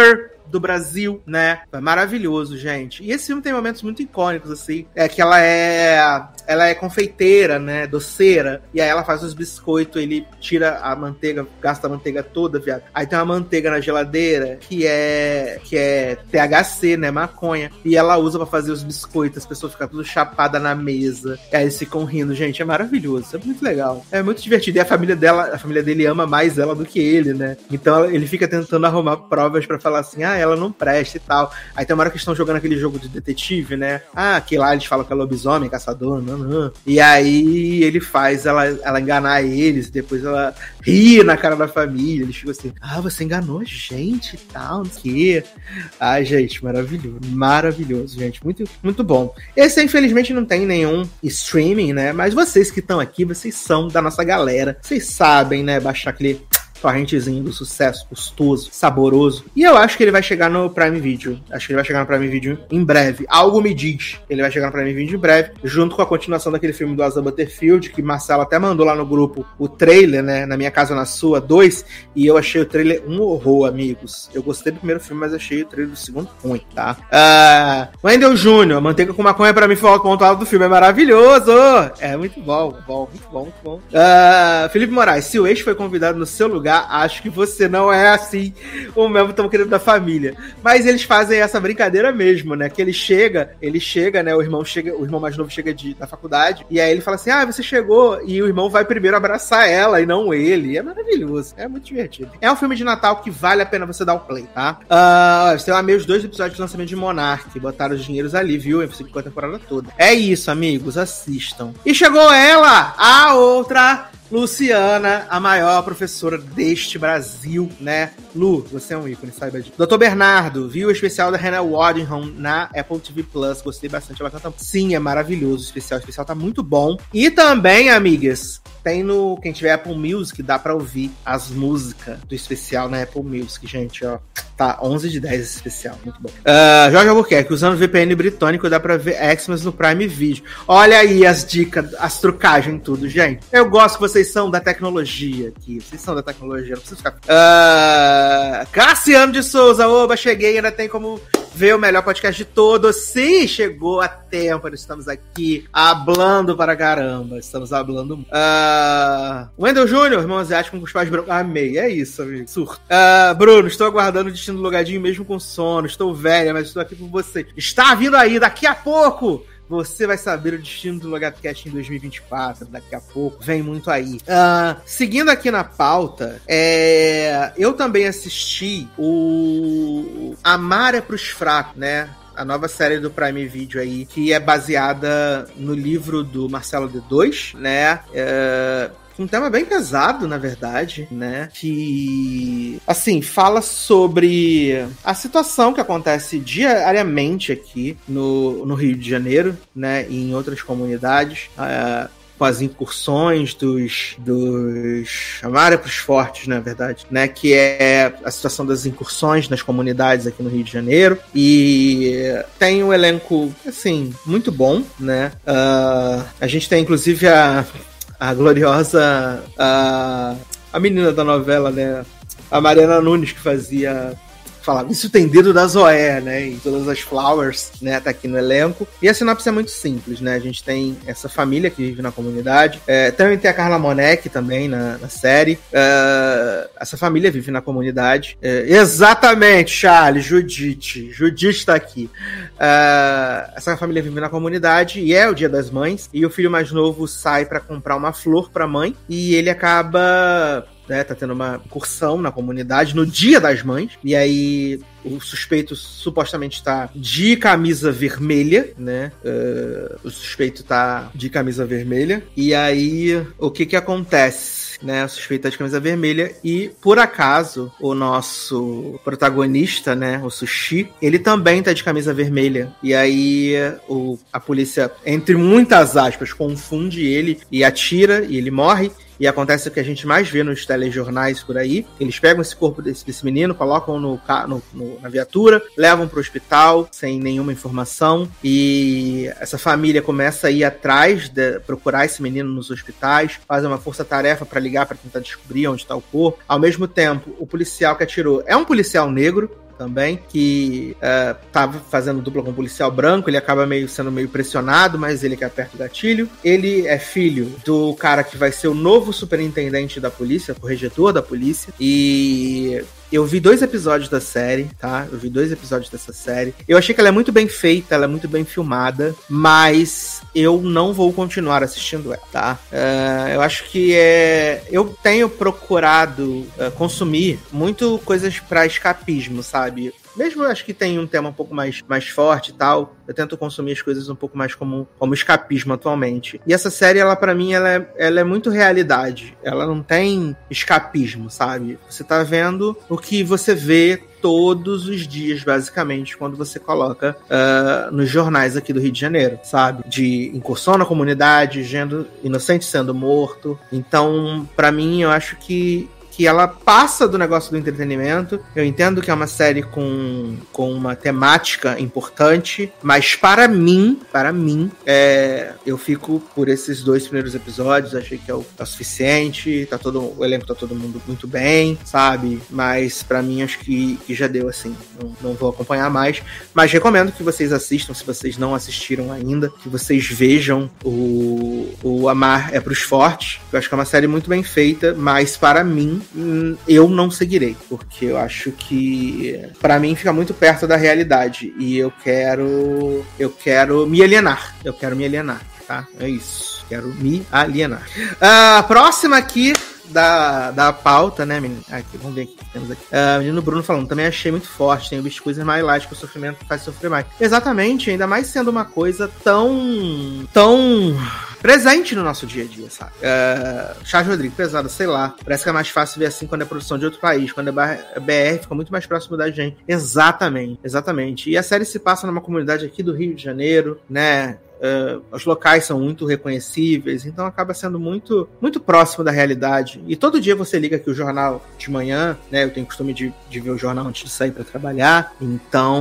Speaker 2: do Brasil, né? É maravilhoso, gente. E esse filme tem momentos muito icônicos, assim. É que ela é... Ela é confeiteira, né? Doceira. E aí ela faz os biscoitos, ele tira a manteiga, gasta a manteiga toda, viado. Aí tem uma manteiga na geladeira que é... Que é T H C, né? Maconha. E ela usa pra fazer os biscoitos. As pessoas ficam tudo chapadas na mesa. E aí eles ficam rindo, gente. É maravilhoso. É muito legal. É muito divertido. E a família dela, a família dele ama mais ela do que ele, né? Então ele fica tentando arrumar provas pra falar assim, ah, ela não presta e tal. Aí tem uma hora que estão jogando aquele jogo de detetive, né? Ah, que lá eles falam que é lobisomem, caçador, não, não. E aí ele faz ela, ela enganar eles, depois ela ri na cara da família. Eles ficam assim, ah, você enganou a gente e tal, não sei o quê. Ai, gente, maravilhoso. Maravilhoso, gente. Muito, muito bom. Esse, infelizmente, não tem nenhum streaming, né? Mas vocês que estão aqui, vocês são da nossa galera. Vocês sabem, né? Baixar aquele torrentezinho do sucesso, gostoso, saboroso. E eu acho que ele vai chegar no Prime Video. Acho que ele vai chegar no Prime Video em breve. Algo me diz. Ele vai chegar no Prime Video em breve, junto com a continuação daquele filme do Asa Butterfield, que Marcelo até mandou lá no grupo o trailer, né? Na Minha Casa, na Sua, dois. E eu achei o trailer um horror, amigos. Eu gostei do primeiro filme, mas achei o trailer do segundo ruim, tá? Uh, Wendell Júnior, Manteiga com Maconha, pra mim foi o ponto alto do filme. É maravilhoso! É muito bom, bom, muito bom, muito bom. Uh, Felipe Moraes, se o ex foi convidado no seu lugar, acho que você não é assim o mesmo tão querido da família. Mas eles fazem essa brincadeira mesmo, né? Que ele chega, ele chega, né? O irmão chega, o irmão mais novo chega de, da faculdade, e aí ele fala assim, ah, você chegou, e o irmão vai primeiro abraçar ela, e não ele. É maravilhoso, é muito divertido. É um filme de Natal que vale a pena você dar o play, tá? Uh, você amei os dois episódios de lançamento de Monark, botaram os dinheiros ali, viu? Eu fiquei com a temporada toda. É isso, amigos, assistam. E chegou ela, a outra... Luciana, a maior professora deste Brasil, né? Lu, você é um ícone, saiba disso. doutor Bernardo, viu o especial da Hannah Waddingham na Apple T V Plus. Gostei bastante, ela canta. Sim, é maravilhoso o especial. O especial tá muito bom. E também, amigas, tem no... Quem tiver Apple Music, dá pra ouvir as músicas do especial na Apple Music, gente, ó. Tá, onze de dez esse especial, muito bom. Uh, Jorge Albuquerque, usando V P N britânico, dá pra ver Xmas no Prime Video. Olha aí as dicas, as trucagens e tudo, gente. Eu gosto que vocês são da tecnologia aqui. Vocês são da tecnologia, não precisa ficar... Uh, Cassiano de Souza, oba, cheguei, ainda tem como ver o melhor podcast de todos. Sim, chegou a tempo, estamos aqui hablando para caramba. Estamos hablando... Uh, Wendell Júnior, irmão asiático com os pais brancos. Amei, é isso, amigo. Surto. Uh, Bruno, estou aguardando o destino do Logadinho mesmo com sono. Estou velha, mas estou aqui por você. Está vindo aí, daqui a pouco... Você vai saber o destino do LogadoCast em dois mil e vinte e quatro, daqui a pouco, vem muito aí. Uh, seguindo aqui na pauta, é, eu também assisti o Amar é pros Fracos, né? A nova série do Prime Video aí, que é baseada no livro do Marcelo D dois, né? É... Um tema bem pesado, na verdade, né? Que, assim, fala sobre a situação que acontece diariamente aqui no, no Rio de Janeiro, né? E em outras comunidades. Uh, com as incursões dos... dos Amar pros Fortes, na verdade, né? Que é a situação das incursões nas comunidades aqui no Rio de Janeiro. E tem um elenco, assim, muito bom, né? Uh, a gente tem, inclusive, a... A gloriosa... A, a menina da novela, né? A Mariana Nunes, que fazia... Falava, isso tem dedo da Zoé, né? Em todas as Flowers, né? Tá aqui no elenco. E a sinopse é muito simples, né? A gente tem essa família que vive na comunidade. É, também tem a Carla Moneck também na, na série. É, essa família vive na comunidade. É, exatamente, Charles, Judite. Judite tá aqui. É, essa família vive na comunidade e é o Dia das Mães. E o filho mais novo sai pra comprar uma flor pra mãe. E ele acaba... Né, tá tendo uma incursão na comunidade no Dia das Mães, e aí o suspeito supostamente tá de camisa vermelha, né? Uh, o suspeito tá de camisa vermelha, e aí o que que acontece? Né, o suspeito tá de camisa vermelha e, por acaso, o nosso protagonista, né, o Sushi, ele também tá de camisa vermelha. E aí o, a polícia, entre muitas aspas, confunde ele e atira, e ele morre. E acontece o que a gente mais vê nos telejornais por aí. Eles pegam esse corpo desse, desse menino, colocam no, no, no, na viatura, levam pro hospital sem nenhuma informação. E essa família começa a ir atrás, de procurar esse menino nos hospitais, faz uma força-tarefa para ligar para tentar descobrir onde está o corpo. Ao mesmo tempo, o policial que atirou é um policial negro, também, que uh, tava fazendo dupla com um policial branco, ele acaba meio sendo meio pressionado, mas ele que aperta o gatilho. Ele é filho do cara que vai ser o novo superintendente da polícia, corregedor da polícia, e... eu vi dois episódios da série, tá? Eu vi dois episódios dessa série. Eu achei que ela é muito bem feita, ela é muito bem filmada, mas eu não vou continuar assistindo ela, tá? Uh, eu acho que é... eu tenho procurado uh, consumir muito coisas pra escapismo, sabe? Mesmo eu acho que tem um tema um pouco mais, mais forte e tal, eu tento consumir as coisas um pouco mais como, como escapismo atualmente. E essa série, ela pra mim, ela é, ela é muito realidade. Ela não tem escapismo, sabe? Você tá vendo o que você vê todos os dias, basicamente, quando você coloca uh, nos jornais aqui do Rio de Janeiro, sabe? De incursão na comunidade, gente inocente sendo morto. Então, pra mim, eu acho que que ela passa do negócio do entretenimento. Eu entendo que é uma série com, com uma temática importante, mas para mim, para mim, é, eu fico por esses dois primeiros episódios, achei que é o, é o suficiente, tá todo, o elenco tá todo mundo muito bem, sabe? Mas para mim acho que, que já deu, assim, não, não vou acompanhar mais, mas recomendo que vocês assistam, se vocês não assistiram ainda, que vocês vejam o, o Amar é pros Fortes. Eu acho que é uma série muito bem feita, mas para mim eu não seguirei, porque eu acho que pra mim fica muito perto da realidade e eu quero eu quero me alienar, eu quero me alienar, tá? É isso, quero me alienar. A uh, próxima aqui da, da pauta, né, menino? Aqui, vamos ver o que temos aqui. Uh, menino Bruno falando, também achei muito forte, tem visto coisas mais light que o sofrimento faz sofrer mais. Exatamente, ainda mais sendo uma coisa tão tão presente no nosso dia a dia, sabe? Uh, Charles Rodrigues, pesado, sei lá. Parece que é mais fácil ver assim quando é produção de outro país. Quando é B R, fica muito mais próximo da gente. Exatamente, exatamente. E a série se passa numa comunidade aqui do Rio de Janeiro, né? Uh, os locais são muito reconhecíveis, então acaba sendo muito, muito próximo da realidade. E todo dia você liga aqui o jornal de manhã, né? Eu tenho costume de, de ver o jornal antes de sair para trabalhar, então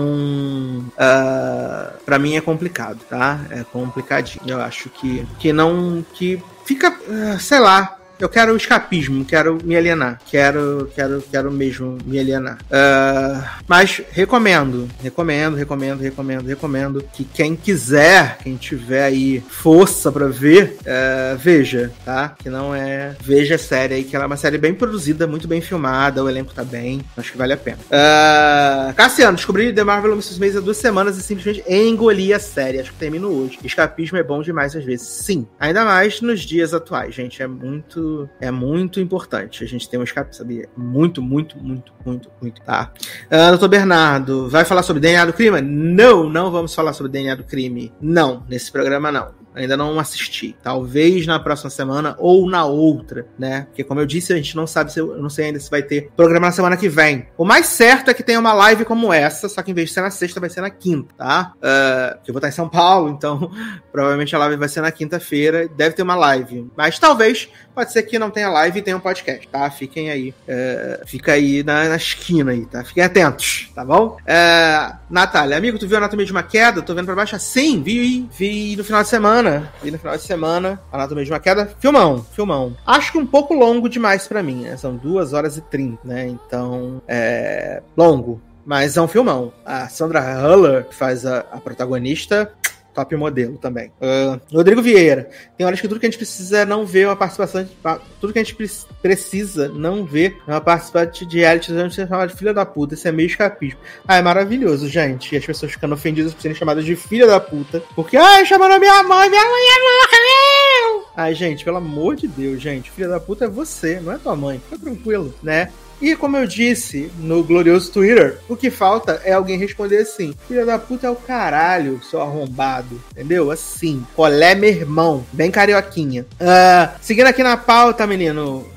Speaker 2: uh, para mim é complicado, tá? É complicadinho. Eu acho que, que não, que fica, uh, sei lá. Eu quero escapismo, quero me alienar. Quero, quero, quero mesmo me alienar. Uh, mas recomendo, recomendo, recomendo, recomendo, recomendo que quem quiser, quem tiver aí força pra ver, uh, veja, tá? Que não é... Veja a série aí, que ela é uma série bem produzida, muito bem filmada, o elenco tá bem, acho que vale a pena. Uh, Cassiano, descobri The Marvelous missus Maisel há duas semanas e simplesmente engoli a série. Acho que termino hoje. Escapismo é bom demais às vezes. Sim, ainda mais nos dias atuais, gente. É muito... É muito importante a gente ter um escape, sabia? Muito, muito, muito, muito, muito. Tá. Uh, doutor Bernardo, vai falar sobre D N A do crime? Não, não vamos falar sobre D N A do crime. Não, nesse programa não. Ainda não assisti. Talvez na próxima semana ou na outra, né? Porque como eu disse, a gente não sabe se eu não sei ainda se vai ter programa na semana que vem. O mais certo é que tenha uma live como essa, só que em vez de ser na sexta, vai ser na quinta, tá? Uh, porque eu vou estar em São Paulo, então provavelmente a live vai ser na quinta-feira. Deve ter uma live. Mas talvez, pode ser que não tenha live e tenha um podcast, tá? Fiquem aí. Uh, fica aí na, na esquina aí, tá? Fiquem atentos, tá bom? Uh, Natália, amigo, tu viu Anatomia de uma Queda? Tô vendo pra baixo? Sim, vi, vi no final de semana. Vi no final de semana, Anatomia de uma Queda, filmão, filmão. Acho que um pouco longo demais pra mim, né? São duas horas e trinta, né? Então, é... longo, mas é um filmão. A Sandra Hüller, que faz a, a protagonista... top modelo também. Uh, Rodrigo Vieira. Tem horas que tudo que a gente precisa é não ver uma participação... De, tudo que a gente pre- precisa não ver uma participante de reality antes de ser chamada de filha da puta. Isso é meio escapismo. Ah, é maravilhoso, gente. E as pessoas ficando ofendidas por serem chamadas de filha da puta. Porque, ai, chamaram minha mãe, minha mãe morreu! Ai, gente, pelo amor de Deus, gente. Filha da puta é você, não é tua mãe. Fica tranquilo, né? E como eu disse no glorioso Twitter, o que falta é alguém responder assim: filha da puta é o caralho, seu arrombado. Entendeu? Assim. Colé, meu irmão. Bem carioquinha. Uh, seguindo aqui na pauta, menino.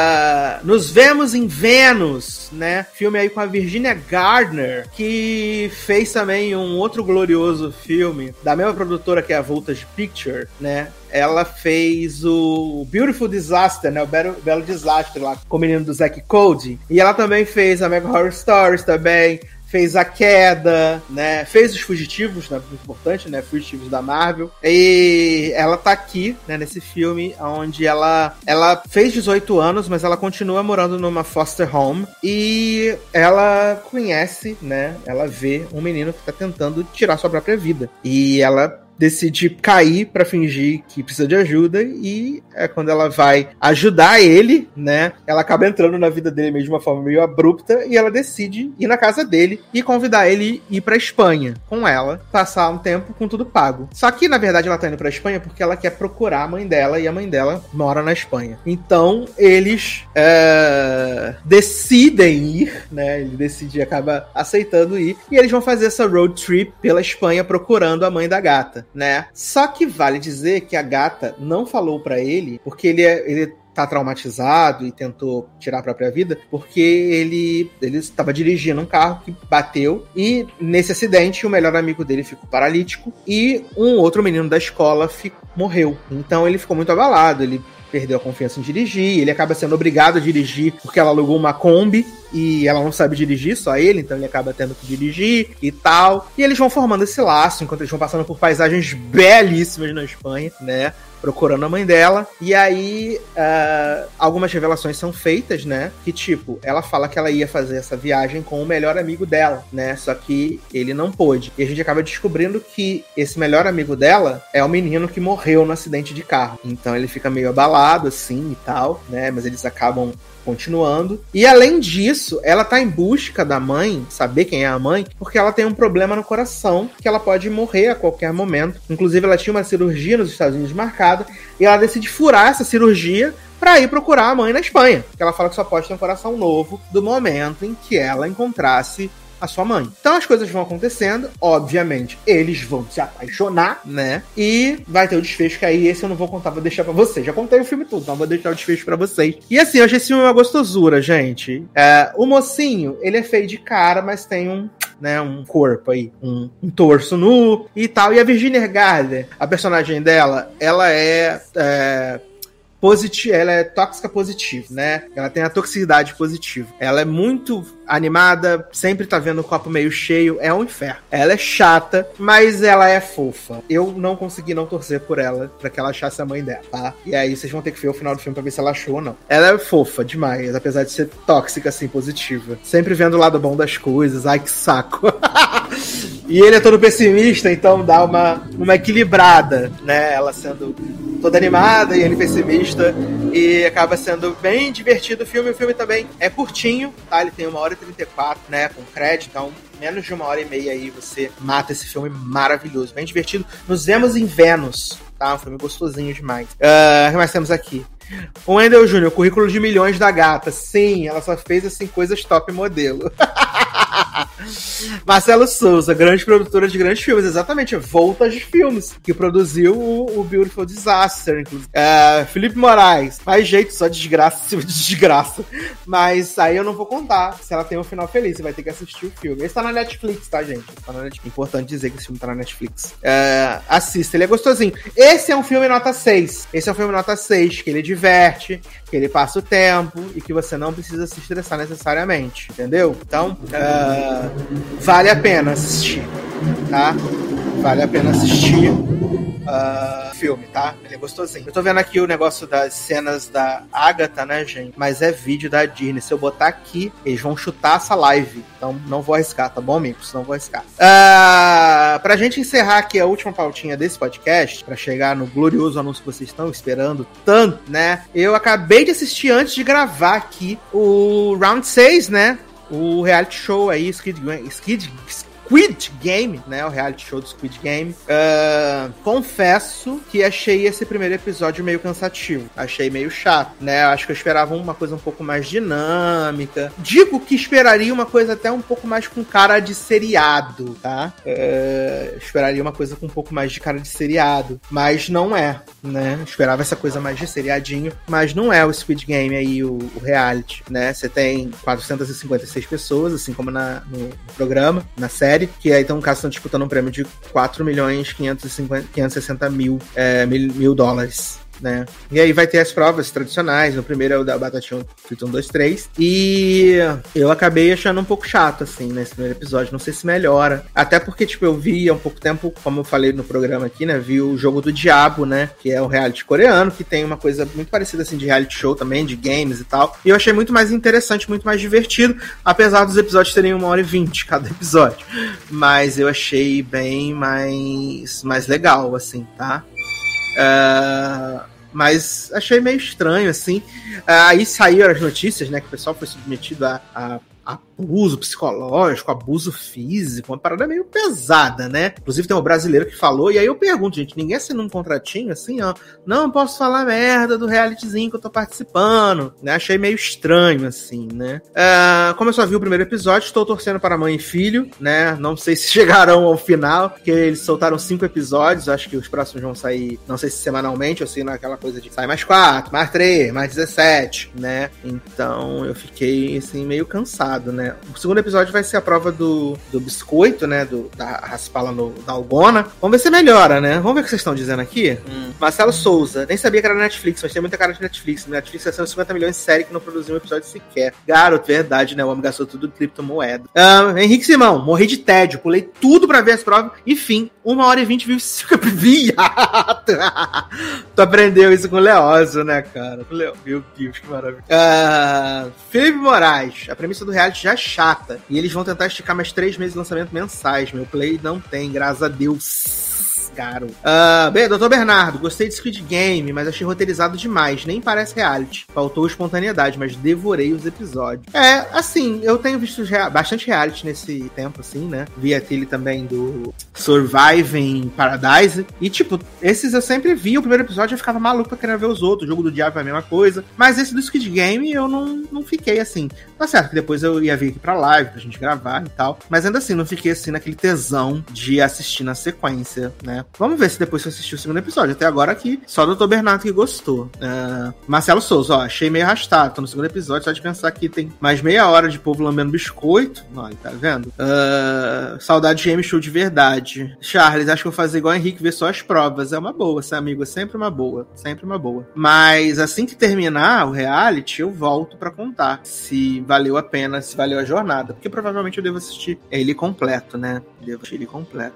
Speaker 2: Uh, nos vemos em Vênus, né? Filme aí com a Virginia Gardner, que fez também um outro glorioso filme da mesma produtora que é a Voltage Picture, né? Ela fez o Beautiful Disaster, né? O Belo, Belo Desastre lá, com o menino do Zack Cody. E ela também fez a Mega Horror Stories também. fez A Queda, né? Fez Os Fugitivos, né? Muito importante, né? Fugitivos da Marvel. E ela tá aqui, né? Nesse filme, onde ela, ela fez dezoito anos, mas ela continua morando numa foster home. E ela conhece, né? Ela vê um menino que tá tentando tirar sua própria vida. E ela decide cair pra fingir que precisa de ajuda, e é quando ela vai ajudar ele, né, ela acaba entrando na vida dele mesmo de uma forma meio abrupta, e ela decide ir na casa dele e convidar ele a ir pra Espanha com ela, passar um tempo com tudo pago. Só que, na verdade, ela tá indo pra Espanha porque ela quer procurar a mãe dela, e a mãe dela mora na Espanha. Então, eles é, decidem ir, né, ele decide e acaba aceitando ir, e eles vão fazer essa road trip pela Espanha procurando a mãe da gata, né? Só que vale dizer que a gata não falou pra ele, porque ele é, ele tá traumatizado e tentou tirar a própria vida, porque ele ele estava dirigindo um carro que bateu, e nesse acidente o melhor amigo dele ficou paralítico e um outro menino da escola ficou, morreu. Então ele ficou muito abalado, ele perdeu a confiança em dirigir, ele acaba sendo obrigado a dirigir porque ela alugou uma Kombi e ela não sabe dirigir, só ele, então ele acaba tendo que dirigir e tal. E eles vão formando esse laço, enquanto eles vão passando por paisagens belíssimas na Espanha, né? Procurando a mãe dela. E aí, uh, algumas revelações são feitas, né? Que, tipo, ela fala que ela ia fazer essa viagem com o melhor amigo dela, né? Só que ele não pôde. E a gente acaba descobrindo que esse melhor amigo dela é o menino que morreu no acidente de carro. Então ele fica meio abalado, assim, e tal, né? Mas eles acabam continuando. E além disso, ela tá em busca da mãe, saber quem é a mãe, porque ela tem um problema no coração, que ela pode morrer a qualquer momento. Inclusive, ela tinha uma cirurgia nos Estados Unidos marcada, e ela decide furar essa cirurgia pra ir procurar a mãe na Espanha. Porque ela fala que só pode ter um coração novo do momento em que ela encontrasse a sua mãe. Então as coisas vão acontecendo, obviamente eles vão se apaixonar, né? E vai ter o desfecho, que aí esse eu não vou contar, vou deixar pra vocês. Já contei o filme todo, então vou deixar o desfecho pra vocês. E assim, eu achei esse filme uma gostosura, gente. É, o mocinho, ele é feio de cara, mas tem um... né, um corpo aí, um, um torso nu e tal. E a Virginia Gardner, a personagem dela, ela é... é Positi- ela é tóxica positiva, né? Ela tem a toxicidade positiva. Ela é muito animada, sempre tá vendo o copo meio cheio, é um inferno. Ela é chata, mas ela é fofa. Eu não consegui não torcer por ela, pra que ela achasse a mãe dela, tá? E aí vocês vão ter que ver o final do filme pra ver se ela achou ou não. Ela é fofa demais, apesar de ser tóxica, assim, positiva. Sempre vendo o lado bom das coisas, ai que saco. E ele é todo pessimista, então dá uma, uma equilibrada, né? Ela sendo toda animada e ele pessimista, e acaba sendo bem divertido o filme. O filme também é curtinho, tá? Ele tem uma hora e trinta e quatro, né? Com crédito, então menos de uma hora e meia aí você mata esse filme maravilhoso, bem divertido. Nos vemos em Vênus, tá? Um filme gostosinho demais. Uh, o que mais temos aqui? O Wendell Júnior, currículo de milhões da gata. Sim, ela só fez assim coisas top modelo. Marcelo Souza, grande produtora de grandes filmes. Exatamente, Voltas de Filmes, que produziu o, o Beautiful Disaster, inclusive. Uh, Felipe Moraes, mais jeito, só desgraça em cima de desgraça. Mas aí eu não vou contar se ela tem um final feliz. Você vai ter que assistir o filme. Esse tá na Netflix, tá, gente? Tá na Netflix. Importante dizer que esse filme tá na Netflix. Uh, assista, ele é gostosinho. Esse é um filme nota seis. Esse é um filme nota seis, que ele diverte, que ele passa o tempo e que você não precisa se estressar necessariamente, entendeu? Então, uh, vale a pena assistir, tá? Vale a pena assistir uh, filme, tá? Ele é gostosinho. Eu tô vendo aqui o negócio das cenas da Agatha, né, gente? Mas é vídeo da Disney. Se eu botar aqui, eles vão chutar essa live. Então não vou arriscar, tá bom, amigos? Não vou arriscar. Uh, pra gente encerrar aqui a última pautinha desse podcast, pra chegar no glorioso anúncio que vocês estão esperando tanto, né? Eu acabei de assistir antes de gravar aqui o Round seis, né? O reality show aí, Squid Game, Squid, Squid Game, né? O reality show do Squid Game. Uh, confesso que achei esse primeiro episódio meio cansativo. Achei meio chato, né? Acho que eu esperava uma coisa um pouco mais dinâmica. Digo que esperaria uma coisa até um pouco mais com cara de seriado, tá? Uh, esperaria uma coisa com um pouco mais de cara de seriado. Mas não é, né? Esperava essa coisa mais de seriadinho. Mas não é o Squid Game aí, o, o reality, né? Você tem quatrocentas e cinquenta e seis pessoas, assim como na, no, no programa, na série. Que aí, então, no caso, estão disputando um prêmio de quatro milhões quinhentos e sessenta mil, é, mil, mil dólares. né? E aí vai ter as provas tradicionais. No primeiro é o da Batatinha Frita um, dois, três. E eu acabei achando um pouco chato, assim, nesse primeiro episódio. Não sei se melhora. Até porque, tipo, eu vi há um pouco tempo, como eu falei no programa aqui, né? Vi o Jogo do Diabo, né? Que é um reality coreano, que tem uma coisa muito parecida, assim, de reality show também, de games e tal. E eu achei muito mais interessante, muito mais divertido, apesar dos episódios terem uma hora e vinte cada episódio. Mas eu achei bem mais, mais legal, assim, tá? Uh, mas achei meio estranho, assim. Uh, aí saíram as notícias, né? Que o pessoal foi submetido a... a abuso psicológico, abuso físico, uma parada meio pesada, né? Inclusive tem um brasileiro que falou, e aí eu pergunto, gente, ninguém assina um contratinho assim, ó, não posso falar merda do realityzinho que eu tô participando, né? Achei meio estranho, assim, né? Uh, como eu só vi o primeiro episódio, estou torcendo para mãe e filho, né? Não sei se chegarão ao final, porque eles soltaram cinco episódios, acho que os próximos vão sair, não sei se semanalmente, ou se naquela coisa de sai mais quatro, mais três, mais dezessete, né? Então eu fiquei, assim, meio cansado, né? O segundo episódio vai ser a prova do, do biscoito, né? Do, da raspala no, da algona. Vamos ver se melhora, né? Vamos ver o que vocês estão dizendo aqui. Hum. Marcelo Souza. Nem sabia que era Netflix, mas tem muita cara de Netflix. Netflix é cento e cinquenta milhões de série que não produziu um episódio sequer. Garoto, verdade, né? O homem gastou tudo em criptomoeda. Um, Henrique Simão. Morri de tédio. Pulei tudo pra ver as provas. Enfim, uma hora e vinte viu cinco viado. Tu aprendeu isso com o Leózio, né, cara? Meu Deus, que maravilha. Uh, Felipe Moraes. A premissa do reality já é chata. E eles vão tentar esticar mais três meses de lançamento mensais. Meu play não tem, graças a Deus. Caro. Uh, bem, doutor Bernardo, gostei de Squid Game, mas achei roteirizado demais. Nem parece reality. Faltou espontaneidade, mas devorei os episódios. É, assim, eu tenho visto rea- bastante reality nesse tempo, assim, né? Vi aquele também do Surviving Paradise. E, tipo, esses eu sempre vi. O primeiro episódio eu ficava maluco pra querer ver os outros. O Jogo do Diabo é a mesma coisa. Mas esse do Squid Game eu não, não fiquei assim. Tá certo que depois eu ia vir aqui pra live, pra gente gravar e tal. Mas ainda assim, não fiquei assim naquele tesão de assistir na sequência, né? Vamos ver se depois você assistiu o segundo episódio. Até agora aqui, só o doutor Bernardo que gostou. Uh, Marcelo Souza, ó, achei meio arrastado. Tô no segundo episódio, só de pensar que tem mais meia hora de povo lambendo biscoito. Olha, tá vendo? Uh, saudade de M Show de verdade. Charles, acho que vou fazer igual o Henrique, ver só as provas. É uma boa, esse amigo, é sempre uma boa. Sempre uma boa. Mas assim que terminar o reality, eu volto pra contar se valeu a pena, se valeu a jornada. Porque provavelmente eu devo assistir ele completo, né? Devo assistir ele completo.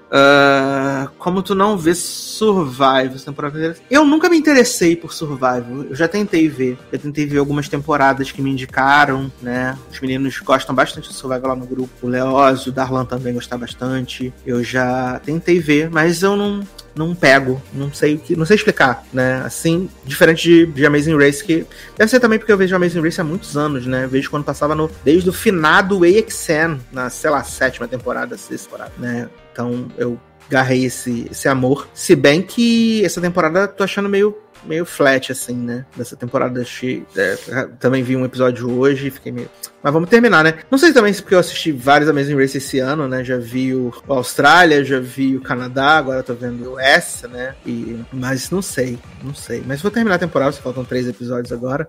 Speaker 2: Uh, como tu não vê Survival, temporada... eu nunca me interessei por Survival. Eu já tentei ver. Eu tentei ver algumas temporadas que me indicaram, né? Os meninos gostam bastante de Survival lá no grupo. O Leózio, o Darlan também gostam bastante. Eu já tentei ver, mas eu não... não pego, não sei o que, não sei explicar, né? Assim, diferente de, de Amazing Race, que deve ser também porque eu vejo Amazing Race há muitos anos, né? Eu vejo quando passava no desde o finado A X N, na, sei lá, sétima temporada, sexta temporada, né? Então eu garrei esse, esse amor. Se bem que essa temporada tô achando meio meio flat, assim, né? Dessa temporada cheia. É, também vi um episódio hoje e fiquei meio... Mas vamos terminar, né? Não sei também se porque eu assisti vários Amazing Race esse ano, né? Já vi o, o Austrália, já vi o Canadá, agora tô vendo o U S, né? E, mas não sei, não sei. Mas vou terminar a temporada, só faltam três episódios agora.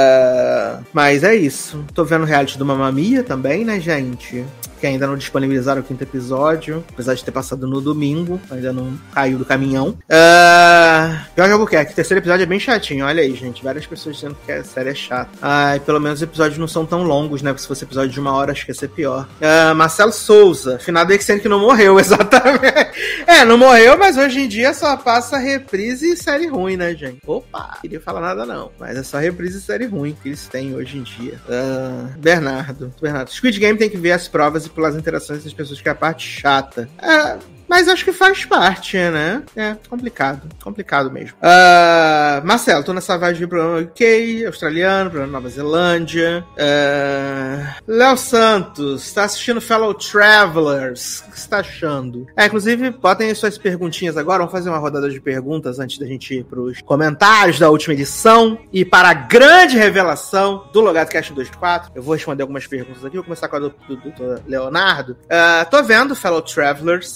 Speaker 2: É, mas é isso. Tô vendo o reality do Mamma Mia também, né, gente? Que ainda não disponibilizaram o quinto episódio, apesar de ter passado no domingo, ainda não caiu do caminhão. Uh, Jorge Albuquerque, o terceiro episódio é bem chatinho, olha aí, gente. Várias pessoas dizendo que a série é chata. Ah, e pelo menos os episódios não são tão longos, né? Porque se fosse episódio de uma hora, acho que ia ser pior. Uh, Marcelo Souza, finado X N que não morreu, exatamente. É, não morreu, mas hoje em dia só passa reprise e série ruim, né, gente? Opa, não queria falar nada não, mas é só reprise e série ruim que eles têm hoje em dia. Uh, Bernardo, Bernardo, Squid Game tem que ver as provas e pelas interações das pessoas, que é a parte chata. É... Mas acho que faz parte, né? É complicado. Complicado mesmo. Uh, Marcelo, tô nessa vibe de programa U K, australiano, programa Nova Zelândia. Uh, Léo Santos, tá assistindo Fellow Travelers. O que você tá achando? É, inclusive, botem aí suas perguntinhas agora. Vamos fazer uma rodada de perguntas antes da gente ir pros comentários da última edição. E para a grande revelação do Logado Cast dois quatro, eu vou responder algumas perguntas aqui. Vou começar com a do, do, do, do Leonardo. Uh, tô vendo Fellow Travelers. Tô achando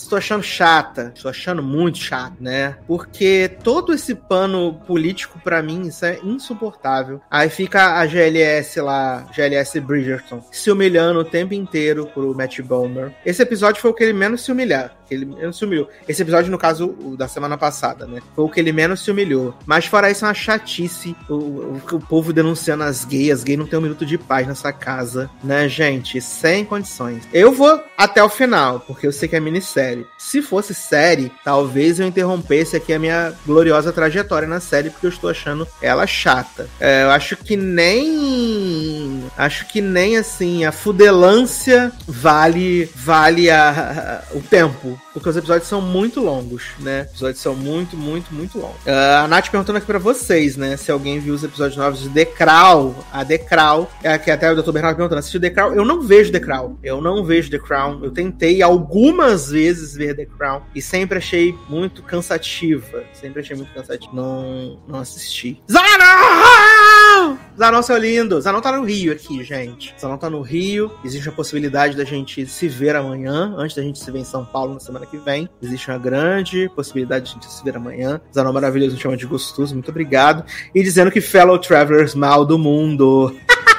Speaker 2: chata. Estou achando muito chato, né? Porque todo esse pano político, pra mim, isso é insuportável. Aí fica a G L S lá, G L S Bridgerton, se humilhando o tempo inteiro pro Matt Bomer. Esse episódio foi o que ele menos se humilhar. Que ele menos se humilhou. Esse episódio, no caso, o da semana passada, né? Foi o que ele menos se humilhou. Mas fora isso, é uma chatice. O, o, o povo denunciando as gays. As gays não tem um minuto de paz nessa casa, né, gente? Sem condições. Eu vou até o final, porque eu sei que é minissérie. Se fosse série, talvez eu interrompesse aqui a minha gloriosa trajetória na série, porque eu estou achando ela chata. É, eu acho que nem... Acho que nem, assim, a fudelância vale, vale a, a, o tempo. Porque os episódios são muito longos, né? Os episódios são muito, muito, muito longos. Uh, a Nath perguntando aqui pra vocês, né? Se alguém viu os episódios novos de The Crown. A The Crown, é que até o doutor Bernardo perguntando, assistiu The Crown? Eu não vejo The Crown. Eu não vejo The Crown. Eu tentei algumas vezes ver The Crown e sempre achei muito cansativa. Sempre achei muito cansativa. Não, não assisti. Zanon! Zanon, seu lindo. Zanon tá no Rio aqui, gente. Zanon tá no Rio. Existe a possibilidade da gente se ver amanhã, antes da gente se ver em São Paulo na semana que vem. Existe uma grande possibilidade de a gente se ver amanhã. Zanon maravilhoso, me chama de gostoso. Muito obrigado. E dizendo que fellow travelers mal do mundo.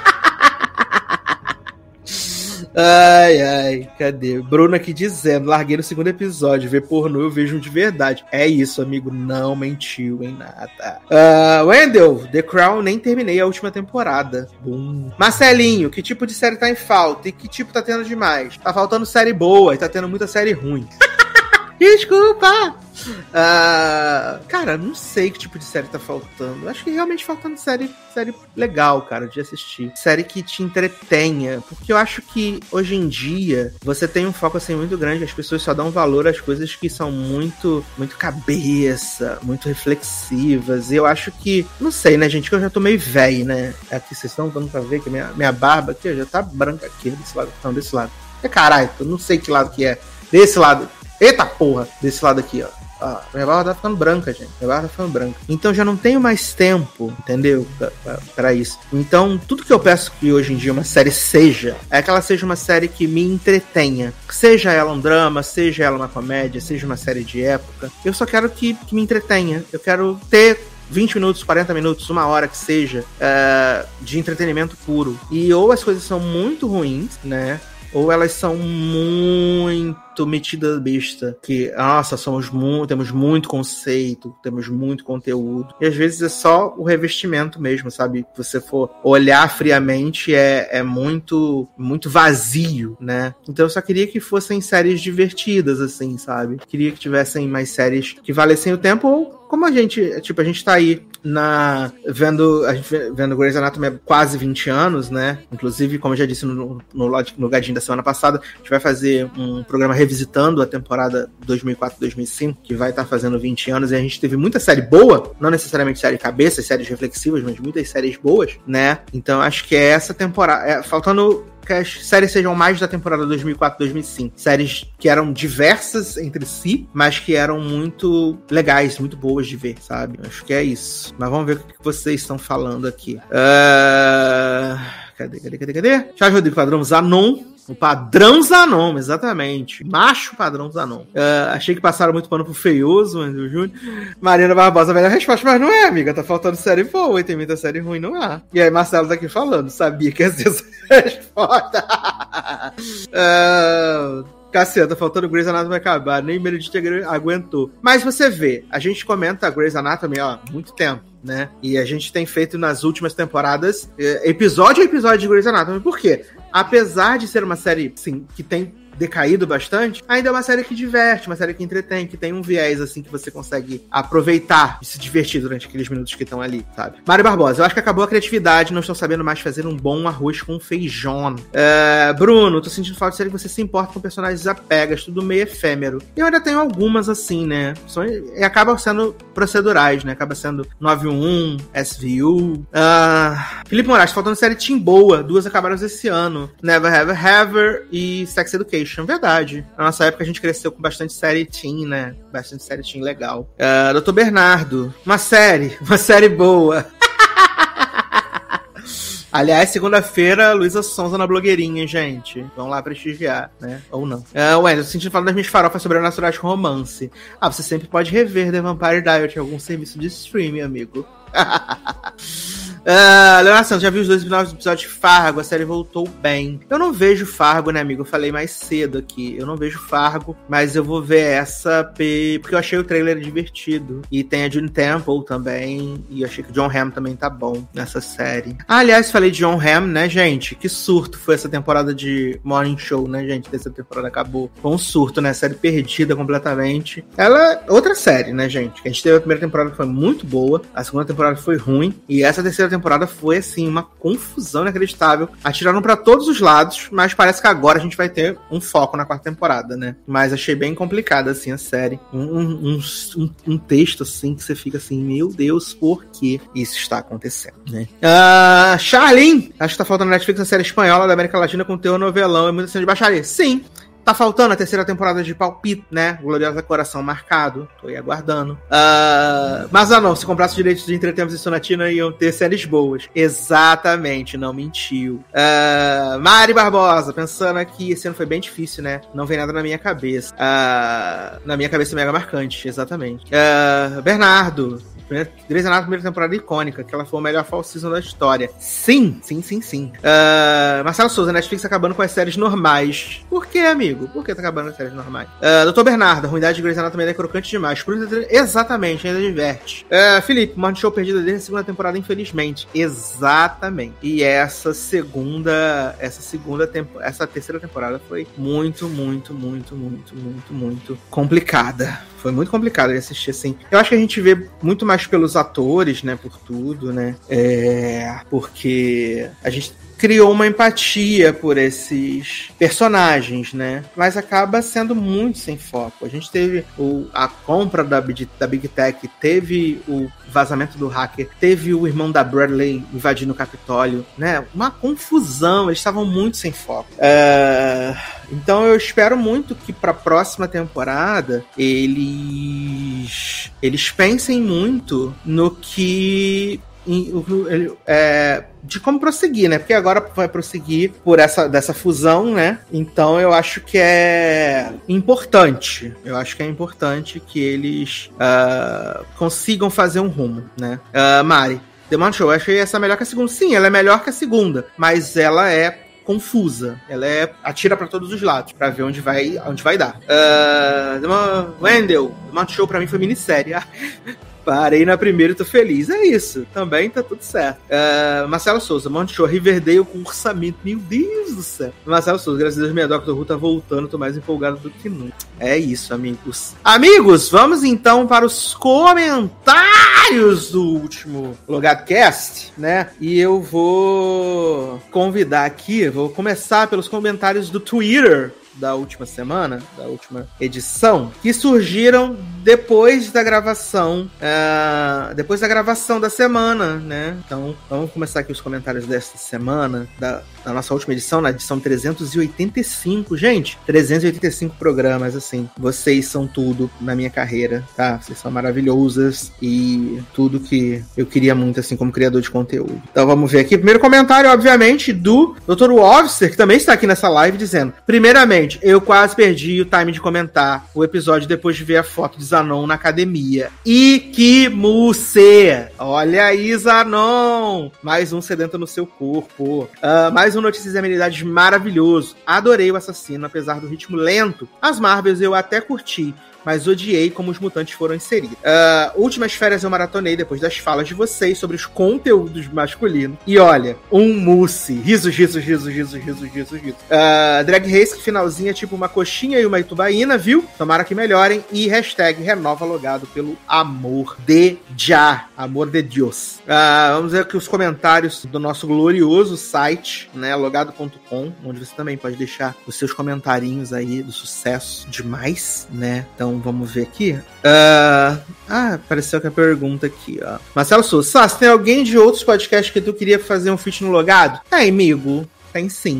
Speaker 2: Ai, ai, cadê? Bruno aqui dizendo, larguei no segundo episódio, ver pornô eu vejo um de verdade. É isso, amigo, não mentiu em nada. Uh, Wendell, The Crown, nem terminei a última temporada. Bum. Marcelinho, que tipo de série tá em falta? E que tipo tá tendo demais? Tá faltando série boa e tá tendo muita série ruim. Desculpa! Uh, cara, não sei que tipo de série tá faltando. Acho que realmente faltando série, série legal, cara, de assistir. Série que te entretenha. Porque eu acho que hoje em dia você tem um foco assim muito grande. As pessoas só dão valor às coisas que são muito, muito cabeça, muito reflexivas. E eu acho que, não sei, né, gente, que eu já tô meio velho, né? Aqui vocês estão dando pra ver que minha, minha barba aqui já tá branca aqui, desse lado. Não, desse lado. É caralho, eu não sei que lado que é. Desse lado. Eita porra! Desse lado aqui, ó. Ah, minha barba tá ficando branca, gente. Minha barba tá ficando branca. Então já não tenho mais tempo, entendeu? Pra, pra, pra isso. Então, tudo que eu peço que hoje em dia uma série seja, é que ela seja uma série que me entretenha. Seja ela um drama, seja ela uma comédia, seja uma série de época. Eu só quero que, que me entretenha. Eu quero ter vinte minutos, quarenta minutos, uma hora que seja, uh, de entretenimento puro. E ou as coisas são muito ruins, né? Ou elas são muito metidas besta, que, nossa, somos muito, temos muito conceito, temos muito conteúdo. E às vezes é só o revestimento mesmo, sabe? Se você for olhar friamente, é, é muito, muito vazio, né? Então eu só queria que fossem séries divertidas, assim, sabe? Queria que tivessem mais séries que valessem o tempo, ou como a gente, tipo, a gente tá aí na, vendo, a gente vendo Grey's Anatomy há quase vinte anos, né? Inclusive, como eu já disse no, no, no Gadinho da semana passada, a gente vai fazer um programa revisitando a temporada dois mil e quatro, dois mil e cinco, que vai estar fazendo vinte anos, e a gente teve muita série boa, não necessariamente série cabeça, séries reflexivas, mas muitas séries boas, né? Então acho que é essa temporada, é, faltando que as séries sejam mais da temporada dois mil e quatro, dois mil e cinco. Séries que eram diversas entre si, mas que eram muito legais, muito boas de ver, sabe? Acho que é isso. Mas vamos ver o que vocês estão falando aqui. Uh... Cadê, cadê, cadê, cadê? Charles Rodrigo, padrão Zanon. O padrão Zanon, exatamente. Macho padrão Zanon. Uh, achei que passaram muito pano pro feioso, Andrew Júnior. Mariana Barbosa, velha resposta, mas não é, amiga. Tá faltando série boa e tem muita série ruim, não há. E aí, Marcelo tá aqui falando. Sabia que ia ser essa resposta. uh, Cassiano, tá faltando Grey's Anatomy acabar. Nem Meredith aguentou. Mas você vê, a gente comenta Grey's Anatomy, ó, há muito tempo, né? E a gente tem feito nas últimas temporadas episódio a episódio de Grey's Anatomy. Por quê? Apesar de ser uma série, sim, que tem decaído bastante, ainda é uma série que diverte, uma série que entretém, que tem um viés, assim, que você consegue aproveitar e se divertir durante aqueles minutos que estão ali, sabe? Mário Barbosa, eu acho que acabou a criatividade, não estou sabendo mais fazer um bom arroz com feijão. Uh, Bruno, tô sentindo falta de série que você se importa com personagens apegas, tudo meio efêmero. Eu ainda tenho algumas, assim, né? São, e acabam sendo procedurais, né? Acaba sendo nove um um, S V U. Uh, Felipe Moraes, faltando série Teen boa, duas acabaram esse ano. Never Have Ever e Sex Education. Verdade. Na nossa época a gente cresceu com bastante série teen, né? Bastante série teen legal. Uh, doutor Bernardo, uma série, uma série boa. Aliás, segunda-feira, Luísa Sonza na blogueirinha, gente. Vamos lá prestigiar, né? Ou não. Uh, Wendel, tô sentindo falando das minhas farofas sobrenaturais com romance. Ah, você sempre pode rever The Vampire Diaries em algum serviço de streaming, amigo. Uh, Leonardo Santos, já vi os dois episódios de Fargo, a série voltou bem. Eu não vejo Fargo, né, amigo? Eu falei mais cedo aqui. Eu não vejo Fargo, mas eu vou ver essa porque eu achei o trailer divertido. E tem a June Temple também. E eu achei que o John Hamm também tá bom nessa série. Ah, aliás, falei de John Hamm, né, gente? Que surto foi essa temporada de Morning Show, né, gente? Essa temporada acabou. Foi um surto, né? Série perdida completamente. Ela, outra série, né, gente? A gente teve a primeira temporada que foi muito boa. A segunda temporada foi ruim. E essa terceira temporada foi, assim, uma confusão inacreditável. Atiraram pra todos os lados, mas parece que agora a gente vai ter um foco na quarta temporada, né? Mas achei bem complicada, assim, a série. Um, um, um, um texto, assim, que você fica assim, meu Deus, por que isso está acontecendo, né? Uh, Charlene! Acho que tá faltando na Netflix a série espanhola da América Latina com teu novelão e muita cena de baixaria. Sim! Tá faltando a terceira temporada de Palpite, né? Gloriosa Coração Marcado. Tô aí aguardando. Uh, mas ah não, se comprasse direitos de Entretempos e Sonatina, iam ter séries boas. Exatamente, não mentiu. Uh, Mari Barbosa, pensando aqui, esse ano foi bem difícil, né? Não vem nada na minha cabeça. Uh, na minha cabeça mega marcante, exatamente. Uh, Bernardo. Grey's Anatomy, primeira temporada icônica, que ela foi o melhor fall season da história. Sim, sim, sim, sim. Uh, Marcelo Souza, Netflix acabando com as séries normais. Por que, amigo? Por que tá acabando com as séries normais? Uh, Doutor Bernardo, a ruindade de Grey's Anatomy ainda é crocante demais. Por isso, exatamente, ainda diverte. Uh, Felipe, Morning Show perdida desde a segunda temporada, infelizmente. Exatamente. E essa segunda, essa segunda temporada, essa terceira temporada foi muito, muito, muito, muito, muito, muito complicada. Foi muito complicado de assistir, assim. Eu acho que a gente vê muito mais pelos atores, né? Por tudo, né? É... Porque a gente criou uma empatia por esses personagens, né? Mas acaba sendo muito sem foco. A gente teve o, a compra da, da Big Tech, teve o vazamento do hacker, teve o irmão da Bradley invadindo o Capitólio, né? Uma confusão, eles estavam muito sem foco. Uh, então eu espero muito que para a próxima temporada eles eles pensem muito no que é, de como prosseguir, né? Porque agora vai prosseguir por essa dessa fusão, né? Então eu acho que é importante. Eu acho que é importante que eles uh, consigam fazer um rumo, né? Uh, Mari, The Morning Show, eu achei essa melhor que a segunda. Sim, ela é melhor que a segunda, mas ela é confusa. Ela é atira pra todos os lados, pra ver onde vai, onde vai dar. Uh, Wendel, The Morning Show pra mim foi minissérie. Parei na primeira e tô feliz. É isso. Também tá tudo certo. Uh, Marcelo Souza, Morning Show, Riverdale com orçamento. Meu Deus do céu. Marcelo Souza, graças a Deus, minha Doctor Who tá voltando. Tô mais empolgado do que nunca. É isso, amigos. Amigos, vamos então para os comentários do último LogadoCast, né? E eu vou convidar aqui, vou começar pelos comentários do Twitter da última semana, da última edição, que surgiram depois da gravação, uh, depois da gravação da semana, né? Então, vamos começar aqui os comentários desta semana, da, da nossa última edição, na edição trezentos e oitenta e cinco. Gente, trezentos e oitenta e cinco programas, assim, vocês são tudo na minha carreira, tá? Vocês são maravilhosas e tudo que eu queria muito, assim, como criador de conteúdo. Então, vamos ver aqui. Primeiro comentário, obviamente, do doutor Wobster, que também está aqui nessa live, dizendo, primeiramente, eu quase perdi o time de comentar o episódio depois de ver a foto de Zanon na academia. E que musse! Olha aí, Zanon! Mais um sedento no seu corpo. Uh, mais um Notícias e Amenidades maravilhoso. Adorei o assassino, apesar do ritmo lento. As Marvels eu até curti, mas odiei como os mutantes foram inseridos. Uh, últimas férias eu maratonei depois das falas de vocês sobre os conteúdos masculinos. E olha, um mousse. Risos, risos, risos, risos, risos, risos, risos. Uh, Drag Race, que finalzinho é tipo uma coxinha e uma itubaína, viu? Tomara que melhorem. E hashtag renova logado pelo amor de Já. Amor de Deus. Uh, vamos ver aqui os comentários do nosso glorioso site, né? logado ponto com, onde você também pode deixar os seus comentarinhos aí do sucesso demais, né? Então, vamos ver aqui. Uh, ah, apareceu aqui a pergunta aqui, ó. Marcelo Souza, Sassi, tem alguém de outros podcasts que tu queria fazer um feat no Logado? Tem, amigo. Tem sim.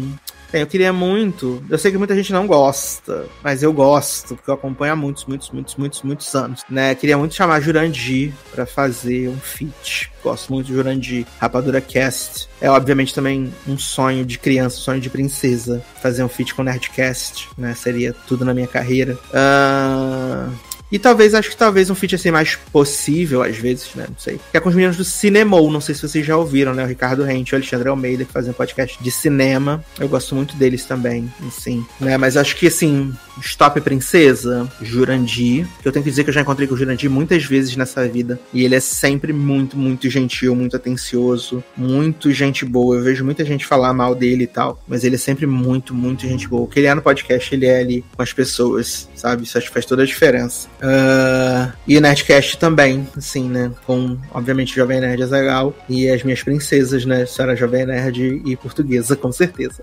Speaker 2: Tem, eu queria muito. Eu sei que muita gente não gosta, mas eu gosto, porque eu acompanho há muitos, muitos, muitos, muitos, muitos anos, né? Queria muito chamar Jurandir pra fazer um feat. Gosto muito de Jurandir. Rapadura Cast. É, obviamente, também um sonho de criança, um sonho de princesa. Fazer um feat com o Nerdcast, né? Seria tudo na minha carreira. Ahn... Uh... E talvez, acho que talvez um feat assim mais possível, às vezes, né? Não sei. Que é com os meninos do Cinemou. Não sei se vocês já ouviram, né? O Ricardo Rente e o Alexandre Almeida, que fazem um podcast de cinema. Eu gosto muito deles também, assim. Né? Mas acho que, assim, Stop Princesa, Jurandir. Que eu tenho que dizer que eu já encontrei com o Jurandir muitas vezes nessa vida. E ele é sempre muito, muito gentil, muito atencioso. Muito gente boa. Eu vejo muita gente falar mal dele e tal. Mas ele é sempre muito, muito gente boa. O que ele é no podcast, ele é ali com as pessoas, sabe? Isso acho que faz toda a diferença. Uh, e o Nerdcast também, assim, né? Com, obviamente, Jovem Nerd Azaghal e as minhas princesas, né? Senhora Jovem Nerd e portuguesa, com certeza.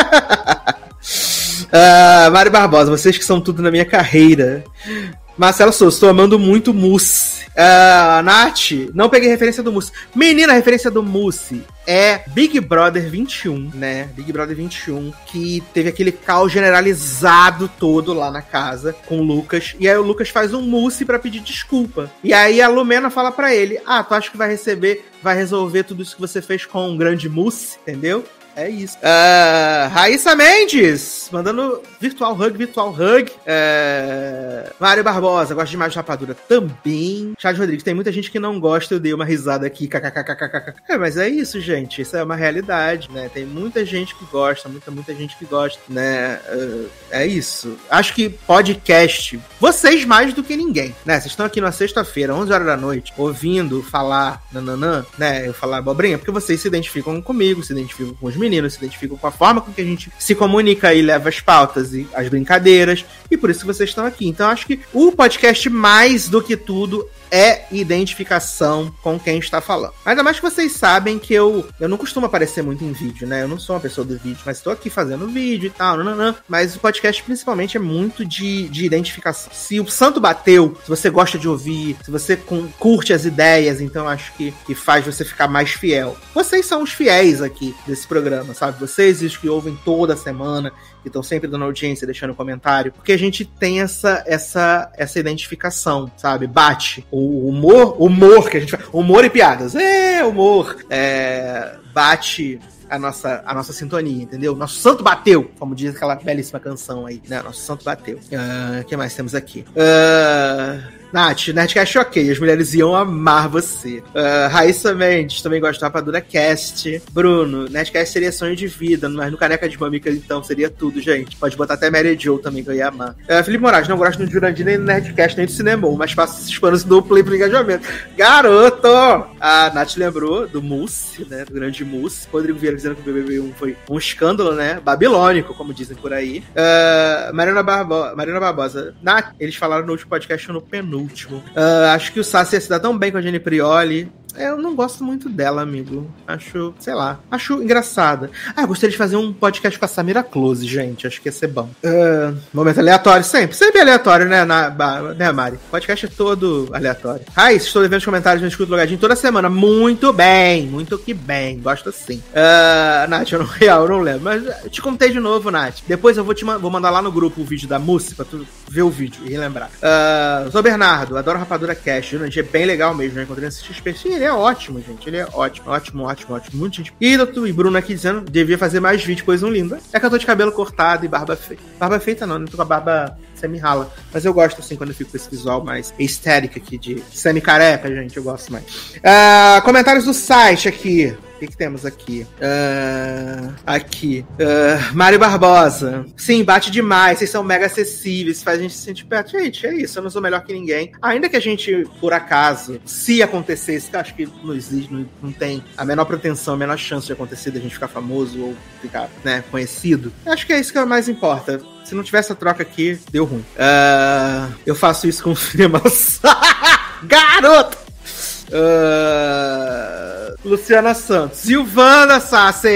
Speaker 2: uh, Mário Barbosa, vocês que são tudo na minha carreira. Marcelo Souza, estou amando muito Mousse. Uh, Nath, não peguei referência do Mousse. Menina, a referência do Mousse é Big Brother vinte e um, né? Big Brother vinte e um, que teve aquele caos generalizado todo lá na casa com o Lucas. E aí o Lucas faz um Mousse pra pedir desculpa. E aí a Lumena fala pra ele: ah, tu acha que vai receber, vai resolver tudo isso que você fez com um grande Mousse, entendeu? É isso. Uh, Raíssa Mendes, mandando virtual hug, virtual hug. Uh, Mário Barbosa, gosto demais de rapadura também. Charles Rodrigues, tem muita gente que não gosta, eu dei uma risada aqui. Kkkkkk. É, mas é isso, gente. Isso é uma realidade, né? Tem muita gente que gosta, muita, muita gente que gosta, né? Uh, é isso. Acho que podcast, vocês mais do que ninguém, né? Vocês estão aqui na sexta-feira, onze horas da noite, ouvindo falar nananã, né? Eu falar abobrinha, porque vocês se identificam comigo, se identificam com os meninos, se identificam com a forma com que a gente se comunica e leva as pautas e as brincadeiras, e por isso que vocês estão aqui. Então acho que o podcast, mais do que tudo, é identificação com quem está falando. Ainda mais que vocês sabem que eu, eu não costumo aparecer muito em vídeo, né? Eu não sou uma pessoa do vídeo, mas estou aqui fazendo vídeo e tal, nananã. Mas o podcast principalmente é muito de, de identificação. Se o santo bateu, se você gosta de ouvir, se você com, curte as ideias, então acho que, que faz você ficar mais fiel. Vocês são os fiéis aqui desse programa, sabe? Vocês e os que ouvem toda semana, que estão sempre dando audiência, deixando comentário, porque a gente tem essa, essa, essa identificação, sabe? Bate. O humor, humor que a gente fala, humor e piadas, é, humor, é, bate a nossa, a nossa sintonia, entendeu? Nosso santo bateu, como diz aquela belíssima canção aí, né? Nosso santo bateu. O uh, que mais temos aqui? Uh... Nath, Nerdcast ok, as mulheres iam amar você. Uh, Raíssa Mendes, também gosta do Rapadura Cast. Bruno, Nerdcast seria sonho de vida, mas no Caneca de Mamica, então, seria tudo, gente. Pode botar até Mary Jo também, que eu ia amar. Uh, Felipe Moraes, não gosto do Jurandir, nem do Nerdcast, nem do Cinemou, mas faço esses panos do play pro engajamento. Garoto! A Nath lembrou do Mousse, né, do grande Mousse. Rodrigo Vieira dizendo que o B B B um foi um escândalo, né, babilônico, como dizem por aí. Uh, Mariana, Barbo- Mariana Barbosa, Nath, eles falaram no último podcast, no penúltimo. Uh, acho que o Sassi ia se dar tão bem com a Jenny Prioli. Eu não gosto muito dela, amigo. Acho, sei lá, acho engraçada. Ah, eu gostaria de fazer um podcast com a Samira Close, gente. Acho que ia ser bom. Uh, momento aleatório, sempre. Sempre aleatório, né, na, né, Mari? Podcast é todo aleatório. Raiz, estou levando os comentários no Escudo Logadinho toda semana. Muito bem, muito que bem. Gosto assim. Uh, Nath, eu não, real, eu não lembro. Mas eu te contei de novo, Nath. Depois eu vou te vou mandar lá no grupo o vídeo da Mousse pra tu ver o vídeo e relembrar. Uh, Sou Bernardo, adoro Rapadura Cash. O é bem legal mesmo, né? Encontrei esse X P. Sim, ele é ótimo, gente. Ele é ótimo, ótimo, ótimo, ótimo. Muito gente. E doutor e Bruno aqui dizendo, devia fazer mais vídeo, coisa linda. É que eu tô de cabelo cortado e barba feita. Barba feita não, não tô com a barba semi-rala. Mas eu gosto, assim, quando eu fico com esse visual mais estético aqui, de semi-careca, gente. Eu gosto mais. Uh, comentários do site aqui. O que, que temos aqui? Uh, aqui. Uh, Mário Barbosa. Sim, bate demais. Vocês são mega acessíveis. Faz a gente se sentir perto. Gente, é isso. Eu não sou melhor que ninguém. Ainda que a gente, por acaso, se acontecesse, que eu acho que não existe, não, não tem a menor pretensão, a menor chance de acontecer, da gente ficar famoso ou ficar, né, conhecido. Acho que é isso que mais importa. Se não tivesse essa troca aqui, deu ruim. Uh, eu faço isso com o cinema. Garoto! Uh... Luciana Santos. Silvana Sassi.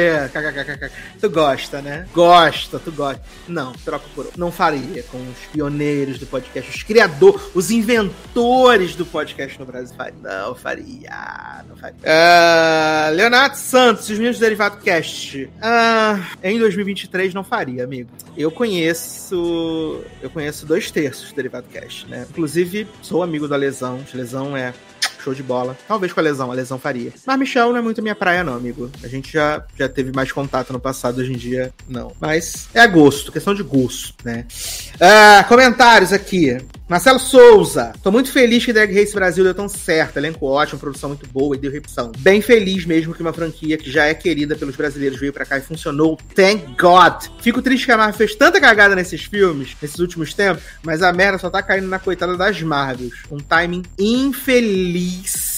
Speaker 2: Tu gosta, né? Gosta, tu gosta. Não, troca por outro. Não faria com os pioneiros do podcast, os criadores, os inventores do podcast no Brasil. Faria. Não faria. Não faria. Uh, Leonardo Santos, os meninos do Derivado Cast. Uh, em dois mil e vinte e três não faria, amigo. Eu conheço. Eu conheço dois terços do Derivado Cast, né? Inclusive, sou amigo da Lesão. Lesão é show de bola. Talvez com a Lesão, a Lesão faria. Mas Michel não é muito minha praia, não, amigo. A gente já, já teve mais contato no passado, hoje em dia, não. Mas é gosto, questão de gosto, né? Ah, comentários aqui. Marcelo Souza. Tô muito feliz que Drag Race Brasil deu tão certo. Elenco ótimo, produção muito boa e deu repetição. Bem feliz mesmo que uma franquia que já é querida pelos brasileiros veio pra cá e funcionou. Thank God. Fico triste que a Marvel fez tanta cagada nesses filmes, nesses últimos tempos, mas a merda só tá caindo na coitada das Marvels. Um timing infeliz.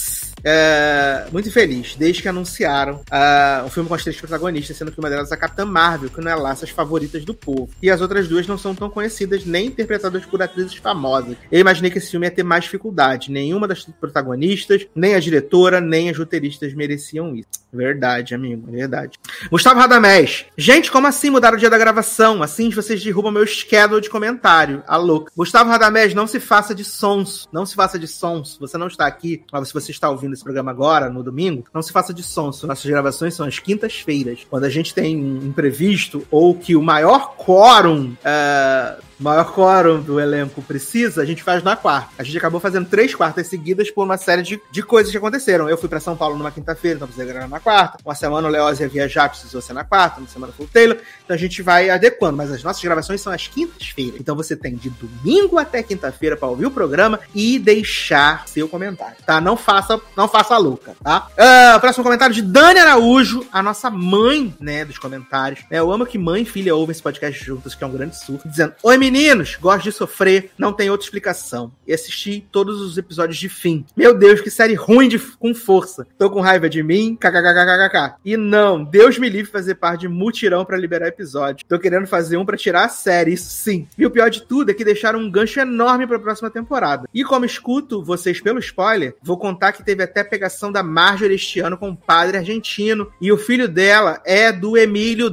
Speaker 2: É, muito infeliz, desde que anunciaram uh, um filme com as três protagonistas, sendo que uma delas é a Capitã Marvel, que não é lá essas favoritas do povo. E as outras duas não são tão conhecidas, nem interpretadas por atrizes famosas. Eu imaginei que esse filme ia ter mais dificuldade. Nenhuma das protagonistas, nem a diretora, nem as roteiristas mereciam isso. Verdade, amigo, verdade. Gustavo Radamés. Gente, como assim mudar o dia da gravação? Assim vocês derrubam meu schedule de comentário. Alô. Gustavo Radamés, não se faça de sons. Não se faça de sons. Você não está aqui, mas se você está ouvindo esse programa agora, no domingo, não se faça de sons. Nossas gravações são às quintas-feiras. Quando a gente tem um imprevisto ou que o maior quórum... Uh... O maior quórum do elenco precisa, a gente faz na quarta. A gente acabou fazendo três quartas seguidas por uma série de, de coisas que aconteceram. Eu fui pra São Paulo numa quinta-feira, então precisei gravar na quarta. Uma semana o Leoz ia viajar, precisou ser na quarta. Uma semana foi o Taylor. Então a gente vai adequando. Mas as nossas gravações são às quintas-feiras. Então você tem de domingo até quinta-feira pra ouvir o programa e deixar seu comentário, tá? Não faça, não faça a louca, tá? Uh, próximo comentário de Dani Araújo, a nossa mãe, né, dos comentários. É, eu amo que mãe e filha ouvem esse podcast juntas, que é um grande surto. Dizendo, oi, meninos, gosto de sofrer, não tem outra explicação. E assisti todos os episódios de fim. Meu Deus, que série ruim de, com força. Tô com raiva de mim, kkkkk. E não, Deus me livre fazer parte de mutirão pra liberar episódio. Tô querendo fazer um pra tirar a série, isso sim. E o pior de tudo é que deixaram um gancho enorme pra próxima temporada. E como escuto vocês pelo spoiler, vou contar que teve até pegação da Marjorie este ano com um padre argentino. E o filho dela é do Emílio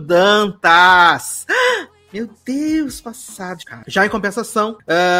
Speaker 2: Dantas. Meu Deus, passado, cara. Já em compensação,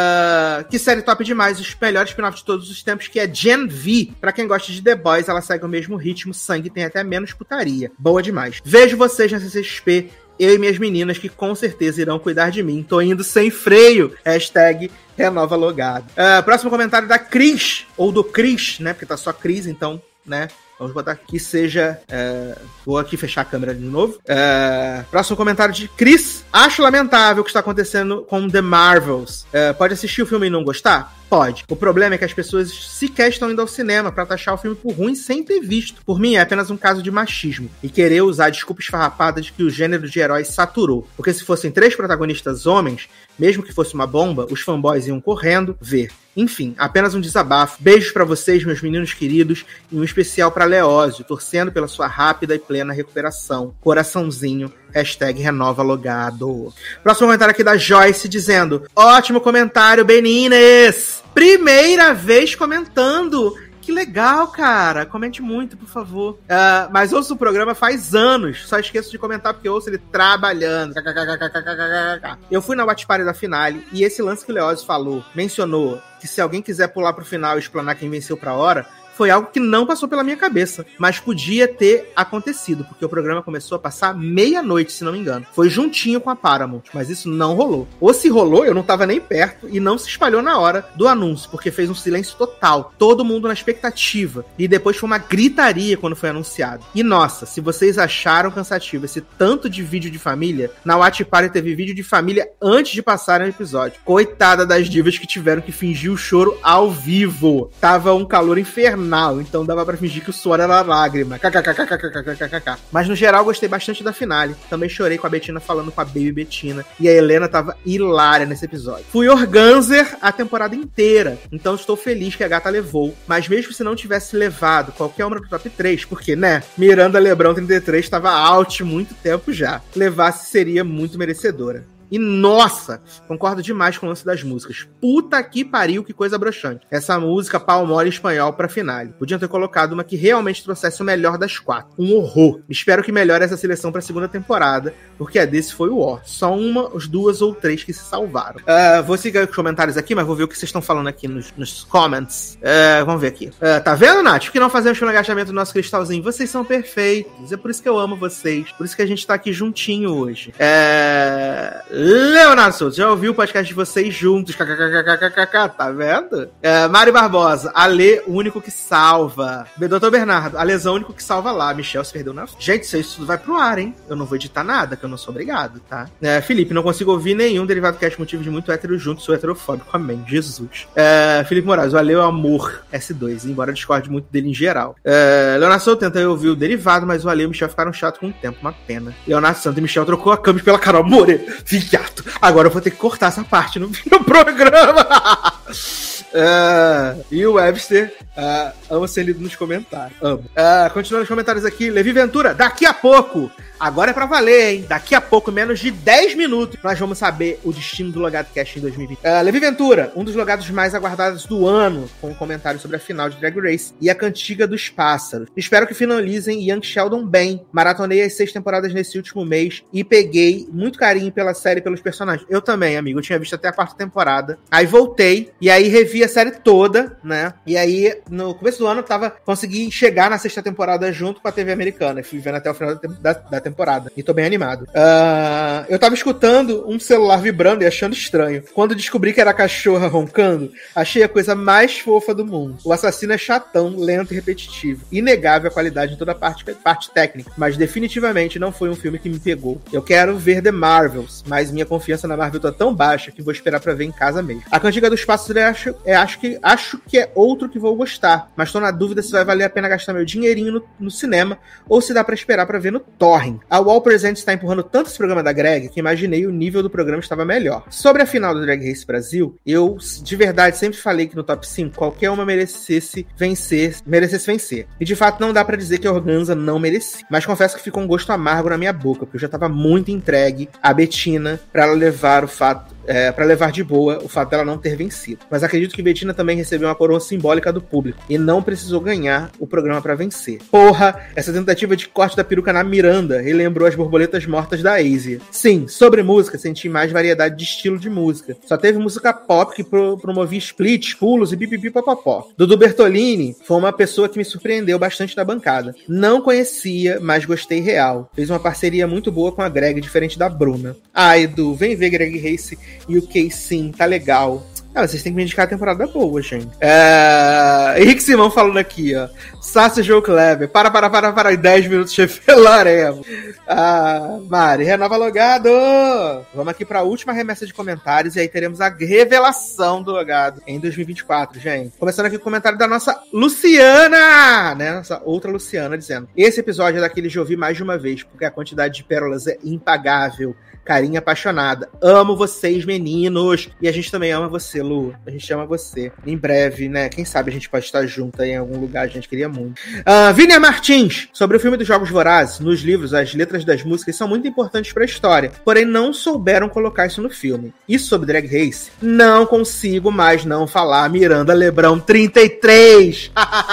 Speaker 2: uh, que série top demais, os melhores spin-offs de todos os tempos, que é Gen V. Pra quem gosta de The Boys, ela segue o mesmo ritmo, sangue, tem até menos putaria. Boa demais. Vejo vocês na C C X P, eu e minhas meninas, que com certeza irão cuidar de mim. Tô indo sem freio. Hashtag renova logado. Uh, próximo comentário da Cris, ou do Cris, né, porque tá só Cris, então, né... Vamos botar que seja... É... Vou aqui fechar a câmera de novo. É... Próximo comentário de Chris. Acho lamentável o que está acontecendo com The Marvels. É... Pode assistir o filme e não gostar? Pode. O problema é que as pessoas sequer estão indo ao cinema pra taxar o filme por ruim sem ter visto. Por mim, é apenas um caso de machismo. E querer usar desculpas farrapadas de que o gênero de heróis saturou. Porque se fossem três protagonistas homens, mesmo que fosse uma bomba, os fanboys iam correndo ver. Enfim, apenas um desabafo. Beijos pra vocês, meus meninos queridos, e um especial pra Leózio, torcendo pela sua rápida e plena recuperação. Coraçãozinho, hashtag renova logado. Próximo comentário aqui da Joyce, dizendo, ótimo comentário, Benines! Primeira vez comentando! Que legal, cara. Comente muito, por favor. Uh, mas ouço o programa faz anos. Só esqueço de comentar porque eu ouço ele trabalhando. Eu fui na Watch Party da finale e esse lance que o Leózio falou, mencionou que se alguém quiser pular pro final e explanar quem venceu pra hora, foi algo que não passou pela minha cabeça, mas podia ter acontecido, porque o programa começou a passar meia-noite, se não me engano. Foi juntinho com a Paramount, mas isso não rolou. Ou se rolou, eu não tava nem perto e não se espalhou na hora do anúncio, porque fez um silêncio total. Todo mundo na expectativa. E depois foi uma gritaria quando foi anunciado. E nossa, se vocês acharam cansativo esse tanto de vídeo de família, na Watch Party teve vídeo de família antes de passarem o episódio. Coitada das divas que tiveram que fingir o choro ao vivo. Tava um calor infernal. Então dava pra fingir que o suor era lágrima. Kkkkkkkkkkkk. Mas no geral gostei bastante da finale. Também chorei com a Bettina falando com a Baby Bettina. E a Helena tava hilária nesse episódio. Fui organzer a temporada inteira. Então estou feliz que a gata levou. Mas mesmo se não tivesse levado qualquer uma do top três, porque, né, Miranda Lebrão trinta e três tava out muito tempo já. Levasse seria muito merecedora. E nossa, concordo demais com o lance das músicas. Puta que pariu, que coisa broxante. Essa música pau mole em espanhol pra finale. Podiam ter colocado uma que realmente trouxesse o melhor das quatro. Um horror. Espero que melhore essa seleção pra segunda temporada, porque a desse foi o ó. Só uma, as duas ou três que se salvaram. Uh, vou seguir os comentários aqui, mas vou ver o que vocês estão falando aqui nos, nos comments. Uh, vamos ver aqui. Uh, tá vendo, Nath? Por que não fazemos um agachamento do nosso cristalzinho? Vocês são perfeitos. É por isso que eu amo vocês. Por isso que a gente tá aqui juntinho hoje. É... Leonardo Souza, já ouviu o podcast de vocês juntos? Kkkkkkkk, tá vendo? É... Mário Barbosa, Ale, o único que salva. doutor Bernardo, a lesão, o único que salva lá. Michel se perdeu na... Gente, isso tudo vai pro ar, hein? Eu não vou editar nada, que eu não sou obrigado, tá? É... Felipe, não consigo ouvir nenhum derivado cast motivo de muito hétero junto, sou heterofóbico. Amém, Jesus. É... Felipe Moraes, o Ale é o amor S dois, embora eu discorde muito dele em geral. É... Leonardo Souza, tenta ouvir o derivado, mas o Ale e o Michel ficaram chatos com o tempo, uma pena. Leonardo Santos e Michel trocou a Camis pela Carol Moreira. Viado. Agora eu vou ter que cortar essa parte no, no programa. Uh, e o Webster uh, ama ser lido nos comentários. Amo. Uh, continuando os comentários aqui. Levi Ventura, daqui a pouco. Agora é pra valer, hein? Daqui a pouco, menos de dez minutos, nós vamos saber o destino do Logado Cast em dois mil e vinte. Uh, Levi Ventura, um dos logados mais aguardados do ano, com um comentário sobre a final de Drag Race e a Cantiga dos Pássaros. Espero que finalizem Young Sheldon bem. Maratonei as seis temporadas nesse último mês e peguei muito carinho pela série e pelos personagens. Eu também, amigo. Eu tinha visto até a quarta temporada. Aí voltei e aí revi a série toda, né? E aí, no começo do ano, eu tava, consegui chegar na sexta temporada junto com a T V americana. E fui vendo até o final da, da, da temporada. E tô bem animado. Uh, eu tava escutando um celular vibrando e achando estranho. Quando descobri que era a cachorra roncando, achei a coisa mais fofa do mundo. O assassino é chatão, lento e repetitivo. Inegável a qualidade em toda a parte, parte técnica, mas definitivamente não foi um filme que me pegou. Eu quero ver The Marvels, mas minha confiança na Marvel tá tão baixa que vou esperar pra ver em casa mesmo. A Cantiga dos Pássaros eu acho, eu acho, que, acho que é outro que vou gostar, mas tô na dúvida se vai valer a pena gastar meu dinheirinho no, no cinema ou se dá pra esperar pra ver no torrent. A Wall Presents está empurrando tanto esse programa da Greg que imaginei o nível do programa estava melhor. Sobre a final do Drag Race Brasil, eu de verdade sempre falei que no top cinco qualquer uma merecesse vencer, merecesse vencer. E de fato não dá pra dizer que a Organza não merecia. Mas confesso que ficou um gosto amargo na minha boca, porque eu já tava muito entregue a Bettina pra ela levar o fato É, pra levar de boa o fato dela não ter vencido. Mas acredito que Bettina também recebeu uma coroa simbólica do público e não precisou ganhar o programa pra vencer. Porra, essa tentativa de corte da peruca na Miranda relembrou as borboletas mortas da Asia. Sim, sobre música, senti mais variedade de estilo de música. Só teve música pop que pro, promovia splits, pulos e pipipipopopó. Dudu Bertolini foi uma pessoa que me surpreendeu bastante na bancada. Não conhecia, mas gostei real. Fez uma parceria muito boa com a Greg, diferente da Bruna. Ah, Edu, vem ver Greg Race e o K sim, tá legal. Ah, vocês têm que me indicar a temporada boa, gente. É... Henrique Simão falando aqui, ó. Sassi Joe Kleber. Para, para, para, para. dez minutos, chefelaremos. Ah, Mari, renova logado. Vamos aqui pra última remessa de comentários e aí teremos a revelação do logado em dois mil e vinte e quatro, gente. Começando aqui com o comentário da nossa Luciana, né? Nossa outra Luciana, dizendo: esse episódio é daqueles de ouvir mais de uma vez, porque a quantidade de pérolas é impagável. Carinha apaixonada. Amo vocês, meninos. E a gente também ama você, Lu. A gente ama você. Em breve, né? Quem sabe a gente pode estar junto aí em algum lugar. A gente queria muito. Uh, Vínia Martins. Sobre o filme dos Jogos Vorazes, nos livros, as letras das músicas são muito importantes para a história. Porém, não souberam colocar isso no filme. E sobre Drag Race, não consigo mais não falar Miranda Lebrão trinta e três.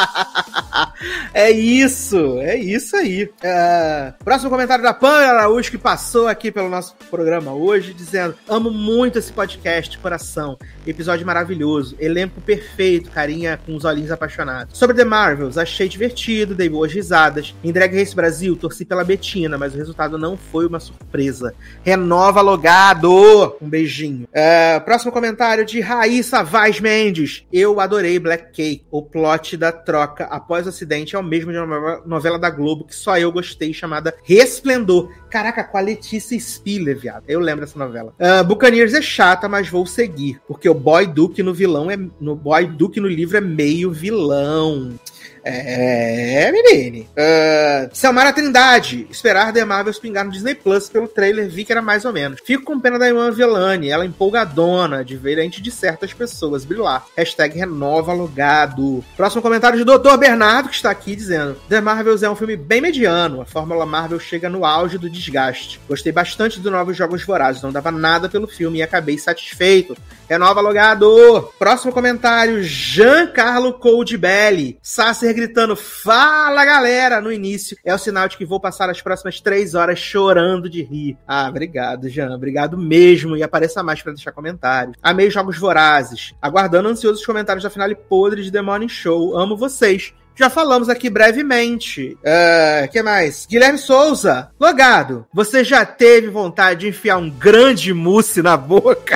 Speaker 2: É isso. É isso aí. Uh, próximo comentário da Pan Araújo, que passou aqui pelo nosso programa hoje, dizendo: amo muito esse podcast, coração, episódio maravilhoso, elenco perfeito, carinha com os olhinhos apaixonados. Sobre The Marvels, achei divertido, dei boas risadas. Em Drag Race Brasil, torci pela Bettina, mas o resultado não foi uma surpresa. Renova logado! Um beijinho. É, próximo comentário de Raíssa Vaz Mendes. Eu adorei Black Cake. O plot da troca após o acidente é o mesmo de uma novela da Globo que só eu gostei, chamada Resplendor. Caraca, com a Letícia Spiller, viado. Eu lembro dessa novela. Uh, Buccaneers é chata, mas vou seguir. Porque o Boy Duke no vilão é. No Boy Duke no livro é meio vilão. É, menine. Uh, Selmara Trindade. Esperar The Marvels pingar no Disney Plus. Pelo trailer vi que era mais ou menos. Fico com pena da irmã Velani. Ela empolgadona, diferente de certas pessoas brilhar. Hashtag renova logado. Próximo comentário de doutor Bernardo, que está aqui dizendo: The Marvels é um filme bem mediano. A fórmula Marvel chega no auge do desgaste. Gostei bastante dos Novos Jogos Vorazes. Não dava nada pelo filme e acabei satisfeito. Renova logado. Próximo comentário, Giancarlo Coldbelly. Sasser gritando: fala, galera, no início. É o sinal de que vou passar as próximas três horas chorando de rir. Ah, obrigado, Jean. Obrigado mesmo. E apareça mais pra deixar comentários. Amei Jogos Vorazes. Aguardando ansiosos os comentários da finale podre de The Morning Show. Amo vocês. Já falamos aqui brevemente. O uh, que mais? Guilherme Souza. Logado, você já teve vontade de enfiar um grande mousse na boca?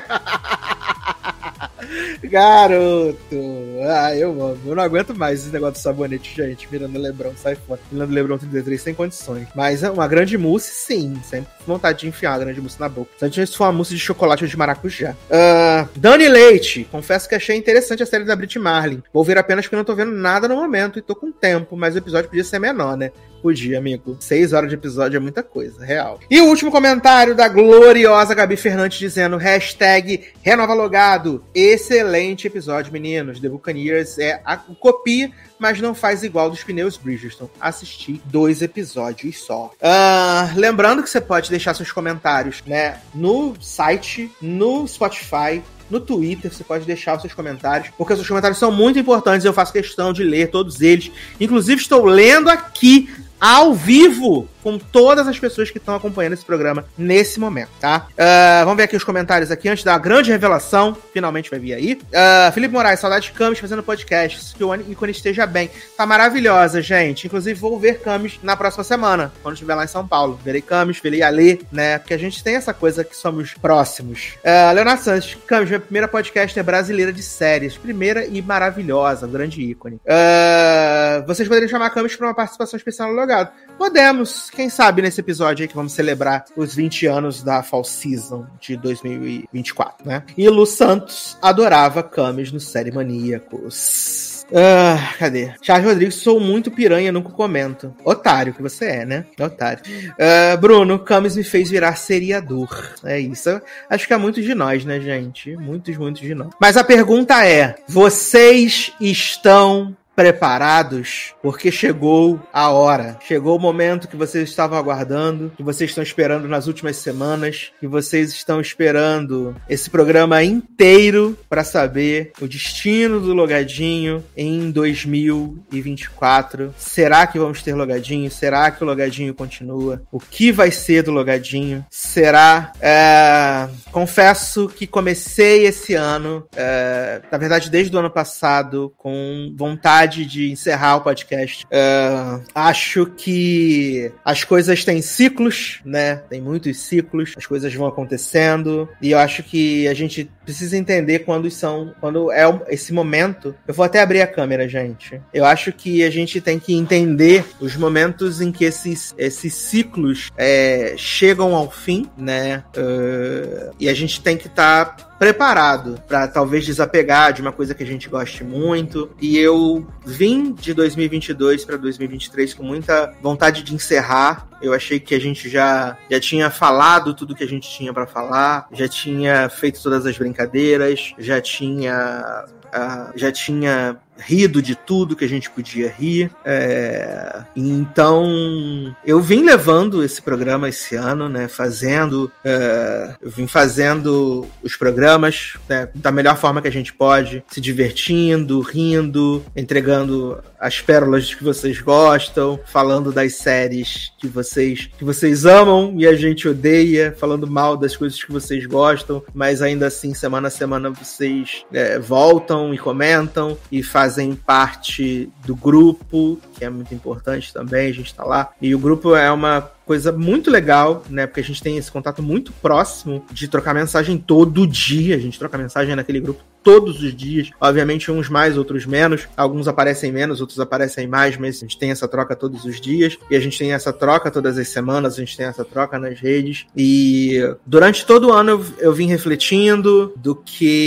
Speaker 2: Garoto. Ah, eu amo. Eu não aguento mais esse negócio de sabonete, gente. Miranda Lebrão, sai fora. Miranda Lebrão trinta e três sem condições. Mas uma grande mousse, sim. Sempre vontade de enfiar uma grande mousse na boca. Se se for uma mousse de chocolate ou de maracujá. Uh, Dani Leite. Confesso que achei interessante a série da Brit Marlin. Vou ver apenas porque eu não tô vendo nada no momento e tô com tempo. Mas o episódio podia ser menor, né? Podia, amigo. Seis horas de episódio é muita coisa, real. E o último comentário da gloriosa Gabi Fernandes dizendo: hashtag renova logado. Excelente episódio, meninos. The Buccaneers é a copia, mas não faz igual dos Pneus Bridgestone. Assisti dois episódios só. Uh, lembrando que você pode deixar seus comentários, né, no site, no Spotify, no Twitter. Você pode deixar os seus comentários, porque os seus comentários são muito importantes e eu faço questão de ler todos eles. Inclusive, estou lendo aqui ao vivo com todas as pessoas que estão acompanhando esse programa nesse momento, tá? Uh, vamos ver aqui os comentários aqui antes da grande revelação. Finalmente vai vir aí. Uh, Felipe Moraes, saudade de Camis fazendo podcast. Que o ícone esteja bem. Tá maravilhosa, gente. Inclusive, vou ver Camis na próxima semana, quando estiver lá em São Paulo. Verei Camis, verei Alê, né? Porque a gente tem essa coisa que somos próximos. Uh, Leonardo Santos, Camis, minha primeira podcaster brasileira de séries. Primeira e maravilhosa, um grande ícone. Uh, vocês poderiam chamar Camis para uma participação especial no Logado? Podemos. Quem sabe nesse episódio aí que vamos celebrar os vinte anos da Fall Season de dois mil e vinte e quatro, né? E Lu Santos adorava Camis no Série Maníacos. Ah, cadê? Charles Rodrigues, sou muito piranha, nunca comento. Otário que você é, né? Otário. Uh, Bruno, Camis me fez virar seriador. É isso. Acho que é muitos de nós, né, gente? Muitos, muitos de nós. Mas a pergunta é: vocês estão preparados? Porque chegou a hora. Chegou o momento que vocês estavam aguardando, que vocês estão esperando nas últimas semanas, que vocês estão esperando esse programa inteiro para saber o destino do Logadinho em dois mil e vinte e quatro. Será que vamos ter Logadinho? Será que o Logadinho continua? O que vai ser do Logadinho? Será? É... Confesso que comecei esse ano, é... na verdade desde o ano passado, com vontade de encerrar o podcast. Uh, acho que as coisas têm ciclos, né? Tem muitos ciclos, as coisas vão acontecendo, e eu acho que a gente precisa entender quando são, quando é esse momento. Eu vou até abrir a câmera, gente. Eu acho que a gente tem que entender os momentos em que esses, esses ciclos é, chegam ao fim, né? Uh, e a gente tem que estar tá preparado para talvez desapegar de uma coisa que a gente goste muito. E eu vim de dois mil e vinte e dois para dois mil e vinte e três com muita vontade de encerrar. Eu achei que a gente já, já tinha falado tudo que a gente tinha para falar, já tinha feito todas as brincadeiras, já tinha, uh, já tinha rido de tudo que a gente podia rir. É... Então, eu vim levando esse programa esse ano, né? Fazendo... É... Eu vim fazendo os programas, né, da melhor forma que a gente pode, se divertindo, rindo, entregando as pérolas que vocês gostam, falando das séries que vocês, que vocês amam e a gente odeia, falando mal das coisas que vocês gostam, mas ainda assim, semana a semana, vocês é, voltam e comentam e fazem fazem parte do grupo, que é muito importante também, a gente tá lá. E o grupo é uma coisa muito legal, né? Porque a gente tem esse contato muito próximo de trocar mensagem todo dia. A gente troca mensagem naquele grupo todos os dias. Obviamente, uns mais, outros menos. Alguns aparecem menos, outros aparecem mais, mas a gente tem essa troca todos os dias. E a gente tem essa troca todas as semanas, a gente tem essa troca nas redes. E durante todo o ano eu, eu vim refletindo do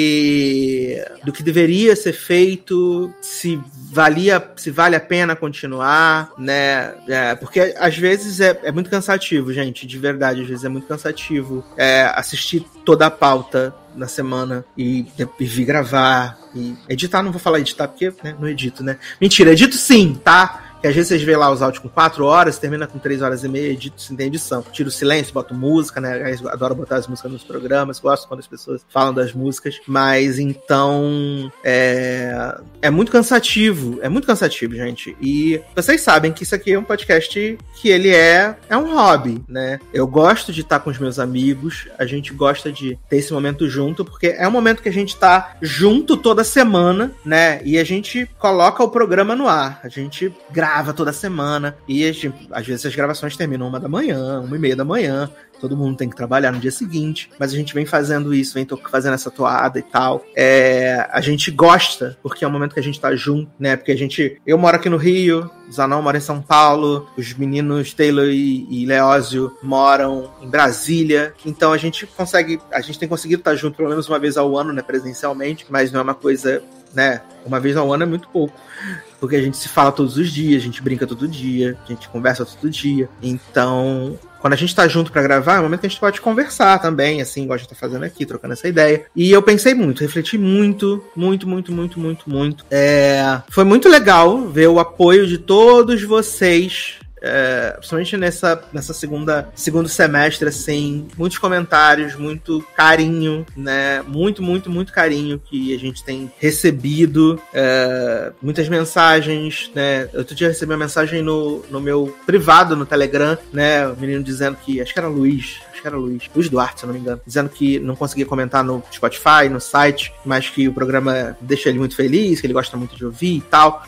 Speaker 2: que, do que deveria ser feito, se valia, se vale a pena continuar, né? É, porque às vezes é, é muito cansativo, gente, de verdade. Às vezes é muito cansativo é, assistir toda a pauta na semana e, e vir gravar e editar. Não vou falar editar porque, né, não edito, né? Mentira, edito sim, tá? Que às vezes vocês veem lá os áudios com quatro horas, termina com três horas e meia, edito sem ter edição. Tiro o silêncio, boto música, né? Eu adoro botar as músicas nos programas, gosto quando as pessoas falam das músicas. Mas então é, é muito cansativo, é muito cansativo, gente. E vocês sabem que isso aqui é um podcast que ele é, é um hobby, né? Eu gosto de estar com os meus amigos, a gente gosta de ter esse momento junto, porque é um momento que a gente tá junto toda semana, né? E a gente coloca o programa no ar, a gente grava grava toda semana, e a gente, às vezes as gravações terminam uma da manhã, uma e meia da manhã, todo mundo tem que trabalhar no dia seguinte, mas a gente vem fazendo isso, vem fazendo essa toada e tal. É, a gente gosta, porque é o momento que a gente tá junto, né? Porque a gente... Eu moro aqui no Rio, Zanon mora em São Paulo, os meninos Taylor e, e Leózio moram em Brasília, então a gente consegue... A gente tem conseguido estar junto pelo menos uma vez ao ano, né? Presencialmente, mas não é uma coisa... né? Uma vez ao ano é muito pouco. Porque a gente se fala todos os dias, a gente brinca todo dia, a gente conversa todo dia. Então, quando a gente tá junto pra gravar, é um momento que a gente pode conversar também, assim, igual a gente tá fazendo aqui, trocando essa ideia. E eu pensei muito, refleti muito, muito, muito, muito, muito, muito. É... Foi muito legal ver o apoio de todos vocês, é, principalmente nessa, nessa segunda segundo semestre, assim, muitos comentários, muito carinho, né, muito, muito, muito carinho que a gente tem recebido, é, muitas mensagens, né, outro dia eu recebi uma mensagem no, no meu privado, no Telegram, né, o menino dizendo que, acho que era Luiz, acho que era Luiz, Luiz Duarte, se eu não me engano, dizendo que não conseguia comentar no Spotify, no site, mas que o programa deixa ele muito feliz, que ele gosta muito de ouvir e tal,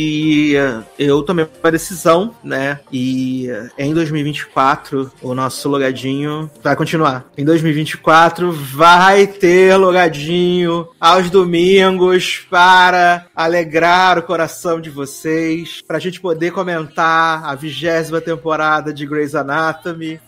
Speaker 2: e eu tomei uma decisão, né, e em dois mil e vinte e quatro o nosso logadinho vai continuar. Em dois mil e vinte e quatro vai ter logadinho aos domingos para alegrar o coração de vocês, pra gente poder comentar a vigésima temporada de Grey's Anatomy.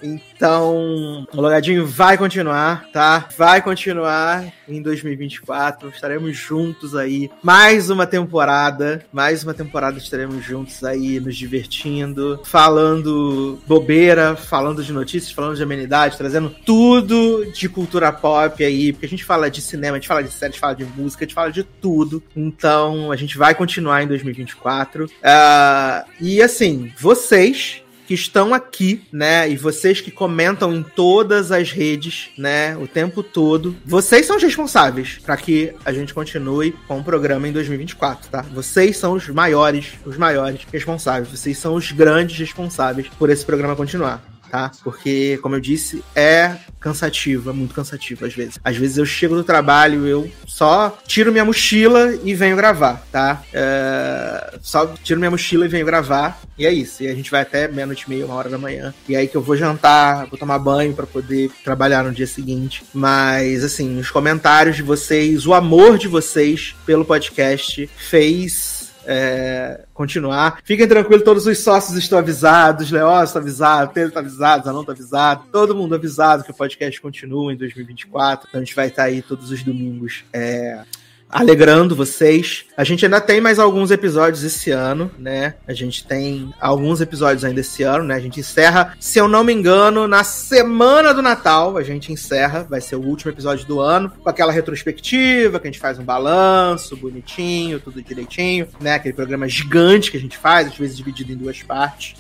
Speaker 2: Então, o logadinho vai continuar, tá? Vai continuar em dois mil e vinte e quatro. Estaremos juntos aí. Mais uma temporada. Mais uma temporada estaremos juntos aí, nos divertindo, falando bobeira, falando de notícias, falando de amenidade, trazendo tudo de cultura pop aí, porque a gente fala de cinema, a gente fala de séries, a gente fala de música, a gente fala de tudo. Então, a gente vai continuar em dois mil e vinte e quatro. Uh, e assim, vocês que estão aqui, né, e vocês que comentam em todas as redes, né, o tempo todo, vocês são os responsáveis para que a gente continue com o programa em dois mil e vinte e quatro, tá? Vocês são os maiores, os maiores responsáveis, vocês são os grandes responsáveis por esse programa continuar, tá? Porque, como eu disse, é cansativo, é muito cansativo às vezes. Às vezes eu chego do trabalho, eu só tiro minha mochila e venho gravar, tá? É... Só tiro minha mochila e venho gravar, e é isso. E a gente vai até meia-noite e meia, uma hora da manhã. E aí que eu vou jantar, vou tomar banho pra poder trabalhar no dia seguinte. Mas, assim, os comentários de vocês, o amor de vocês pelo podcast fez... É, continuar. Fiquem tranquilos, todos os sócios estão avisados, Leó está avisado, Pedro está avisado, Zanon está avisado, todo mundo avisado que o podcast continua em dois mil e vinte e quatro, então a gente vai estar aí todos os domingos é, alegrando vocês. A gente ainda tem mais alguns episódios esse ano, né? A gente tem alguns episódios ainda esse ano, né? A gente encerra, se eu não me engano, na semana do Natal, a gente encerra, vai ser o último episódio do ano, com aquela retrospectiva, que a gente faz um balanço bonitinho, tudo direitinho, né? Aquele programa gigante que a gente faz, às vezes dividido em duas partes,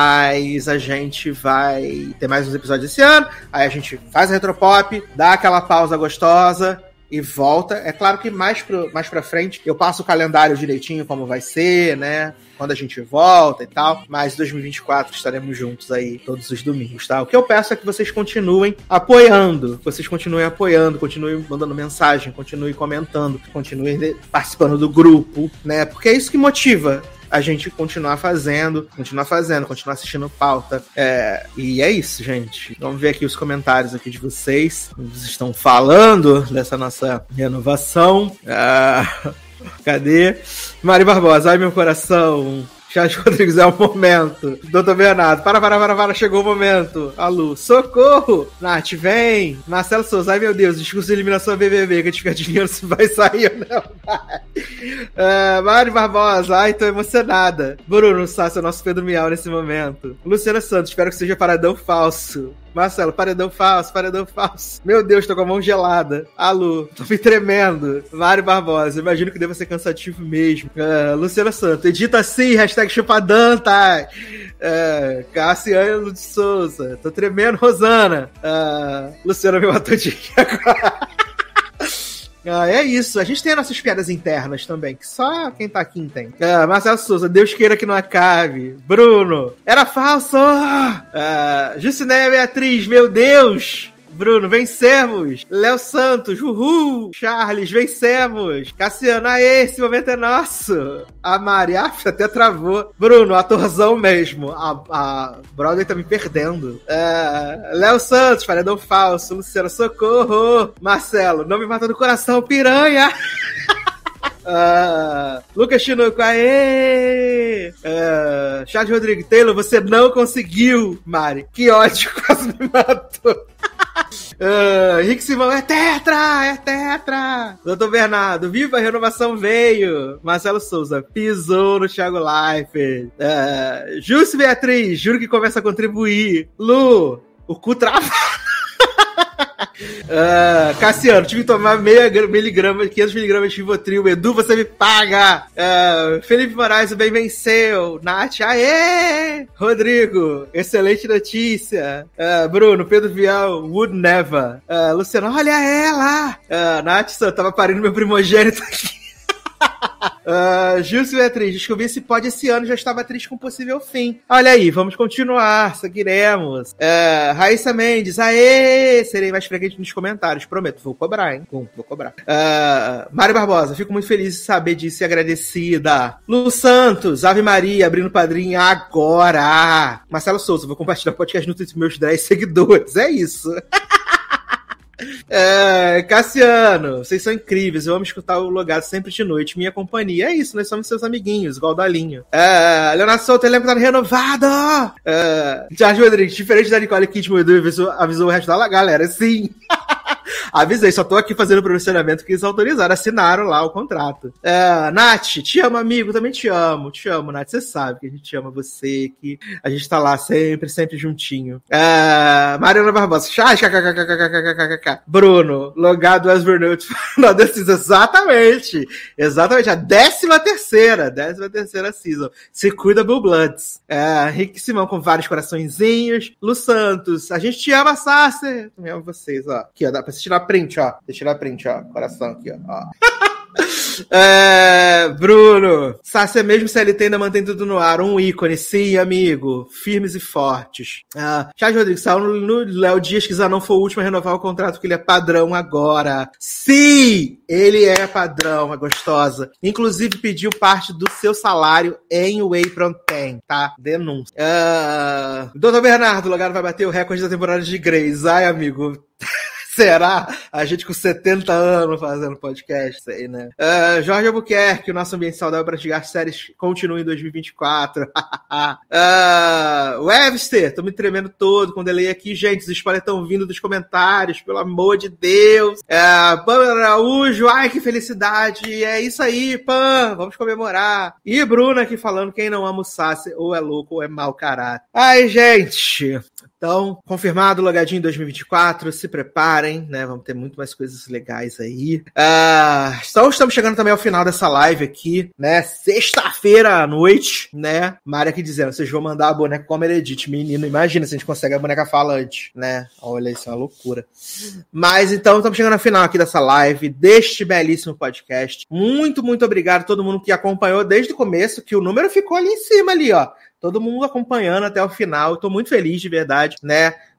Speaker 2: mas a gente vai ter mais uns episódios esse ano, aí a gente faz a Retropop, dá aquela pausa gostosa, e volta. É claro que mais, pro, mais pra frente eu passo o calendário direitinho como vai ser, né? Quando a gente volta e tal. Mas em dois mil e vinte e quatro estaremos juntos aí todos os domingos, tá? O que eu peço é que vocês continuem apoiando. Vocês continuem apoiando, continuem mandando mensagem, continuem comentando, continuem participando do grupo, né? Porque é isso que motiva a gente continuar fazendo, continuar fazendo, continuar assistindo pauta. É, e é isso, gente. Vamos ver aqui os comentários aqui de vocês. Eles estão falando dessa nossa renovação. Ah, cadê? Mari Barbosa, ai meu coração. Charles Rodrigues, é o momento. Doutor Bernardo, para, para, para, para, chegou o momento. Alu, socorro! Nath, vem! Marcelo Souza, ai meu Deus, discurso de eliminação B B B, que a gente fica adivinhando se vai sair ou não vai. Uh, Mari Barbosa, ai, tô emocionada. Bruno Sassi, é o nosso Pedro Miau nesse momento. Luciana Santos, espero que seja paradão falso. Marcelo, paredão falso, paredão falso. Meu Deus, tô com a mão gelada. Alu, tô me tremendo. Mário Barbosa, imagino que deva ser cansativo mesmo. Uh, Luciana Santos, edita assim, hashtag chupadão, tá? Uh, Cassiano de Souza, tô tremendo, Rosana. Uh, Luciana me matou de aqui agora. Ah, é isso. A gente tem as nossas piadas internas também, que só quem tá aqui entende. Ah, Marcelo Souza, Deus queira que não acabe. Bruno, era falso! Ah, Jucinéia Beatriz, meu Deus! Bruno, vencemos! Léo Santos, uhul! Charles, vencemos! Cassiano, aê, esse momento é nosso! A Mari, ah, até travou. Bruno, atorzão mesmo. A, a Brother tá me perdendo. É, Léo Santos, paredão falso. Luciano, socorro! Marcelo, não me mata do coração, piranha! Uh, Lucas Chinoco, aê! Uh, Charles Rodrigues, Taylor, você não conseguiu, Mari. Que ódio, quase me matou. Uh, Henrique Simão, é tetra, é tetra. Doutor Bernardo, viva a renovação veio. Marcelo Souza, pisou no Thiago Leifert. Uh, Júcio Beatriz, juro que começa a contribuir. Lu, o cu trava. Uh, Cassiano, tive que tomar meia miligrama, quinhentos miligramas de Rivotril. Edu, você me paga. uh, Felipe Moraes, o bem venceu. Nath, aê! Rodrigo, excelente notícia. uh, Bruno, Pedro Vial, would never. uh, Luciano, olha ela. uh, Nath, eu tava parindo meu primogênito aqui. Uh, Gilson Beatriz, descobri esse pod esse ano, já estava triste com possível fim. Olha aí, vamos continuar, seguiremos. Uh, Raíssa Mendes, aê! Serei mais frequente nos comentários, prometo, vou cobrar, hein? Vou, vou cobrar. Uh, Mário Barbosa, fico muito feliz de saber disso e agradecida. Lu Santos, Ave Maria, abrindo padrinho agora. Marcelo Souza, vou compartilhar o podcast no Twitter com meus dez seguidores, é isso. É, Cassiano, vocês são incríveis. Eu amo escutar o Logado sempre de noite. Minha companhia, é isso, nós somos seus amiguinhos, igual o Dalinho. É, Leonardo Souto, elenco tá renovado. É, Jorge Rodrigues, diferente da Nicole Kidman, Edu avisou, avisou o resto da galera, sim. Avisei, só tô aqui fazendo o pronunciamento que eles autorizaram, assinaram lá o contrato. É, Nath, te amo, amigo, também te amo, te amo, Nath, você sabe que a gente ama você, que a gente tá lá sempre, sempre juntinho. É, Mariana Barbosa, Bruno, Logado as Burnout, na decisão, exatamente, exatamente, a décima terceira, décima terceira season, se cuida, Blue Bloods. É, Rick Simão com vários coraçõezinhos, Lu Santos, a gente te ama, Sasser, também amo vocês, ó, aqui, ó, dá pra você tirar print, ó. Deixa eu tirar print, ó. Coração aqui, ó. É, Bruno, Sassi é mesmo C L T, ainda mantém tudo no ar. Um ícone, sim, amigo. Firmes e fortes. Ah, Charles Rodrigues, saiu no Léo Dias que Zanon foi o último a renovar o contrato, porque ele é padrão agora. Sim, ele é padrão, é gostosa. Inclusive pediu parte do seu salário em Whey Protein, tá? Denúncia. Ah, doutor Bernardo, o Logado vai bater o recorde da temporada de Grey's. Ai, amigo. Será? A gente com setenta anos fazendo podcast, sei, né? Uh, Jorge Albuquerque, o nosso ambiente saudável para praticar séries continua em dois mil e vinte e quatro. uh, Webster, tô me tremendo todo quando eu leio aqui. Gente, os spoilers estão vindo dos comentários, pelo amor de Deus. Uh, Pamela Araújo, ai que felicidade. É isso aí, Pam, vamos comemorar. E Bruna aqui falando, quem não ama o Sassi ou é louco ou é mau caráter. Ai, gente... Então, confirmado o Logadinho dois mil e vinte e quatro, se preparem, né? Vamos ter muito mais coisas legais aí. Uh, então, estamos chegando também ao final dessa live aqui, né? Sexta-feira à noite, né? Mária aqui dizendo, vocês vão mandar a boneca como Meredith. Menino, imagina se a gente consegue a boneca falante, né? Olha, isso é uma loucura. Mas, então, estamos chegando ao final aqui dessa live, deste belíssimo podcast. Muito, muito obrigado a todo mundo que acompanhou desde o começo, que o número ficou ali em cima, ali, ó. Todo mundo acompanhando até o final. Eu tô muito feliz, de verdade, né?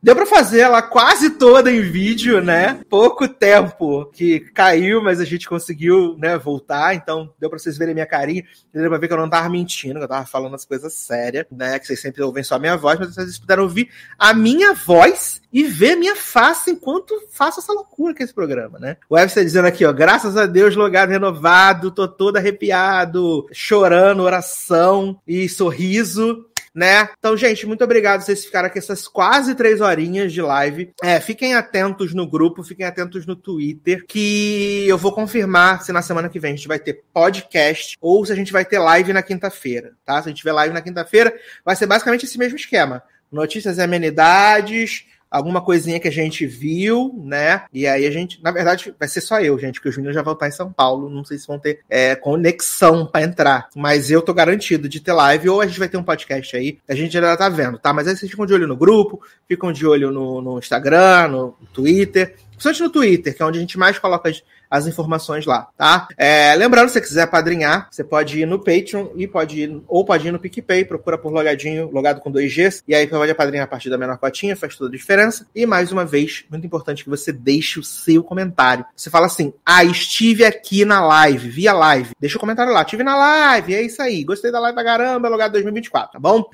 Speaker 2: Deu pra fazer ela quase toda em vídeo, né? Pouco tempo que caiu, mas a gente conseguiu, né, voltar. Então, deu pra vocês verem minha carinha. Deu pra ver que eu não tava mentindo, que eu tava falando as coisas sérias, né? Que vocês sempre ouvem só a minha voz, mas vocês puderam ouvir a minha voz e ver minha face enquanto faço essa loucura que é esse programa, né? O Webster dizendo aqui, ó, graças a Deus, logado renovado, tô todo arrepiado, chorando, oração e sorriso, né? Então, gente, muito obrigado vocês ficaram aqui essas quase três horinhas de live. É, fiquem atentos no grupo, fiquem atentos no Twitter, que eu vou confirmar se na semana que vem a gente vai ter podcast ou se a gente vai ter live na quinta-feira, tá? Se a gente tiver live na quinta-feira, vai ser basicamente esse mesmo esquema. Notícias e amenidades, alguma coisinha que a gente viu, né? E aí a gente, na verdade, vai ser só eu, gente, porque os meninos já vão estar em São Paulo, não sei se vão ter é, conexão pra entrar, mas eu tô garantido de ter live, ou a gente vai ter um podcast aí, a gente ainda tá vendo, tá? Mas aí vocês ficam de olho no grupo, ficam de olho no, no Instagram, no Twitter, principalmente no Twitter, que é onde a gente mais coloca as, as informações lá, tá? É, lembrando, se você quiser padrinhar, você pode ir no Patreon e pode ir, ou pode ir no PicPay, procura por Logadinho, logado com dois Gs, e aí você pode apadrinhar a partir da menor cotinha, faz toda a diferença. E mais uma vez, muito importante que você deixe o seu comentário. Você fala assim, ah, estive aqui na live, via live. Deixa o comentário lá, estive na live, é isso aí. Gostei da live pra caramba, Logado dois mil e vinte e quatro, tá bom?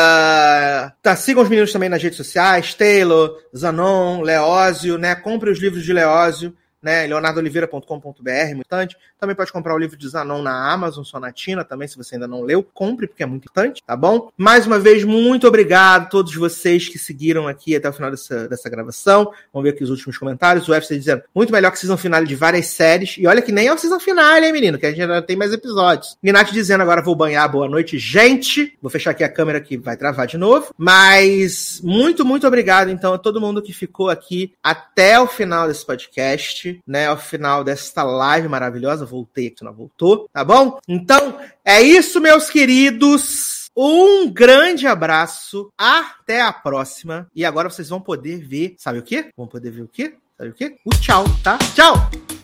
Speaker 2: Uh, tá, sigam os meninos também nas redes sociais, Taylor, Zanon, Leózio, né? Compre os livros de Leózio, né? leonardo oliveira ponto com ponto b r, muito importante. Também pode comprar o livro de Zanon na Amazon, Sonatina, também, se você ainda não leu. Compre, porque é muito importante, tá bom? Mais uma vez, muito obrigado a todos vocês que seguiram aqui até o final dessa, dessa gravação. Vamos ver aqui os últimos comentários. O Webster dizendo, muito melhor que season finale de várias séries. E olha que nem é o season finale, hein, menino? Que a gente ainda tem mais episódios. Minati dizendo, agora vou banhar, boa noite, gente. Vou fechar aqui a câmera que vai travar de novo. Mas muito, muito obrigado, então, a todo mundo que ficou aqui até o final desse podcast, né? Ao final desta live maravilhosa. Voltei aqui, não voltou, tá bom? Então, é isso, meus queridos. Um grande abraço. Até a próxima. E agora vocês vão poder ver, sabe o quê? Vão poder ver o quê? Sabe o quê? O tchau, tá? Tchau!